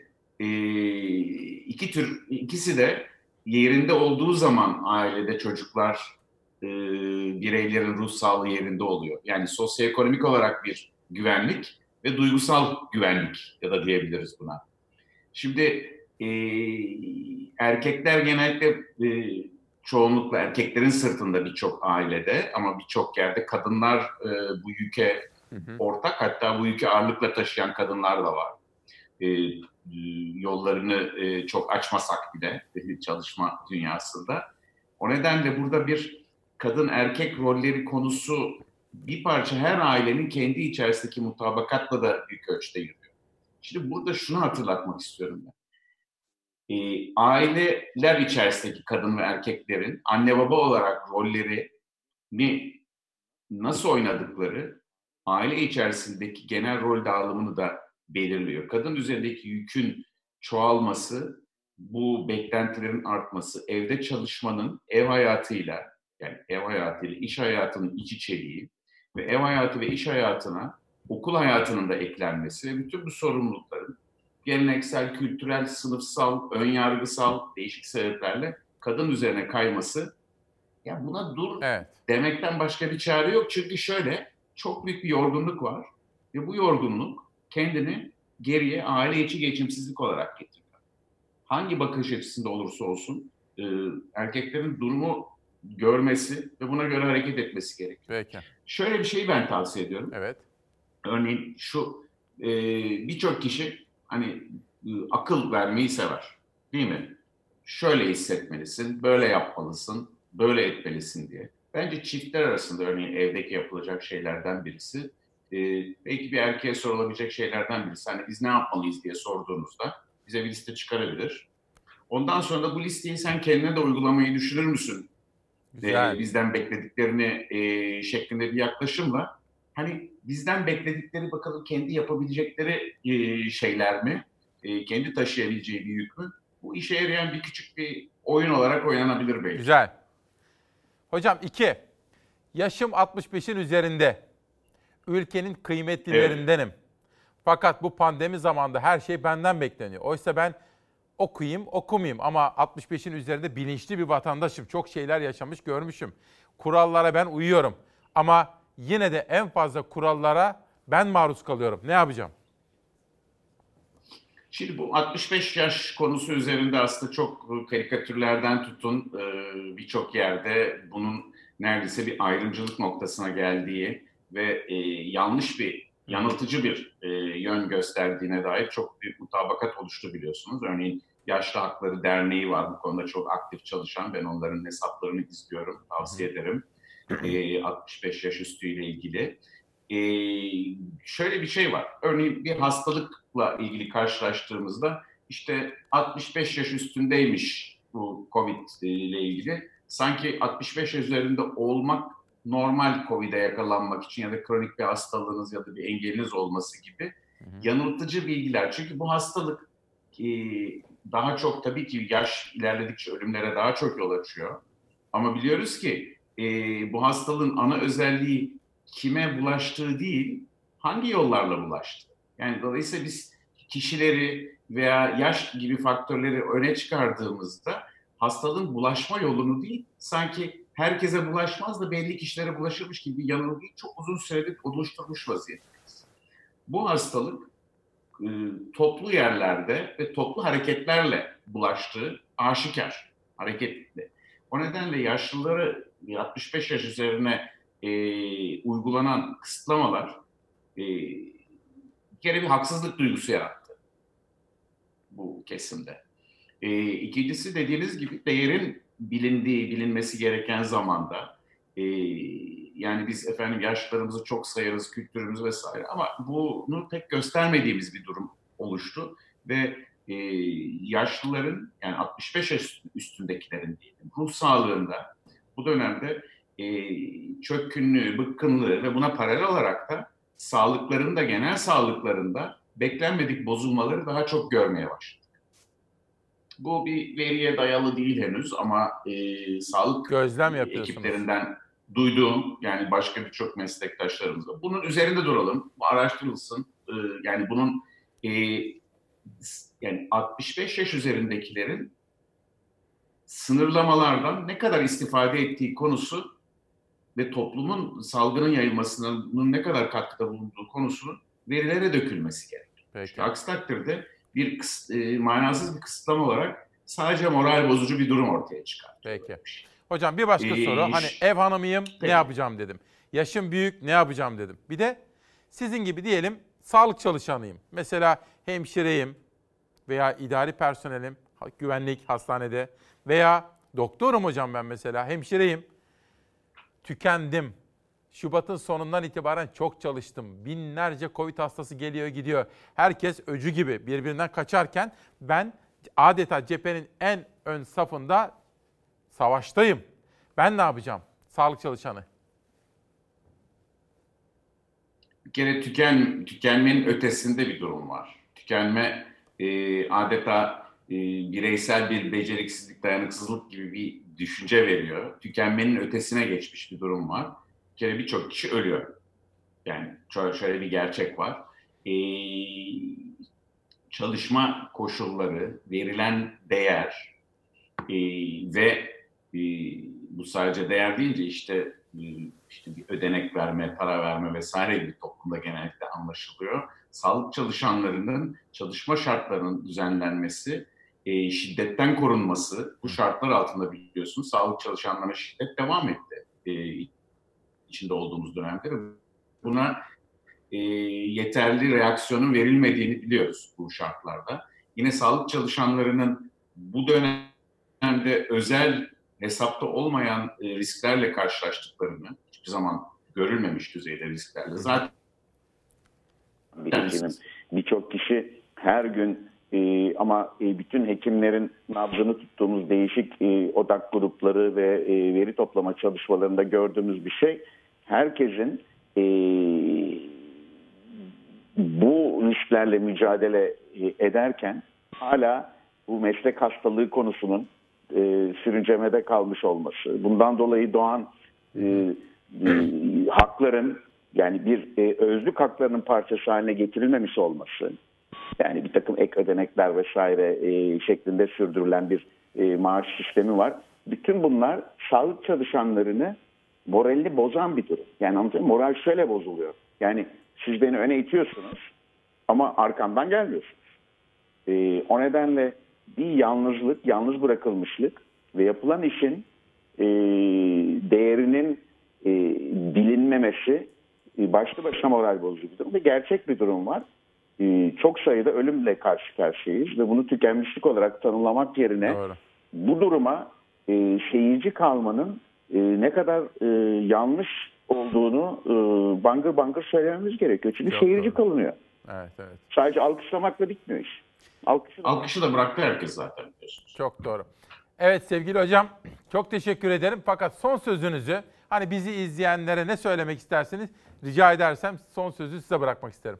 ikisi de yerinde olduğu zaman ailede çocuklar, bireylerin ruh sağlığı yerinde oluyor. Yani sosyoekonomik olarak bir güvenlik ve duygusal güvenlik ya da diyebiliriz buna. Şimdi erkekler genellikle çoğunlukla erkeklerin sırtında birçok ailede ama birçok yerde kadınlar bu yüke ortak, hatta bu yükü ağırlıkla taşıyan kadınlar da var. Yollarını çok açmasak bile çalışma dünyasında. O nedenle burada bir kadın erkek rolleri konusu bir parça her ailenin kendi içerisindeki mutabakatla da büyük ölçüde yürüyor. Şimdi burada şunu hatırlatmak istiyorum ben. Aileler içerisindeki kadın ve erkeklerin anne baba olarak rollerini nasıl oynadıkları aile içerisindeki genel rol dağılımını da belirliyor. Kadın üzerindeki yükün çoğalması, bu beklentilerin artması, evde çalışmanın ev hayatıyla, yani ev hayatıyla iş hayatının iç içeliği ve ev hayatı ve iş hayatına okul hayatının da eklenmesi ve bütün bu sorumlulukların geleneksel, kültürel, sınıfsal, önyargısal değişik sebeplerle kadın üzerine kayması, ya buna dur demekten başka bir çare yok. Çünkü şöyle, çok büyük bir yorgunluk var ve bu yorgunluk kendini geriye aile içi geçimsizlik olarak getiriyor. Hangi bakış açısında olursa olsun erkeklerin durumu görmesi ve buna göre hareket etmesi gerekiyor. Peki. Şöyle bir şeyi ben tavsiye ediyorum. Evet. Örneğin şu, birçok kişi hani akıl vermeyi sever, değil mi? Şöyle hissetmelisin, böyle yapmalısın, böyle etmelisin diye. Bence çiftler arasında örneğin evdeki yapılacak şeylerden birisi, belki bir erkeğe sorulabilecek şeylerden birisi. Hani biz ne yapmalıyız diye sorduğunuzda bize bir liste çıkarabilir. Ondan sonra da bu listeyi sen kendine de uygulamayı düşünür müsün? Bizden beklediklerini şeklinde bir yaklaşımla, hani bizden bekledikleri bakalım kendi yapabilecekleri şeyler mi? Kendi taşıyabileceği bir yük mü? Bu işe yarayan bir küçük bir oyun olarak oynanabilir belki. Güzel. Hocam 2. Yaşım 65'in üzerinde. Ülkenin kıymetlilerindenim. Evet. Fakat bu pandemi zamanında her şey benden bekleniyor. Oysa ben okuyayım, okumayayım ama 65'in üzerinde bilinçli bir vatandaşım. Çok şeyler yaşamış, görmüşüm. Kurallara ben uyuyorum. Ama yine de en fazla kurallara ben maruz kalıyorum. Ne yapacağım? Şimdi bu 65 yaş konusu üzerinde aslında çok karikatürlerden tutun birçok yerde bunun neredeyse bir ayrımcılık noktasına geldiği ve yanıltıcı bir yön gösterdiğine dair çok büyük mutabakat oluştu biliyorsunuz. Örneğin Yaşlı Hakları Derneği var, bu konuda çok aktif çalışan, ben onların hesaplarını izliyorum, tavsiye ederim 65 yaş üstüyle ilgili. Şöyle bir şey var, örneğin bir hastalıkla ilgili karşılaştığımızda işte 65 yaş üstündeymiş bu COVID ile ilgili, sanki 65 yaş üzerinde olmak normal COVID'e yakalanmak için ya da kronik bir hastalığınız ya da bir engeliniz olması gibi yanıltıcı bilgiler. Çünkü bu hastalık daha çok tabii ki yaş ilerledikçe ölümlere daha çok yol açıyor. Ama biliyoruz ki bu hastalığın ana özelliği kime bulaştığı değil, hangi yollarla bulaştığı. Yani dolayısıyla biz kişileri veya yaş gibi faktörleri öne çıkardığımızda hastalığın bulaşma yolunu değil, sanki herkese bulaşmaz da belli kişilere bulaşırmış gibi bir yanılgıyı çok uzun süredir oluşturmuş vaziyetteyiz. Bu hastalık toplu yerlerde ve toplu hareketlerle bulaştığı aşikar, hareketli. O nedenle yaşlıları 65 yaş üzerine uygulanan kısıtlamalar bir kere bir haksızlık duygusu yarattı bu kesimde. İkincisi dediğiniz gibi değerin bilinmesi gereken zamanda yani biz efendim yaşlılarımızı çok sayarız, kültürümüz vesaire, ama bunu pek göstermediğimiz bir durum oluştu ve yaşlıların, yani 65 yaş üstündekilerin diyelim, ruh sağlığında bu dönemde çökkünlüğü, bıkkınlığı ve buna paralel olarak da sağlıklarında, genel sağlıklarında beklenmedik bozulmaları daha çok görmeye başladık. Bu bir veriye dayalı değil henüz ama sağlık ekiplerinden duyduğum, yani başka birçok meslektaşlarımızla bunun üzerinde duralım, araştırılsın. Yani bunun yani 65 yaş üzerindekilerin sınırlamalardan ne kadar istifade ettiği konusu ve toplumun salgının yayılmasının ne kadar katkıda bulunduğu konusunun verilere dökülmesi gerekir. İşte aksi takdirde bir manasız bir kısıtlama olarak sadece moral bozucu bir durum ortaya çıkar. Peki. Hocam bir başka soru. Hani ev hanımıyım, ne yapacağım dedim. Yaşım büyük, ne yapacağım dedim. Bir de sizin gibi diyelim sağlık çalışanıyım. Mesela hemşireyim veya idari personelim, güvenlik hastanede veya doktorum hocam ben mesela, hemşireyim. Tükendim. Şubat'ın sonundan itibaren çok çalıştım. Binlerce Covid hastası geliyor gidiyor. Herkes öcü gibi birbirinden kaçarken ben adeta cephenin en ön safında savaştayım. Ben ne yapacağım? Sağlık çalışanı. Bir kere tükenmenin ötesinde bir durum var. Tükenme adeta bireysel bir beceriksizlik, dayanıksızlık gibi bir düşünce veriyor. Tükenmenin ötesine geçmiş bir durum var. Bir kere birçok kişi ölüyor. Yani şöyle bir gerçek var. Çalışma koşulları, verilen değer ve bu sadece değer deyince işte bir ödenek verme, para verme vesaire gibi toplumda genellikle anlaşılıyor. Sağlık çalışanlarının çalışma şartlarının düzenlenmesi, şiddetten korunması, bu şartlar altında biliyorsunuz sağlık çalışanlarına şiddet devam etti içinde olduğumuz dönemde. Buna yeterli reaksiyonun verilmediğini biliyoruz bu şartlarda. Yine sağlık çalışanlarının bu dönemde özel hesapta olmayan risklerle karşılaştıklarını, hiçbir zaman görülmemiş düzeyde risklerle zaten birçok kişi her gün ama bütün hekimlerin nabzını tuttuğumuz değişik odak grupları ve veri toplama çalışmalarında gördüğümüz bir şey. Herkesin bu risklerle mücadele ederken hala bu meslek hastalığı konusunun sürüncemede kalmış olması. Bundan dolayı doğan hakların, yani bir özlük haklarının parçası haline getirilmemiş olması, yani bir takım ek ödenekler vesaire şeklinde sürdürülen bir maaş sistemi var. Bütün bunlar sağlık çalışanlarını moralini bozan bir durum. Yani anlatayım, moral şöyle bozuluyor. Yani siz beni öne itiyorsunuz ama arkamdan gelmiyorsunuz. O nedenle bir yalnızlık, yalnız bırakılmışlık ve yapılan işin değerinin bilinmemesi başlı başına moral bozucu bir durum ve gerçek bir durum var. Çok sayıda ölümle karşı karşıyayız ve bunu tükenmişlik olarak tanımlamak yerine bu duruma seyirci kalmanın ne kadar yanlış olduğunu bangır bangır söylememiz gerekiyor. Çünkü çok seyirci kalınıyor. Evet. Sadece alkışlamakla bitmiyor iş. Alkışı da bıraktı herkes zaten. Çok doğru. Evet sevgili hocam, çok teşekkür ederim. Fakat son sözünüzü, hani bizi izleyenlere ne söylemek istersiniz rica edersem son sözü size bırakmak isterim.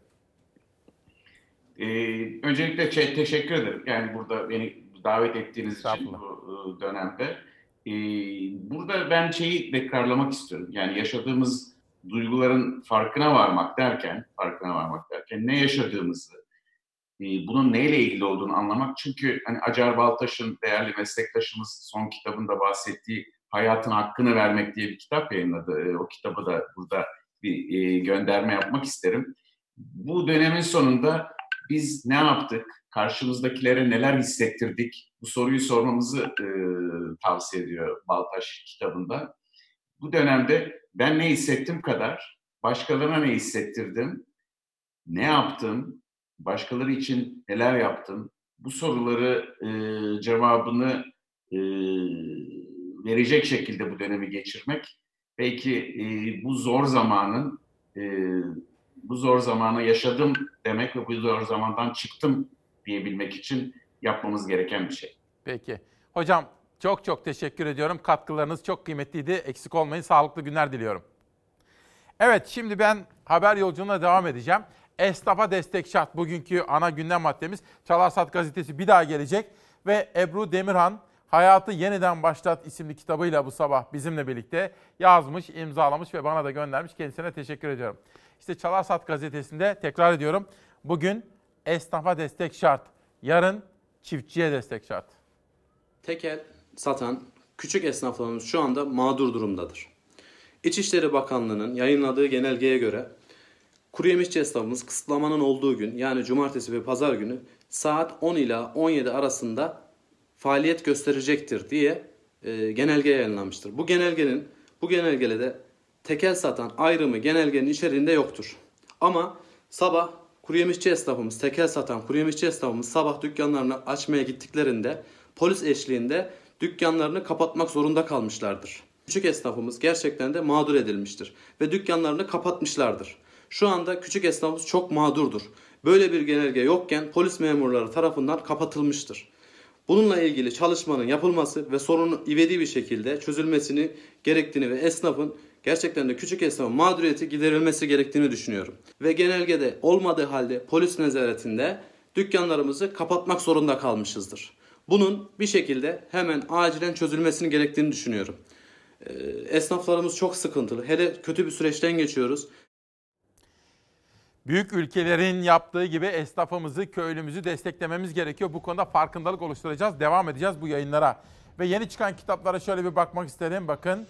Öncelikle teşekkür ederim. Yani burada beni davet ettiğiniz için bu dönemde. Burada ben tekrarlamak istiyorum. Yani yaşadığımız duyguların farkına varmak derken ne yaşadığımızı, bunun neyle ilgili olduğunu anlamak. Çünkü hani Acar Baltaş'ın değerli meslektaşımız son kitabında bahsettiği Hayatın Hakkını Vermek diye bir kitap yayınladı. O kitabı da burada bir gönderme yapmak isterim. Bu dönemin sonunda biz ne yaptık? Karşımızdakilere neler hissettirdik? Bu soruyu sormamızı tavsiye ediyor Baltaş kitabında. Bu dönemde ben ne hissettim kadar başkalarına ne hissettirdim, ne yaptım, başkaları için neler yaptım? Bu soruları cevabını verecek şekilde bu dönemi geçirmek belki bu zor zamanı yaşadım demek ve bu zor zamandan çıktım diyebilmek için yapmamız gereken bir şey. Peki. Hocam çok teşekkür ediyorum. Katkılarınız çok kıymetliydi. Eksik olmayın. Sağlıklı günler diliyorum. Evet, şimdi ben haber yolculuğuna devam edeceğim. Esnafa destek şart. Bugünkü ana gündem maddemiz. Çalar Saat gazetesi bir daha gelecek. Ve Ebru Demirhan, Hayatı Yeniden Başlat isimli kitabıyla bu sabah bizimle birlikte yazmış, imzalamış ve bana da göndermiş. Kendisine teşekkür ediyorum. İşte Çalar Saat gazetesinde tekrar ediyorum. Bugün esnafa destek şart. Yarın çiftçiye destek şart. Tekel satan küçük esnaflarımız şu anda mağdur durumdadır. İçişleri Bakanlığı'nın yayınladığı genelgeye göre kuru yemişçi esnafımız kısıtlamanın olduğu gün, yani cumartesi ve pazar günü saat 10 ila 17 arasında faaliyet gösterecektir diye genelge yayınlanmıştır. Bu genelgede tekel satan ayrımı genelgenin içeriğinde yoktur. Ama sabah kuru yemişçi esnafımız, tekel satan kuru yemişçi esnafımız sabah dükkanlarını açmaya gittiklerinde polis eşliğinde dükkanlarını kapatmak zorunda kalmışlardır. Küçük esnafımız gerçekten de mağdur edilmiştir ve dükkanlarını kapatmışlardır. Şu anda küçük esnafımız çok mağdurdur. Böyle bir genelge yokken polis memurları tarafından kapatılmıştır. Bununla ilgili çalışmanın yapılması ve sorunun ivedi bir şekilde çözülmesini gerektiğini ve esnafın gerçekten de küçük esnafın mağduriyeti giderilmesi gerektiğini düşünüyorum. Ve genelgede olmadığı halde polis nezaretinde dükkanlarımızı kapatmak zorunda kalmışızdır. Bunun bir şekilde hemen acilen çözülmesini gerektiğini düşünüyorum. Esnaflarımız çok sıkıntılı. Hele kötü bir süreçten geçiyoruz. Büyük ülkelerin yaptığı gibi esnafımızı, köylümüzü desteklememiz gerekiyor. Bu konuda farkındalık oluşturacağız. Devam edeceğiz bu yayınlara. Ve yeni çıkan kitaplara şöyle bir bakmak isterim. Bakın.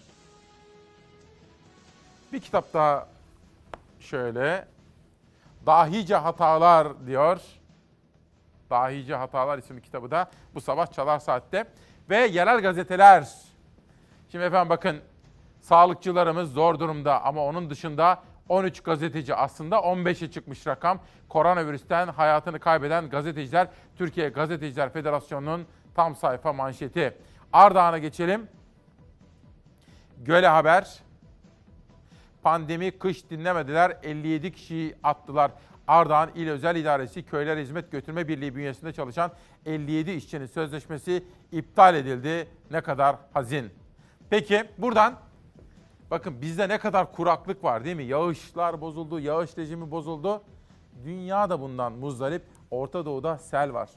Bir kitap daha şöyle. Dahice Hatalar diyor. Dahice Hatalar isimli kitabı da bu sabah Çalar Saat'te. Ve yerel gazeteler. Şimdi efendim bakın, sağlıkçılarımız zor durumda ama onun dışında 13 gazeteci, aslında 15'e çıkmış rakam. Koronavirüsten hayatını kaybeden gazeteciler, Türkiye Gazeteciler Federasyonu'nun tam sayfa manşeti. Ardahan'a geçelim. Göle Haber. Pandemi kış dinlemediler, 57 kişiyi attılar. Ardahan İl Özel İdaresi Köyler Hizmet Götürme Birliği bünyesinde çalışan 57 işçinin sözleşmesi iptal edildi. Ne kadar hazin. Peki buradan bakın bizde ne kadar kuraklık var değil mi? Yağışlar bozuldu, yağış rejimi bozuldu. Dünya da bundan muzdarip. Orta Doğu'da sel var.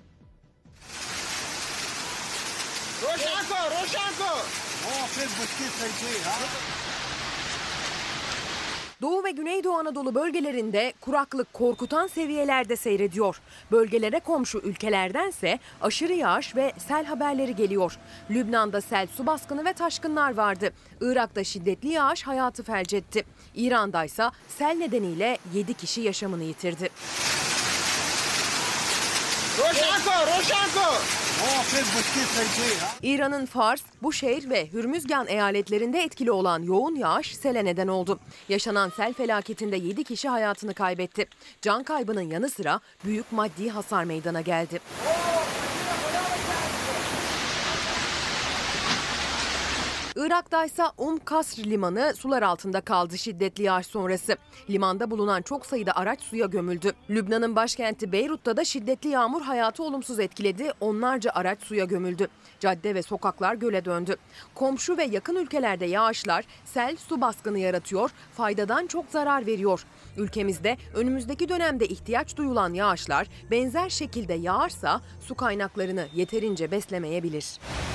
Doğu ve Güneydoğu Anadolu bölgelerinde kuraklık korkutan seviyelerde seyrediyor. Bölgelere komşu ülkelerdense aşırı yağış ve sel haberleri geliyor. Lübnan'da sel, su baskını ve taşkınlar vardı. Irak'ta şiddetli yağış hayatı felç etti. İran'daysa sel nedeniyle 7 kişi yaşamını yitirdi. İran'ın Fars, Buşehir ve Hürmüzgan eyaletlerinde etkili olan yoğun yağış sele neden oldu. Yaşanan sel felaketinde 7 kişi hayatını kaybetti. Can kaybının yanı sıra büyük maddi hasar meydana geldi. Irak'taysa Kasr limanı sular altında kaldı şiddetli yağış sonrası. Limanda bulunan çok sayıda araç suya gömüldü. Lübnan'ın başkenti Beyrut'ta da şiddetli yağmur hayatı olumsuz etkiledi. Onlarca araç suya gömüldü. Cadde ve sokaklar göle döndü. Komşu ve yakın ülkelerde yağışlar sel, su baskını yaratıyor, faydadan çok zarar veriyor. Ülkemizde önümüzdeki dönemde ihtiyaç duyulan yağışlar benzer şekilde yağarsa su kaynaklarını yeterince beslemeyebilir.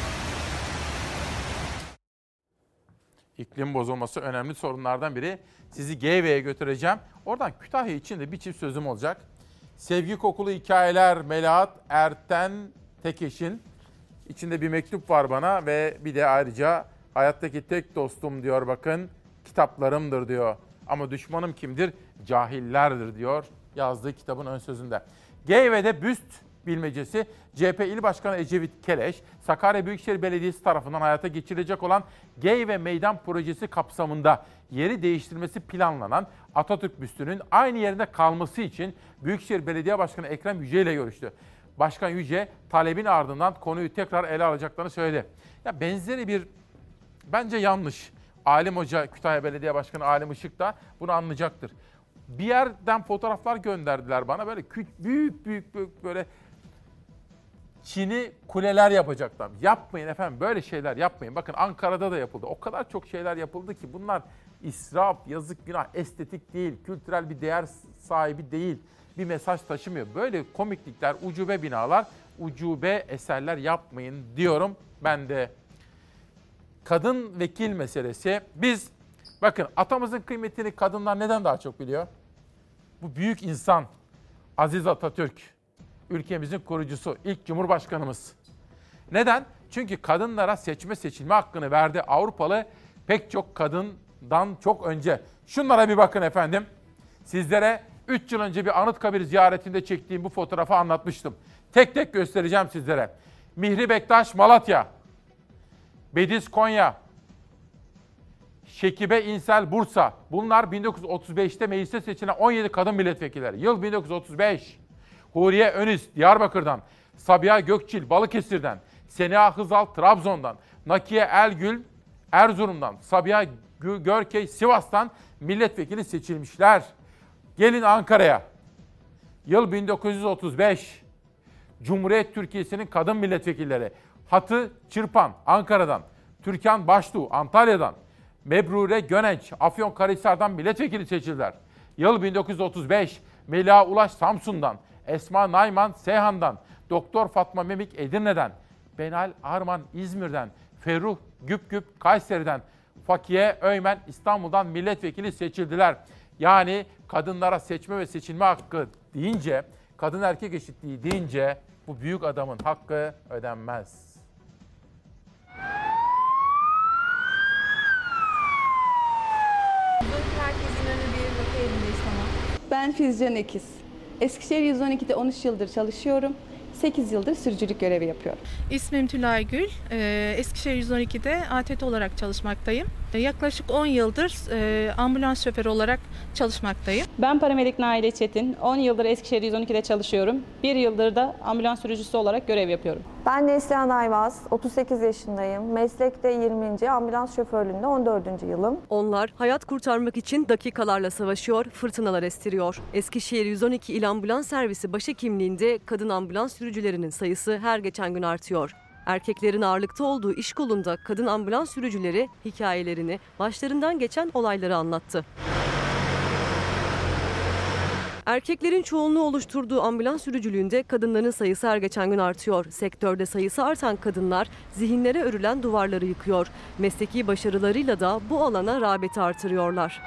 İklim bozulması önemli sorunlardan biri. Sizi GV'ye götüreceğim. Oradan Kütahya için de bir çift sözüm olacak. Sevgi kokulu hikayeler Melahat Erten Tekeş'in içinde bir mektup var bana ve bir de ayrıca hayattaki tek dostum diyor, bakın kitaplarımdır diyor. Ama düşmanım kimdir? Cahillerdir diyor yazdığı kitabın ön sözünde. GV'de büst bilmecesi CHP İl Başkanı Ecevit Keleş, Sakarya Büyükşehir Belediyesi tarafından hayata geçirilecek olan GV Meydan Projesi kapsamında yeri değiştirmesi planlanan Atatürk büstünün aynı yerinde kalması için Büyükşehir Belediye Başkanı Ekrem Yüce ile görüştü. Başkan Yüce talebin ardından konuyu tekrar ele alacaklarını söyledi. Ya benzeri bir, bence yanlış, Alim Hoca, Kütahya Belediye Başkanı Alim Işık da bunu anlayacaktır. Bir yerden fotoğraflar gönderdiler bana. Böyle büyük böyle Çin'i kuleler yapacaklar. Yapmayın efendim, böyle şeyler yapmayın. Bakın Ankara'da da yapıldı. O kadar çok şeyler yapıldı ki bunlar israf, yazık, günah, estetik değil, kültürel bir değer sahibi değil, bir mesaj taşımıyor. Böyle komiklikler, ucube binalar, ucube eserler yapmayın diyorum ben de. Kadın vekil meselesi. Biz, bakın atamızın kıymetini kadınlar neden daha çok biliyor? Bu büyük insan, Aziz Atatürk, ülkemizin kurucusu, ilk Cumhurbaşkanımız. Neden? Çünkü kadınlara seçme seçilme hakkını verdi. Avrupalı pek çok kadından çok önce. Şunlara bir bakın efendim. Sizlere 3 yıl önce bir Anıtkabir ziyaretinde çektiğim bu fotoğrafı anlatmıştım. Tek tek göstereceğim sizlere. Mihri Bektaş Malatya, Bediz Konya, Şekibe İnsel Bursa. Bunlar 1935'te meclise seçilen 17 kadın milletvekilleri. Yıl 1935. Huriye Öniz Diyarbakır'dan, Sabiha Gökçil Balıkesir'den, Seniha Hızal Trabzon'dan, Nakiye Elgül Erzurum'dan, Sabiha Görkey Sivas'tan milletvekili seçilmişler. Gelin Ankara'ya. Yıl 1935. Cumhuriyet Türkiye'sinin kadın milletvekilleri. Hatı Çırpan Ankara'dan, Türkan Baştuğ Antalya'dan, Mebrure Gönenç Afyonkarahisar'dan milletvekili seçildiler. Yıl 1935. Melia Ulaş Samsun'dan, Esma Nayman Seyhan'dan, Doktor Fatma Memik Edirne'den, Benal Arman İzmir'den, Ferruh Güpgüp Kayseri'den, Fakiye Öymen İstanbul'dan milletvekili seçildiler. Yani kadınlara seçme ve seçilme hakkı deyince, kadın erkek eşitliği deyince bu büyük adamın hakkı ödenmez. Ben Fizcan Ekiz. Eskişehir 112'de 13 yıldır çalışıyorum. 8 yıldır sürücülük görevi yapıyorum. İsmim Tülay Gül. Eskişehir 112'de ATT olarak çalışmaktayım. Yaklaşık 10 yıldır ambulans şoförü olarak çalışmaktayım. Ben paramedik Naile Çetin. 10 yıldır Eskişehir 112'de çalışıyorum. 1 yıldır da ambulans sürücüsü olarak görev yapıyorum. Ben Neslihan Ayvaz, 38 yaşındayım. Meslekte 20. ambulans şoförlüğünde 14. yılım. Onlar hayat kurtarmak için dakikalarla savaşıyor, fırtınalar estiriyor. Eskişehir 112 İl Ambulans Servisi başhekimliğinde kadın ambulans sürücülerinin sayısı her geçen gün artıyor. Erkeklerin ağırlıkta olduğu iş kolunda kadın ambulans sürücüleri hikayelerini, başlarından geçen olayları anlattı. Erkeklerin çoğunluğu oluşturduğu ambulans sürücülüğünde kadınların sayısı her geçen gün artıyor. Sektörde sayısı artan kadınlar zihinlere örülen duvarları yıkıyor. Mesleki başarılarıyla da bu alana rağbeti artırıyorlar.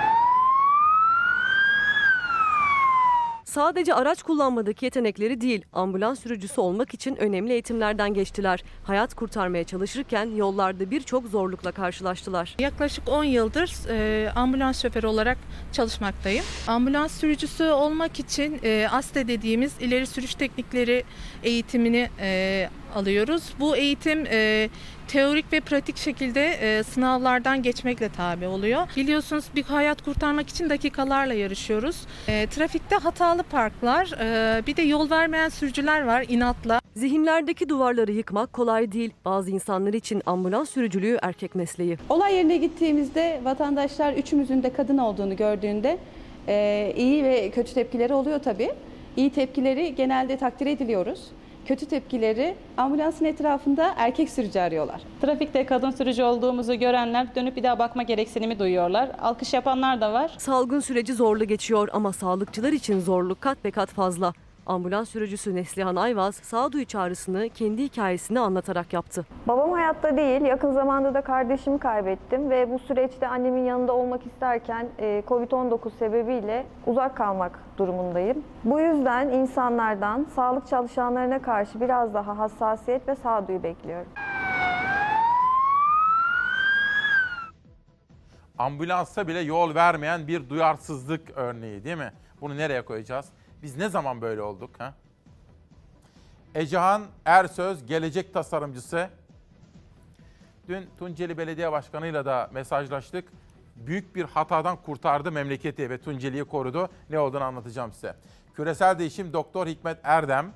Sadece araç kullanmadaki yetenekleri değil, ambulans sürücüsü olmak için önemli eğitimlerden geçtiler. Hayat kurtarmaya çalışırken yollarda birçok zorlukla karşılaştılar. Yaklaşık 10 yıldır ambulans şoförü olarak çalışmaktayım. Ambulans sürücüsü olmak için ASTE dediğimiz ileri sürüş teknikleri eğitimini alıyoruz. Bu eğitim teorik ve pratik şekilde sınavlardan geçmekle tabi oluyor. Biliyorsunuz bir hayat kurtarmak için dakikalarla yarışıyoruz. Trafikte hatalı parklar, bir de yol vermeyen sürücüler var inatla. Zihinlerdeki duvarları yıkmak kolay değil. Bazı insanlar için ambulans sürücülüğü erkek mesleği. Olay yerine gittiğimizde vatandaşlar üçümüzün de kadın olduğunu gördüğünde iyi ve kötü tepkileri oluyor tabii. İyi tepkileri genelde takdir ediliyoruz. Kötü tepkileri ambulansın etrafında erkek sürücü arıyorlar. Trafikte kadın sürücü olduğumuzu görenler dönüp bir daha bakma gereksinimi duyuyorlar. Alkış yapanlar da var. Salgın süreci zorlu geçiyor ama sağlıkçılar için zorluk kat be kat fazla. Ambulans sürücüsü Neslihan Ayvaz sağduyu çağrısını kendi hikayesini anlatarak yaptı. Babam hayatta değil, yakın zamanda da kardeşimi kaybettim ve bu süreçte annemin yanında olmak isterken Covid-19 sebebiyle uzak kalmak durumundayım. Bu yüzden insanlardan sağlık çalışanlarına karşı biraz daha hassasiyet ve sağduyu bekliyorum. Ambulansa bile yol vermeyen bir duyarsızlık örneği değil mi? Bunu nereye koyacağız? Biz ne zaman böyle olduk? Ha? Ecehan Ersöz, gelecek tasarımcısı. Dün Tunceli Belediye Başkanı'yla da mesajlaştık. Büyük bir hatadan kurtardı memleketi ve Tunceli'yi korudu. Ne olduğunu anlatacağım size. Küresel değişim Doktor Hikmet Erdem.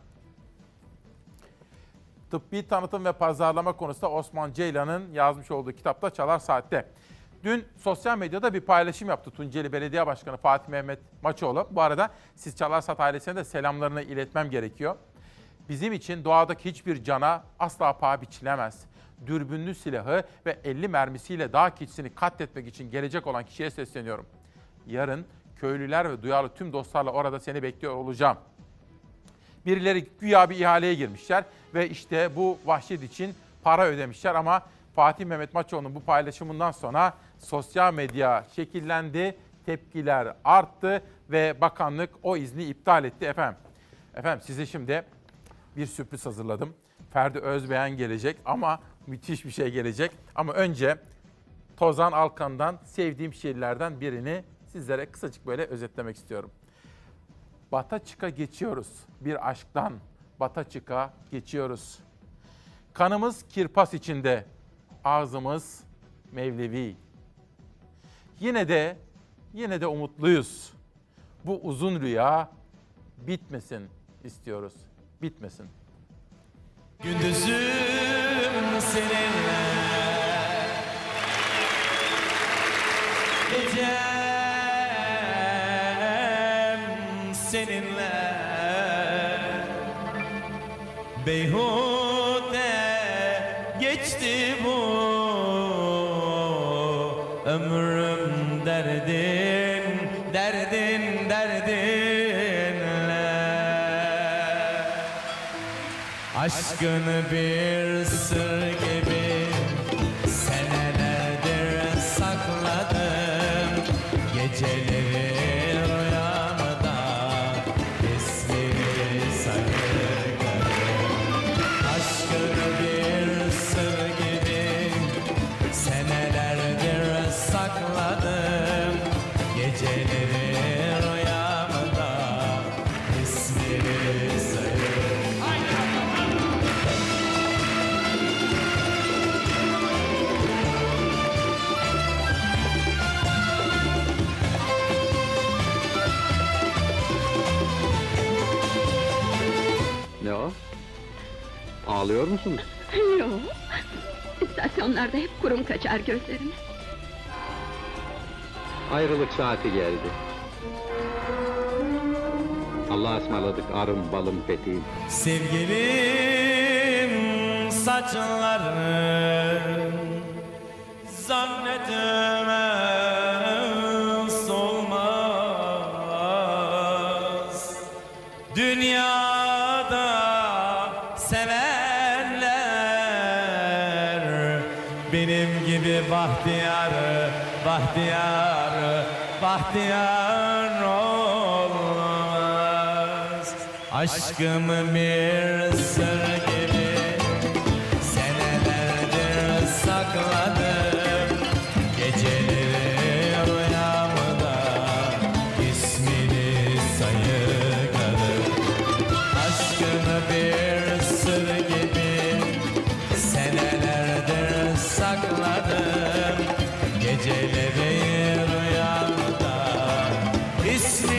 Tıbbi tanıtım ve pazarlama konusunda Osman Ceylan'ın yazmış olduğu kitapta Çalar Saat'te. Dün sosyal medyada bir paylaşım yaptı Tunceli Belediye Başkanı Fatih Mehmet Maçoğlu. Bu arada Siz Çalarsat ailesine de selamlarını iletmem gerekiyor. Bizim için doğadaki hiçbir cana asla paha biçilemez. Dürbünlü silahı ve 50 mermisiyle dağ keçisini katletmek için gelecek olan kişiye sesleniyorum. Yarın köylüler ve duyarlı tüm dostlarla orada seni bekliyor olacağım. Birileri güya bir ihaleye girmişler ve işte bu vahşet için para ödemişler ama Fatih Mehmet Maçoğlu'nun bu paylaşımından sonra sosyal medya şekillendi, tepkiler arttı ve bakanlık o izni iptal etti efendim. Efendim size şimdi bir sürpriz hazırladım. Ferdi Özbeğen gelecek ama müthiş bir şey gelecek. Ama önce Tozan Alkan'dan sevdiğim şiirlerden birini sizlere kısacık böyle özetlemek istiyorum. Bata çıka geçiyoruz bir aşktan, bata çıka geçiyoruz. Kanımız kirpas içinde, ağzımız Mevlevi. Yine de umutluyuz. Bu uzun rüya bitmesin istiyoruz. Bitmesin. Gündüzüm seninle, gecem seninle, beyhude geçti bu ömrüm derdin, derdin, derdinle. Aşkını bir sır gibi senelerdir sakladım. Geceleri rüyamda ismini saklarım. Aşkını bir sır gibi senelerdir sakladım. Geceleri rüyamda ismini sayarım. Ne o? Ağlıyor musunuz? Yok. İstasyonlarda hep kurum kaçar gözlerime. Ayrılık saati geldi. Allah'a ısmarladık arım, balım, peteğim. Sevgilim saçların zannetmez olmaz. Dünyada sevenler benim gibi bahtiyar, bahtiyar, bahtiyar olmaz. Aşkımı bir sır gibi senelerdir sakladım. Geceleri rüyamda ismini sayıkladım. Aşkımı bir sır gibi senelerdir sakladım. Geceleri rüyamda ismini